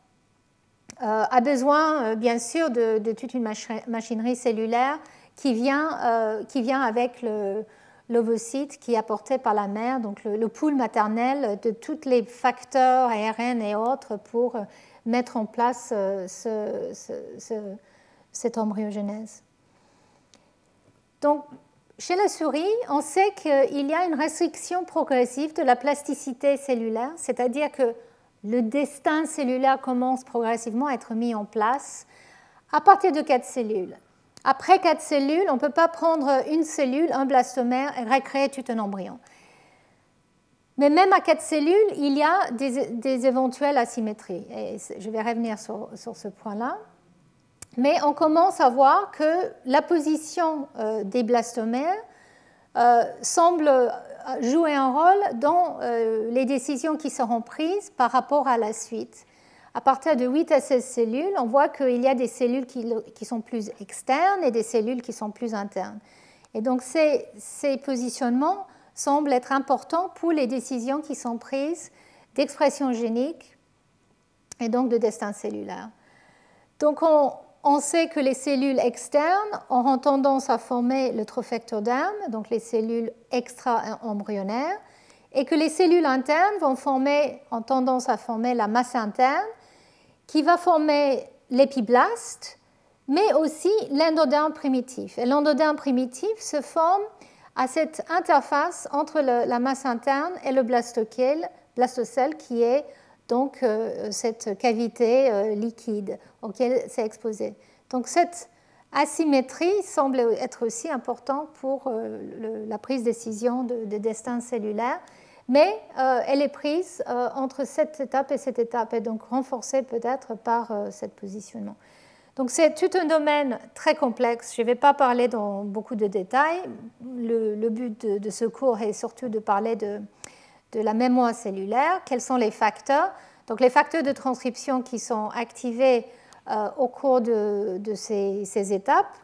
euh, a besoin, euh, bien sûr, de, de toute une machinerie cellulaire qui vient, euh, qui vient avec le, l'ovocyte qui est apporté par la mère, donc le, le pool maternel de tous les facteurs A R N et autres pour mettre en place euh, ce, ce, ce, cette embryogenèse. Donc, chez la souris, on sait qu'il y a une restriction progressive de la plasticité cellulaire, c'est-à-dire que le destin cellulaire commence progressivement à être mis en place à partir de quatre cellules. Après quatre cellules, on ne peut pas prendre une cellule, un blastomère, et recréer tout un embryon. Mais même à quatre cellules, il y a des, des éventuelles asymétries. Et je vais revenir sur, sur ce point-là. Mais on commence à voir que la position euh, des blastomères euh, semble jouer un rôle dans euh, les décisions qui seront prises par rapport à la suite. À partir de huit à seize cellules, on voit qu'il y a des cellules qui, qui sont plus externes et des cellules qui sont plus internes. Et donc ces, ces positionnements semblent être importants pour les décisions qui sont prises d'expression génique et donc de destin cellulaire. Donc on, on sait que les cellules externes auront tendance à former le trophectoderme, donc les cellules extra-embryonnaires, et que les cellules internes vont former, ont tendance à former la masse interne, qui va former l'épiblaste, mais aussi l'endoderme primitif. Et l'endoderme primitif se forme à cette interface entre le, la masse interne et le blastocèle, blastocèle qui est donc euh, cette cavité euh, liquide auquel c'est exposé. Donc cette asymétrie semble être aussi importante pour euh, le, la prise de décision de, de destin cellulaire, mais euh, elle est prise euh, entre cette étape et cette étape, et donc renforcée peut-être par euh, ce positionnement. Donc c'est tout un domaine très complexe. Je ne vais pas parler dans beaucoup de détails. Le, le but de, de ce cours est surtout de parler de, de la mémoire cellulaire. Quels sont les facteurs? Donc les facteurs de transcription qui sont activés euh, au cours de, de ces, ces étapes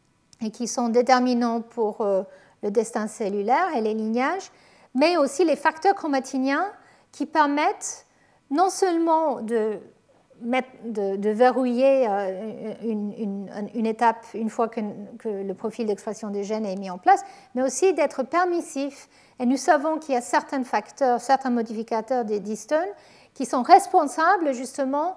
et qui sont déterminants pour euh, le destin cellulaire et les lignages, mais aussi les facteurs chromatiniens qui permettent non seulement de, mettre, de, de verrouiller une, une, une étape une fois que, que le profil d'expression des gènes est mis en place, mais aussi d'être permissif. Et nous savons qu'il y a certains facteurs, certains modificateurs des histones qui sont responsables justement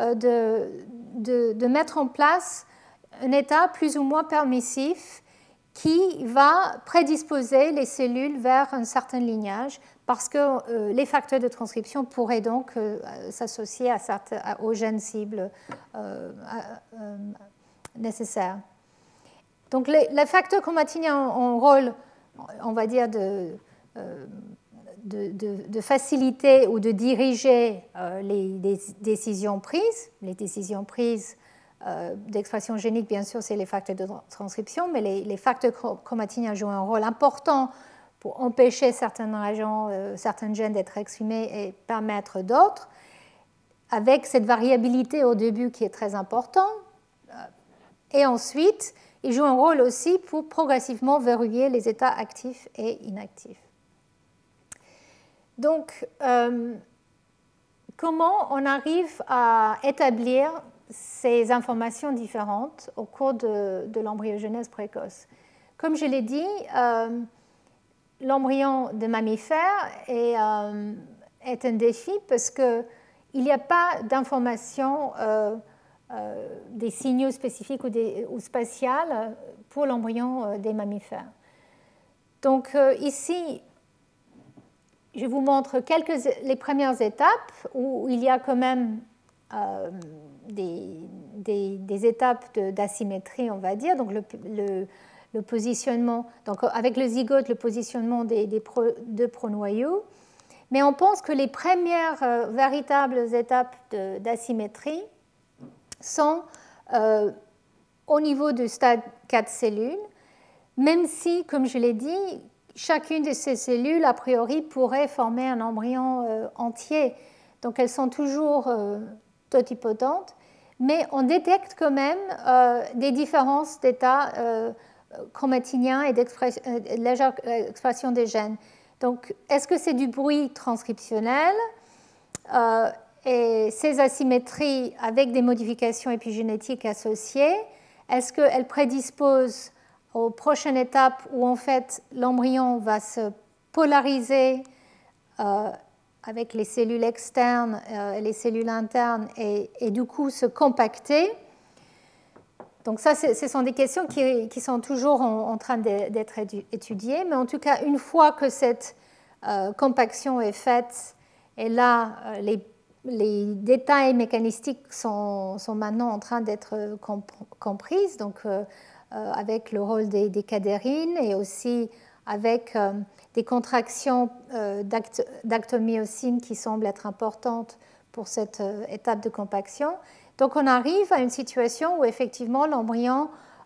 de, de, de mettre en place un état plus ou moins permissif qui va prédisposer les cellules vers un certain lignage, parce que euh, les facteurs de transcription pourraient donc euh, s'associer à certains, aux gènes cibles euh, euh, nécessaires. Donc les, les facteurs chromatidiens ont un rôle, on va dire, de, euh, de, de, de faciliter ou de diriger euh, les, les décisions prises. Les décisions prises euh, d'expression génique, bien sûr, c'est les facteurs de transcription, mais les, les facteurs chromatidiens jouent un rôle important pour empêcher certains agents, euh, certains gènes d'être exprimés et permettre d'autres, avec cette variabilité au début qui est très importante. Et ensuite, ils jouent un rôle aussi pour progressivement verrouiller les états actifs et inactifs. Donc, euh, comment on arrive à établir ces informations différentes au cours de, de l'embryogenèse précoce? Comme je l'ai dit, euh, l'embryon de mammifère est, euh, est un défi parce qu'il n'y a pas d'informations, euh, euh, des signaux spécifiques ou, des, ou spatiales pour l'embryon euh, des mammifères. Donc euh, ici, je vous montre quelques, les premières étapes où il y a quand même euh, des, des, des étapes de, d'asymétrie, on va dire. Donc le, le le positionnement, donc avec le zygote, le positionnement des, des pro, deux pronoyaux. Mais on pense que les premières euh, véritables étapes de, d'asymétrie sont euh, au niveau du stade quatre cellules, même si, comme je l'ai dit, chacune de ces cellules, a priori, pourrait former un embryon euh, entier. Donc elles sont toujours euh, totipotentes, mais on détecte quand même euh, des différences d'état euh, chromatiniens et d'expression, euh, de légère expression des gènes. Donc, est-ce que c'est du bruit transcriptionnel euh, et ces asymétries avec des modifications épigénétiques associées, est-ce qu'elles prédisposent aux prochaines étapes où en fait l'embryon va se polariser euh, avec les cellules externes euh, et les cellules internes et, et du coup se compacter? Donc ça, ce sont des questions qui, qui sont toujours en, en train d'être étudiées, mais en tout cas, une fois que cette euh, compaction est faite, et là, euh, les, les détails mécanistiques sont, sont maintenant en train d'être compris, donc euh, euh, avec le rôle des, des cadérines et aussi avec euh, des contractions euh, d'actomyocine qui semblent être importantes pour cette euh, étape de compaction. Donc on arrive à une situation où effectivement l'embryon euh,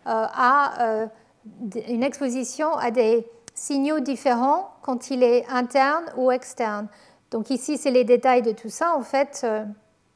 a euh, une exposition à des signaux différents quand il est interne ou externe. Donc ici, c'est les détails de tout ça. En fait, euh,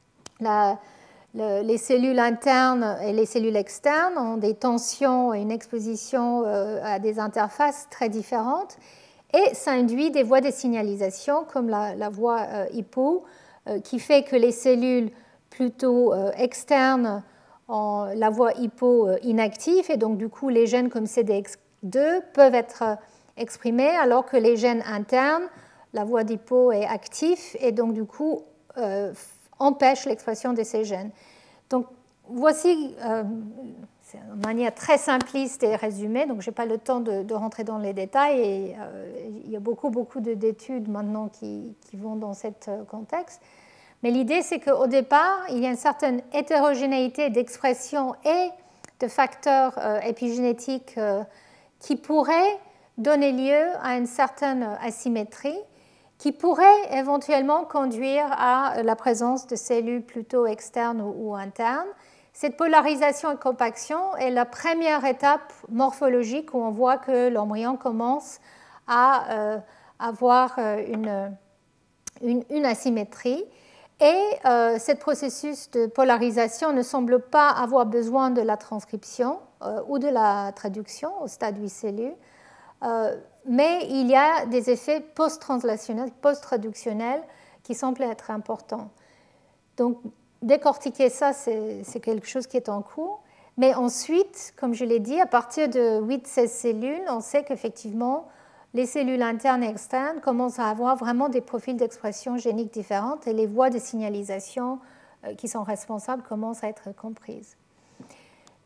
la, le, les cellules internes et les cellules externes ont des tensions et une exposition euh, à des interfaces très différentes. Et ça induit des voies de signalisation comme la, la voie euh, hypo, euh, qui fait que les cellules plutôt euh, externes en la voie hypo euh, inactive, et donc du coup les gènes comme C D X deux peuvent être euh, exprimés, alors que les gènes internes, la voie d'hypo est active, et donc du coup euh, empêche l'expression de ces gènes. Donc voici, euh, c'est une manière très simpliste et résumée, donc je n'ai pas le temps de, de rentrer dans les détails, et euh, il y a beaucoup, beaucoup d'études maintenant qui, qui vont dans ce contexte. Mais l'idée, c'est qu'au départ, il y a une certaine hétérogénéité d'expression et de facteurs euh, épigénétiques euh, qui pourraient donner lieu à une certaine asymétrie, qui pourrait éventuellement conduire à la présence de cellules plutôt externes ou, ou internes. Cette polarisation et compaction est la première étape morphologique où on voit que l'embryon commence à euh, avoir une, une, une asymétrie. Et euh, ce processus de polarisation ne semble pas avoir besoin de la transcription euh, ou de la traduction au stade huit cellules, euh, mais il y a des effets post-translationnels, post-traductionnels qui semblent être importants. Donc, décortiquer ça, c'est quelque chose qui est en cours. Mais ensuite, comme je l'ai dit, à partir de huit à seize cellules, on sait qu'effectivement, les cellules internes et externes commencent à avoir vraiment des profils d'expression génique différentes et les voies de signalisation qui sont responsables commencent à être comprises.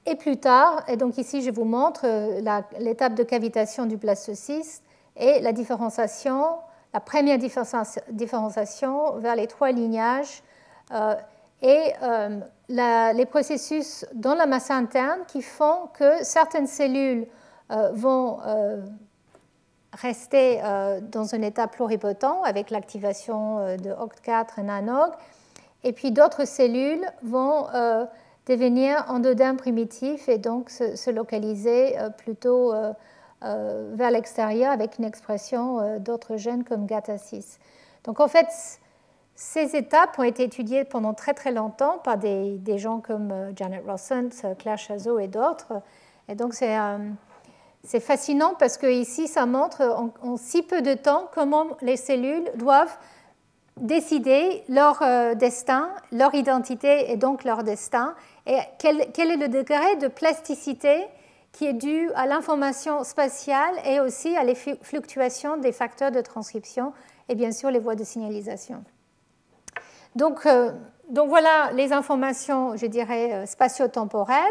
Et plus tard, et donc ici je vous montre l'étape de cavitation du blastocyste et la différenciation, la première différenciation vers les trois lignages euh, et euh, la, les processus dans la masse interne qui font que certaines cellules euh, vont euh, rester euh, dans un état pluripotent avec l'activation euh, de O C T quatre et NANOG, et puis d'autres cellules vont euh, devenir endodermes primitifs et donc se, se localiser euh, plutôt euh, euh, vers l'extérieur avec une expression euh, d'autres gènes comme G A T A six. Donc en fait, ces étapes ont été étudiées pendant très très longtemps par des, des gens comme euh, Janet Rossent, Claire Chazot et d'autres. Et donc c'est euh, c'est fascinant parce que ici ça montre en, en si peu de temps comment les cellules doivent décider leur euh, destin, leur identité et donc leur destin, et quel, quel est le degré de plasticité qui est dû à l'information spatiale et aussi à les fluctuations des facteurs de transcription et bien sûr les voies de signalisation. Donc, euh, donc voilà les informations, je dirais, spatio-temporelles.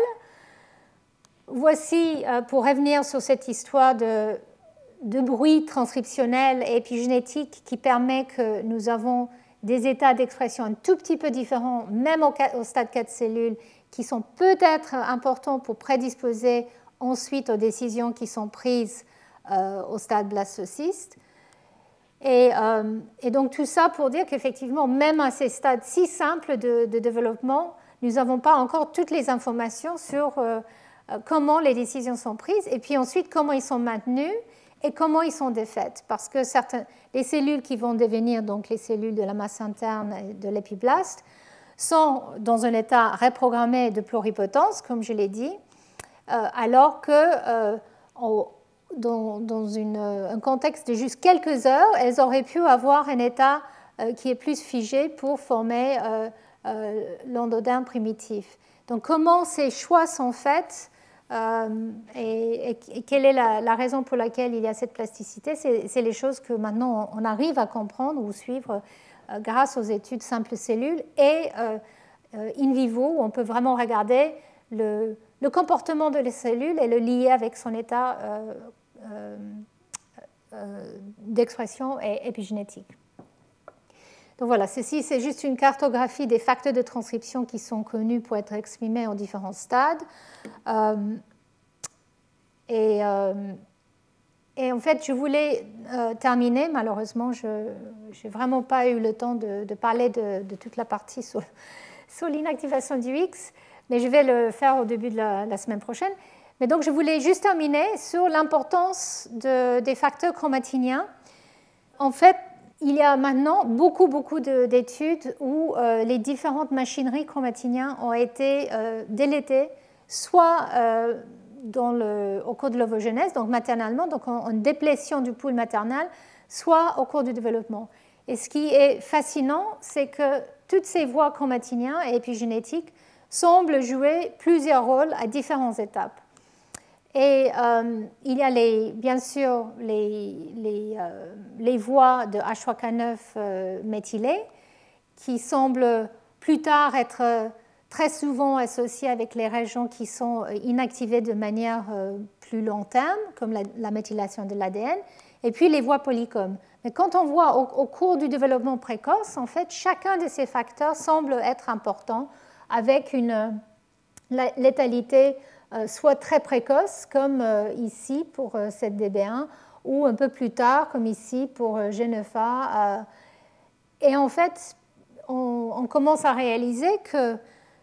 Voici, euh, pour revenir sur cette histoire de de bruit transcriptionnel et épigénétique qui permet que nous avons des états d'expression un tout petit peu différents, même au, au stade quatre cellules, qui sont peut-être importants pour prédisposer ensuite aux décisions qui sont prises euh, au stade blastocyste. Et, euh, et donc tout ça pour dire qu'effectivement, même à ces stades si simples de, de développement, nous n'avons pas encore toutes les informations sur euh, comment les décisions sont prises et puis ensuite comment ils sont maintenus et comment ils sont défaites. Parce que certains, les cellules qui vont devenir donc les cellules de la masse interne et de l'épiblaste sont dans un état reprogrammé de pluripotence, comme je l'ai dit, euh, alors que euh, on, dans, dans une, un contexte de juste quelques heures, elles auraient pu avoir un état euh, qui est plus figé pour former euh, euh, l'endoderme primitif. Donc comment ces choix sont faits Euh, et, et quelle est la, la raison pour laquelle il y a cette plasticité, c'est les choses que maintenant on arrive à comprendre ou suivre euh, grâce aux études simples cellules et euh, in vivo, où on peut vraiment regarder le, le comportement de les cellules et le lier avec son état euh, euh, euh, d'expression épigénétique. Donc voilà, ceci c'est juste une cartographie des facteurs de transcription qui sont connus pour être exprimés en différents stades. Euh, et, euh, et en fait, je voulais euh, terminer, malheureusement, je n'ai vraiment pas eu le temps de, de parler de, de toute la partie sur, sur l'inactivation du X, mais je vais le faire au début de la, la semaine prochaine. Mais donc, je voulais juste terminer sur l'importance de, des facteurs chromatiniens. En fait, il y a maintenant beaucoup, beaucoup d'études où euh, les différentes machineries chromatiniennes ont été euh, délétées, soit euh, dans le, au cours de l'ovogenèse, donc maternalement, donc en, en déplétion du pool maternel, soit au cours du développement. Et ce qui est fascinant, c'est que toutes ces voies chromatiniennes et épigénétiques semblent jouer plusieurs rôles à différentes étapes. Et euh, il y a les, bien sûr les, les, euh, les voies de H trois K neuf euh, méthylées qui semblent plus tard être très souvent associées avec les régions qui sont inactivées de manière euh, plus long terme, comme la, la méthylation de l'A D N, et puis les voies polycomes. Mais quand on voit au, au cours du développement précoce, en fait, chacun de ces facteurs semble être important avec une létalité soit très précoce, comme ici pour sept D B un, ou un peu plus tard, comme ici pour G neuf A. Et en fait, on, on commence à réaliser que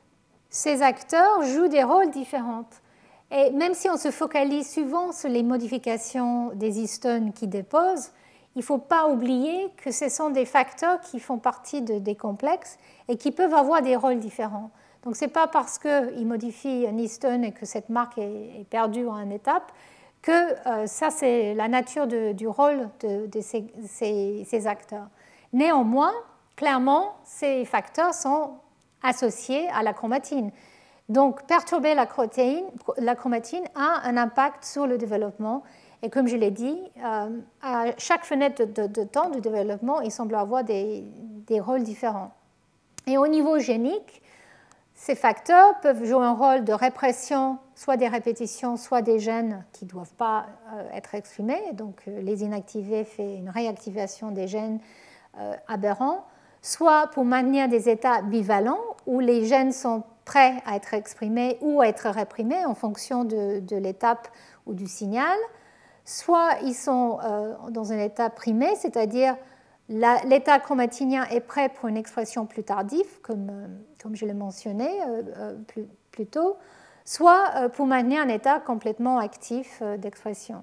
ces acteurs jouent des rôles différents. Et même si on se focalise souvent sur les modifications des histones qui déposent, il ne faut pas oublier que ce sont des facteurs qui font partie de, des complexes et qui peuvent avoir des rôles différents. Donc, ce n'est pas parce qu'ils modifient un histone et que cette marque est, est perdue en une étape que euh, ça, c'est la nature de, du rôle de, de ces, ces, ces acteurs. Néanmoins, clairement, ces facteurs sont associés à la chromatine. Donc, perturber la, protéine, la chromatine a un impact sur le développement. Et comme je l'ai dit, euh, à chaque fenêtre de, de, de temps de développement, il semble avoir des, des rôles différents. Et au niveau génique, Ces facteurs peuvent jouer un rôle de répression, soit des répétitions, soit des gènes qui ne doivent pas euh, être exprimés. Donc, euh, les inactiver fait une réactivation des gènes euh, aberrants, soit pour maintenir des états bivalents où les gènes sont prêts à être exprimés ou à être réprimés en fonction de, de l'étape ou du signal, soit ils sont euh, dans un état primé, c'est-à-dire l'état chromatinien est prêt pour une expression plus tardive, comme, euh, comme je l'ai mentionné euh, euh, plus, plus tôt, soit euh, pour maintenir un état complètement actif euh, d'expression.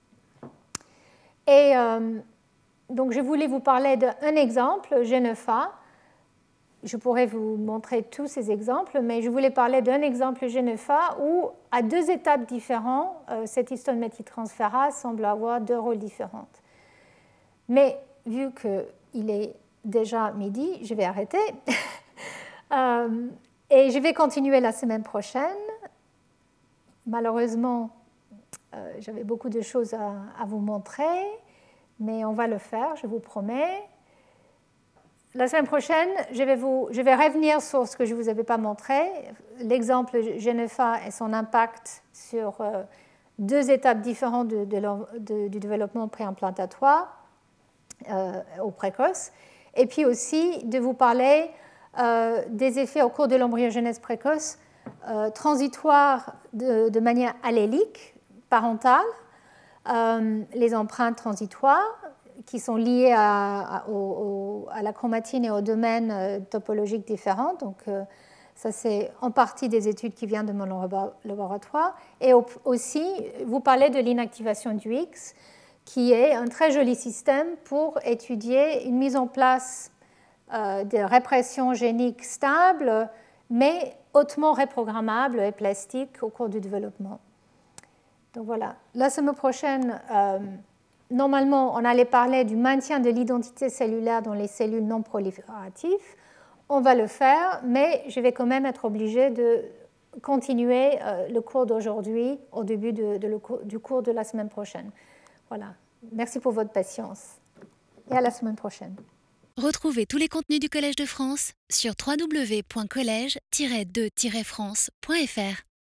Et euh, donc je voulais vous parler d'un exemple, G neuf A. Je pourrais vous montrer tous ces exemples, mais je voulais parler d'un exemple G neuf A où, à deux étapes différentes, euh, cette histone méthyltransférase semble avoir deux rôles différents. Mais vu qu'il est déjà midi, je vais arrêter. euh, et je vais continuer la semaine prochaine. Malheureusement, euh, j'avais beaucoup de choses à, à vous montrer, mais on va le faire, je vous promets. La semaine prochaine, je vais, vous, je vais revenir sur ce que je ne vous avais pas montré, l'exemple G neuf A et son impact sur euh, deux étapes différentes de, de, de, du développement préimplantatoire euh, au précoce, et puis aussi de vous parler euh, des effets au cours de l'embryogenèse précoce euh, transitoires de, de manière allélique, parentale, euh, les empreintes transitoires, qui sont liées à, à, au, à la chromatine et au domaine euh, topologique différent. Donc, euh, ça, c'est en partie des études qui viennent de mon laboratoire. Et au, aussi, vous parlez de l'inactivation du X, qui est un très joli système pour étudier une mise en place euh, de répression génique stable, mais hautement reprogrammable et plastique au cours du développement. Donc voilà, la semaine prochaine, euh, normalement, on allait parler du maintien de l'identité cellulaire dans les cellules non prolifératives. On va le faire, mais je vais quand même être obligée de continuer euh, le cours d'aujourd'hui au début de, de le, du cours de la semaine prochaine. Voilà. Merci pour votre patience. Et à la semaine prochaine. Retrouvez tous les contenus du Collège de France sur w w w point collège tiret de tiret france point f r.